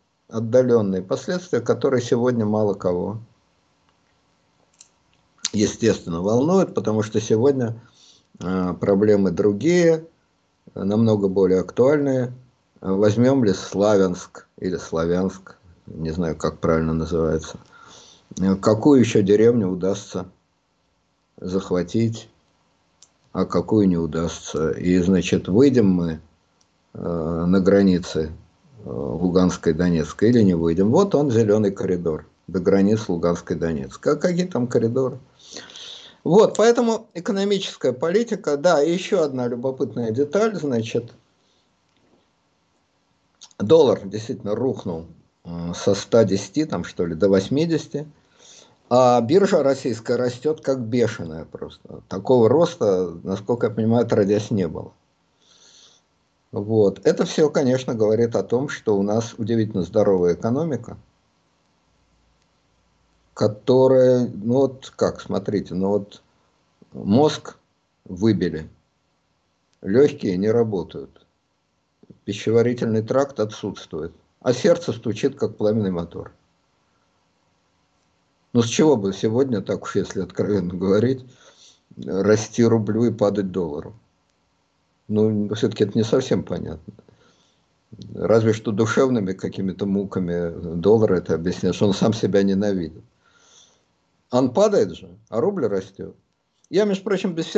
которые сегодня мало кого, естественно, волнуют, потому что сегодня проблемы другие, намного более актуальные. Возьмем ли Славянск или Славянск, не знаю, как правильно называется, какую еще деревню удастся захватить, а какую не удастся. И, значит, выйдем мы на границы Луганской и Донецкой, или не выйдем. Вот он, зеленый коридор до границ Луганской и Донецкой. А какие там коридоры? Вот, поэтому экономическая политика, да, и еще одна любопытная деталь, значит, доллар действительно рухнул со 110, там что ли, до 80, а биржа российская растет как бешеная просто. Такого роста, насколько я понимаю, отродясь не было. Вот. Это все, конечно, говорит о том, что у нас удивительно здоровая экономика, которая, ну вот как, смотрите, ну вот мозг выбили, легкие не работают, пищеварительный тракт отсутствует, а сердце стучит, как пламенный мотор. Ну с чего бы сегодня, так уж если откровенно говорить, расти рублю и падать доллару? Ну, все-таки это не совсем понятно. Разве что душевными какими-то муками доллар это объясняет, что он сам себя ненавидит. Он падает же, а рубль растет. Я, между прочим, без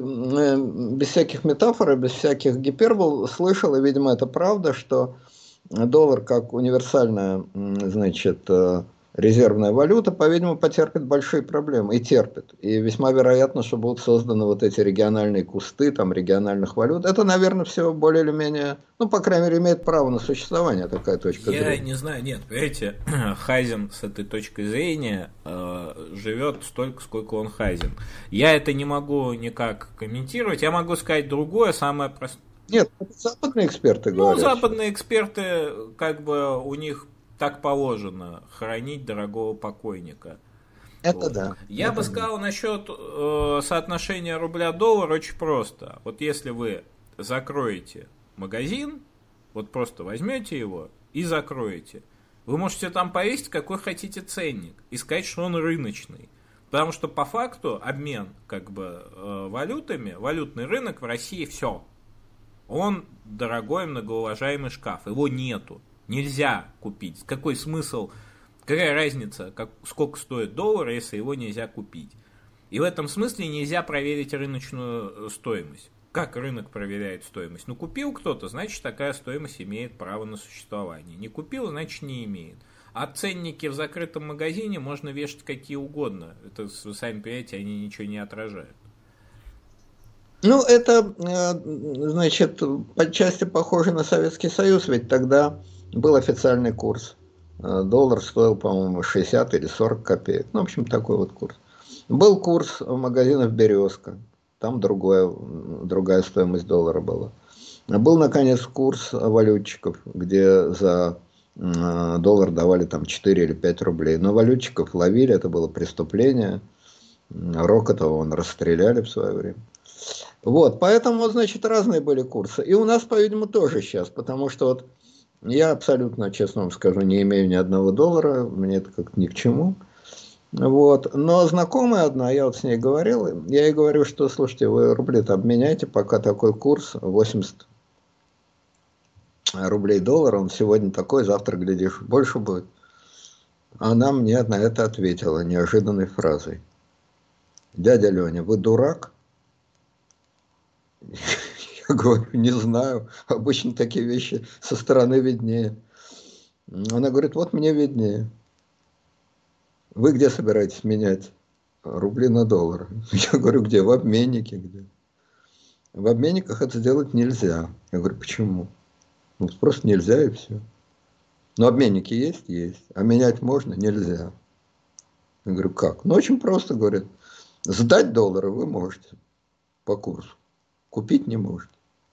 всяких метафор, без всяких гипербол слышал, и, видимо, это правда, что доллар как универсальная, значит, резервная валюта, по-видимому, потерпит большие проблемы и терпит. И весьма вероятно, что будут созданы вот эти региональные кусты, там, региональных валют. Это, наверное, все более или менее, ну, по крайней мере, имеет право на существование, такая точка зрения. Я не знаю, нет, понимаете, Хазин с этой точки зрения живет столько, сколько он Хазин. Я это не могу никак комментировать, я могу сказать другое, самое простое. Нет, западные эксперты говорят. Ну, западные эксперты, как бы у них так положено хоронить дорогого покойника. Это вот. Да. Я это бы сказал насчет соотношения рубля-доллара очень просто. Вот если вы закроете магазин, вот просто возьмете его и закроете, вы можете там повесить какой хотите ценник и сказать, что он рыночный. Потому что по факту обмен как бы валютами, валютный рынок в России все. Он дорогой, многоуважаемый шкаф. Его нету. Нельзя купить. Какой смысл? Какая разница, сколько стоит доллар, если его нельзя купить? И в этом смысле нельзя проверить рыночную стоимость. Как рынок проверяет стоимость? Ну, купил кто-то, значит, такая стоимость имеет право на существование. Не купил, значит, не имеет. А ценники в закрытом магазине можно вешать какие угодно. Это, вы сами понимаете, они ничего не отражают. Ну, это, значит, отчасти похоже на Советский Союз, ведь тогда был официальный курс. Доллар стоил, по-моему, 60 или 40 копеек. Ну, в общем, такой вот курс. Был курс магазинов «Березка». Там другая стоимость доллара была. Был, наконец, курс валютчиков, где за доллар давали там 4 или 5 рублей. Но валютчиков ловили, это было преступление. Рокотова вон расстреляли в свое время. Вот, поэтому, значит, разные были курсы. И у нас, по-видимому, тоже сейчас, потому что вот я абсолютно, честно вам скажу, не имею ни одного доллара, мне это как-то ни к чему. Вот, но знакомая одна, я вот с ней говорил, я ей говорю, что, слушайте, вы рубли-то обменяйте, пока такой курс 80 рублей доллар, он сегодня такой, завтра, глядишь, больше будет. Она мне на это ответила неожиданной фразой. Дядя Леня, вы дурак? Я говорю, не знаю, обычно такие вещи со стороны виднее. Она говорит, вот мне виднее. Вы где собираетесь менять рубли на доллары? Я говорю, где? В обменнике где? В обменниках это сделать нельзя. Я говорю, почему? Ну, просто нельзя и все. Но обменники есть? Есть. А менять можно? Нельзя. Я говорю, как? Ну, очень просто, говорят. Сдать доллары вы можете по курсу. Купить не можете.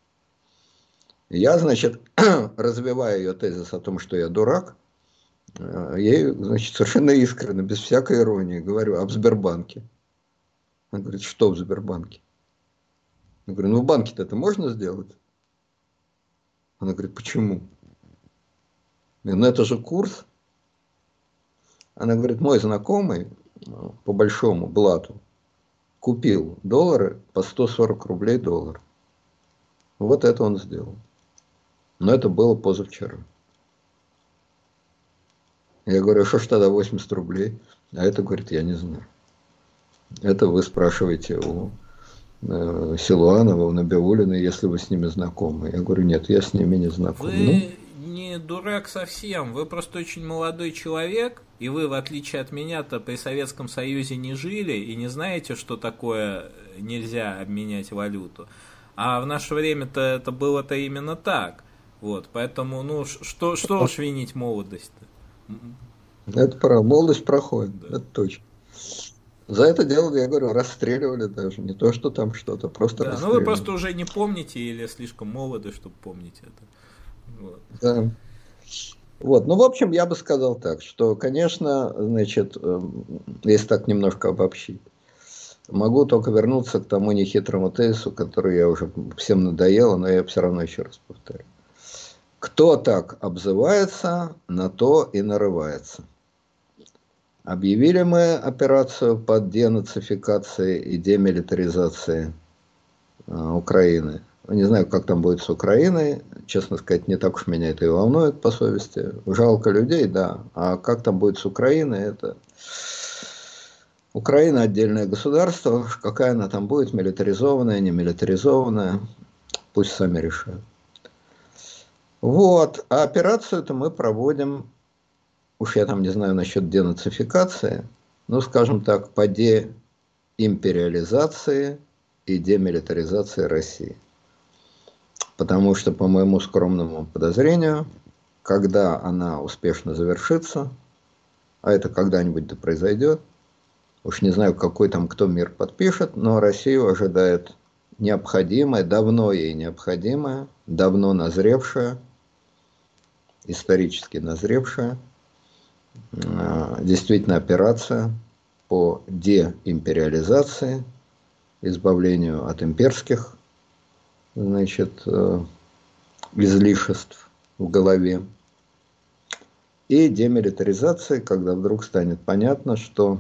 Я, значит, развиваю ее тезис о том, что я дурак, я ей, значит, совершенно искренне, без всякой иронии, говорю об Сбербанке. Она говорит, что в Сбербанке? Я говорю, ну в банке-то это можно сделать? Она говорит, почему? Я говорю, ну это же курс. Она говорит, мой знакомый по большому блату купил доллары по 140 рублей доллар. Вот это он сделал. Но это было позавчера. Я говорю, что ж тогда 80 рублей? А это, говорит, я не знаю. Это вы спрашиваете у Силуанова, у Набиуллина, если вы с ними знакомы. Я говорю, нет, я с ними не знаком. Вы не дурак совсем, вы просто очень молодой человек, и вы, в отличие от меня-то, при Советском Союзе не жили и не знаете, что такое нельзя обменять валюту. А в наше время-то это было-то именно так. Вот, поэтому, ну, что уж винить молодость-то? Это правда, молодость проходит, Да. это точно. За это дело, я говорю, расстреливали даже. Не то, что там что-то, просто Да, ну вы расстреливали. просто уже не помните или слишком молоды, чтобы помнить это. Вот. Да. Вот, ну, в общем, я бы сказал так, что, конечно, значит, если так немножко обобщить, могу только вернуться к тому нехитрому тезису, который я уже всем надоело, но я все равно еще раз повторю. Кто так обзывается, на то и нарывается. Объявили мы операцию по денацификации и демилитаризации Украины. Не знаю, как там будет с Украиной. Честно сказать, не так уж меня это и волнует, по совести. Жалко людей, да. А как там будет с Украиной, это... Украина отдельное государство. Какая она там будет, милитаризованная, не милитаризованная, пусть сами решают. Вот. А операцию-то мы проводим, уж я там не знаю насчет денацификации, ну, скажем так, по деимпериализации и демилитаризации России. Потому что, по моему скромному подозрению, когда она успешно завершится, а это когда-нибудь да произойдет, уж не знаю, какой там кто мир подпишет, но Россию ожидает необходимое, давно ей необходимое, давно назревшее, исторически назревшая, действительно операция по деимпериализации, избавлению от имперских, значит, излишеств в голове и демилитаризации, когда вдруг станет понятно, что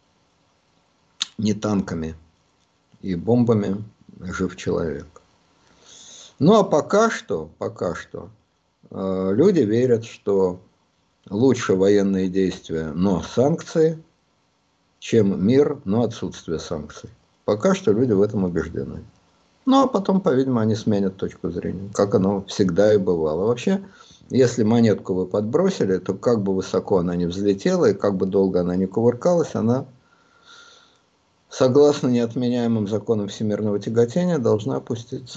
не танками и бомбами жив человек. Ну а пока что люди верят, что лучше военные действия, но санкции, чем мир, но отсутствие санкций. Пока что люди в этом убеждены. Ну, а потом, по-видимому, они сменят точку зрения, как оно всегда и бывало. Вообще, если монетку вы подбросили, то как бы высоко она ни взлетела и как бы долго она ни кувыркалась, она, согласно неотменяемым законам всемирного тяготения, должна опуститься.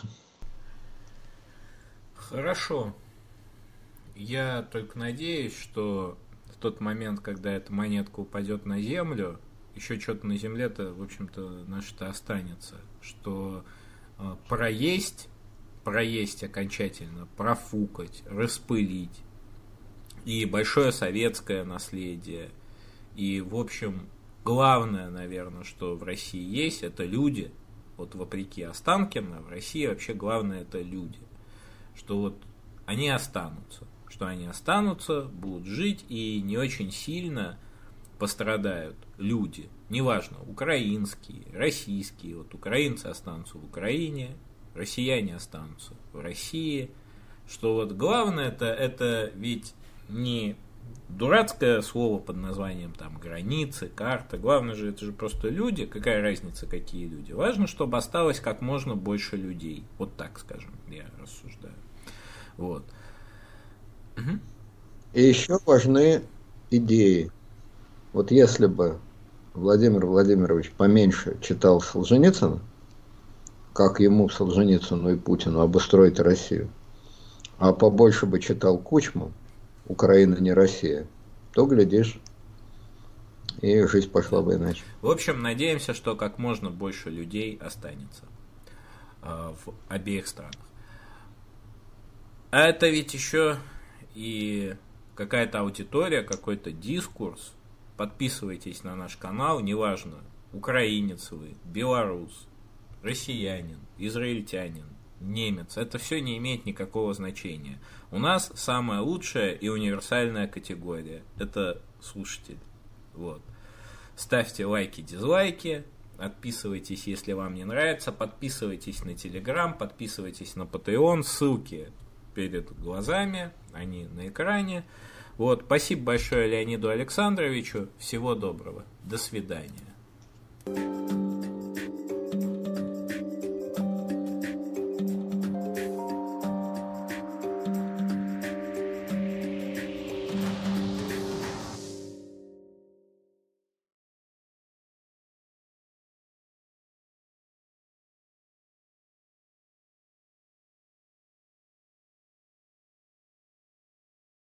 Хорошо. Я только надеюсь, что в тот момент, когда эта монетка упадет на землю, еще что-то на земле-то, в общем-то, наше-то останется. Что проесть окончательно, профукать, распылить. И большое советское наследие. И, в общем, главное, наверное, что в России есть, это люди. Вот вопреки Останкино, в России вообще главное это люди. Что вот они останутся. Что они останутся, будут жить и не очень сильно пострадают люди. Неважно, украинские, российские. Вот украинцы останутся в Украине, россияне останутся в России. Что вот главное это ведь не дурацкое слово под названием там границы, карта. Главное же, это же просто люди. Какая разница, какие люди? Важно, чтобы осталось как можно больше людей. Вот так, скажем, я рассуждаю. Вот. Угу. И еще важны идеи. Вот если бы Владимир Владимирович поменьше читал Солженицына, как ему, Солженицыну и Путину, обустроить Россию, а побольше бы читал Кучму, Украина не Россия, то, глядишь, и жизнь пошла бы иначе. В общем, надеемся, что как можно больше людей останется в обеих странах. А это ведь еще и какая-то аудитория, какой-то дискурс. Подписывайтесь на наш канал, неважно, украинец вы, белорус, россиянин, израильтянин, немец. Это все не имеет никакого значения. У нас самая лучшая и универсальная категория. Это слушатель. Вот. Ставьте лайки, дизлайки. Отписывайтесь, если вам не нравится. Подписывайтесь на Телеграм, подписывайтесь на Patreon. Ссылки перед глазами, они на экране. Вот. Спасибо большое Леониду Александровичу. Всего доброго. До свидания.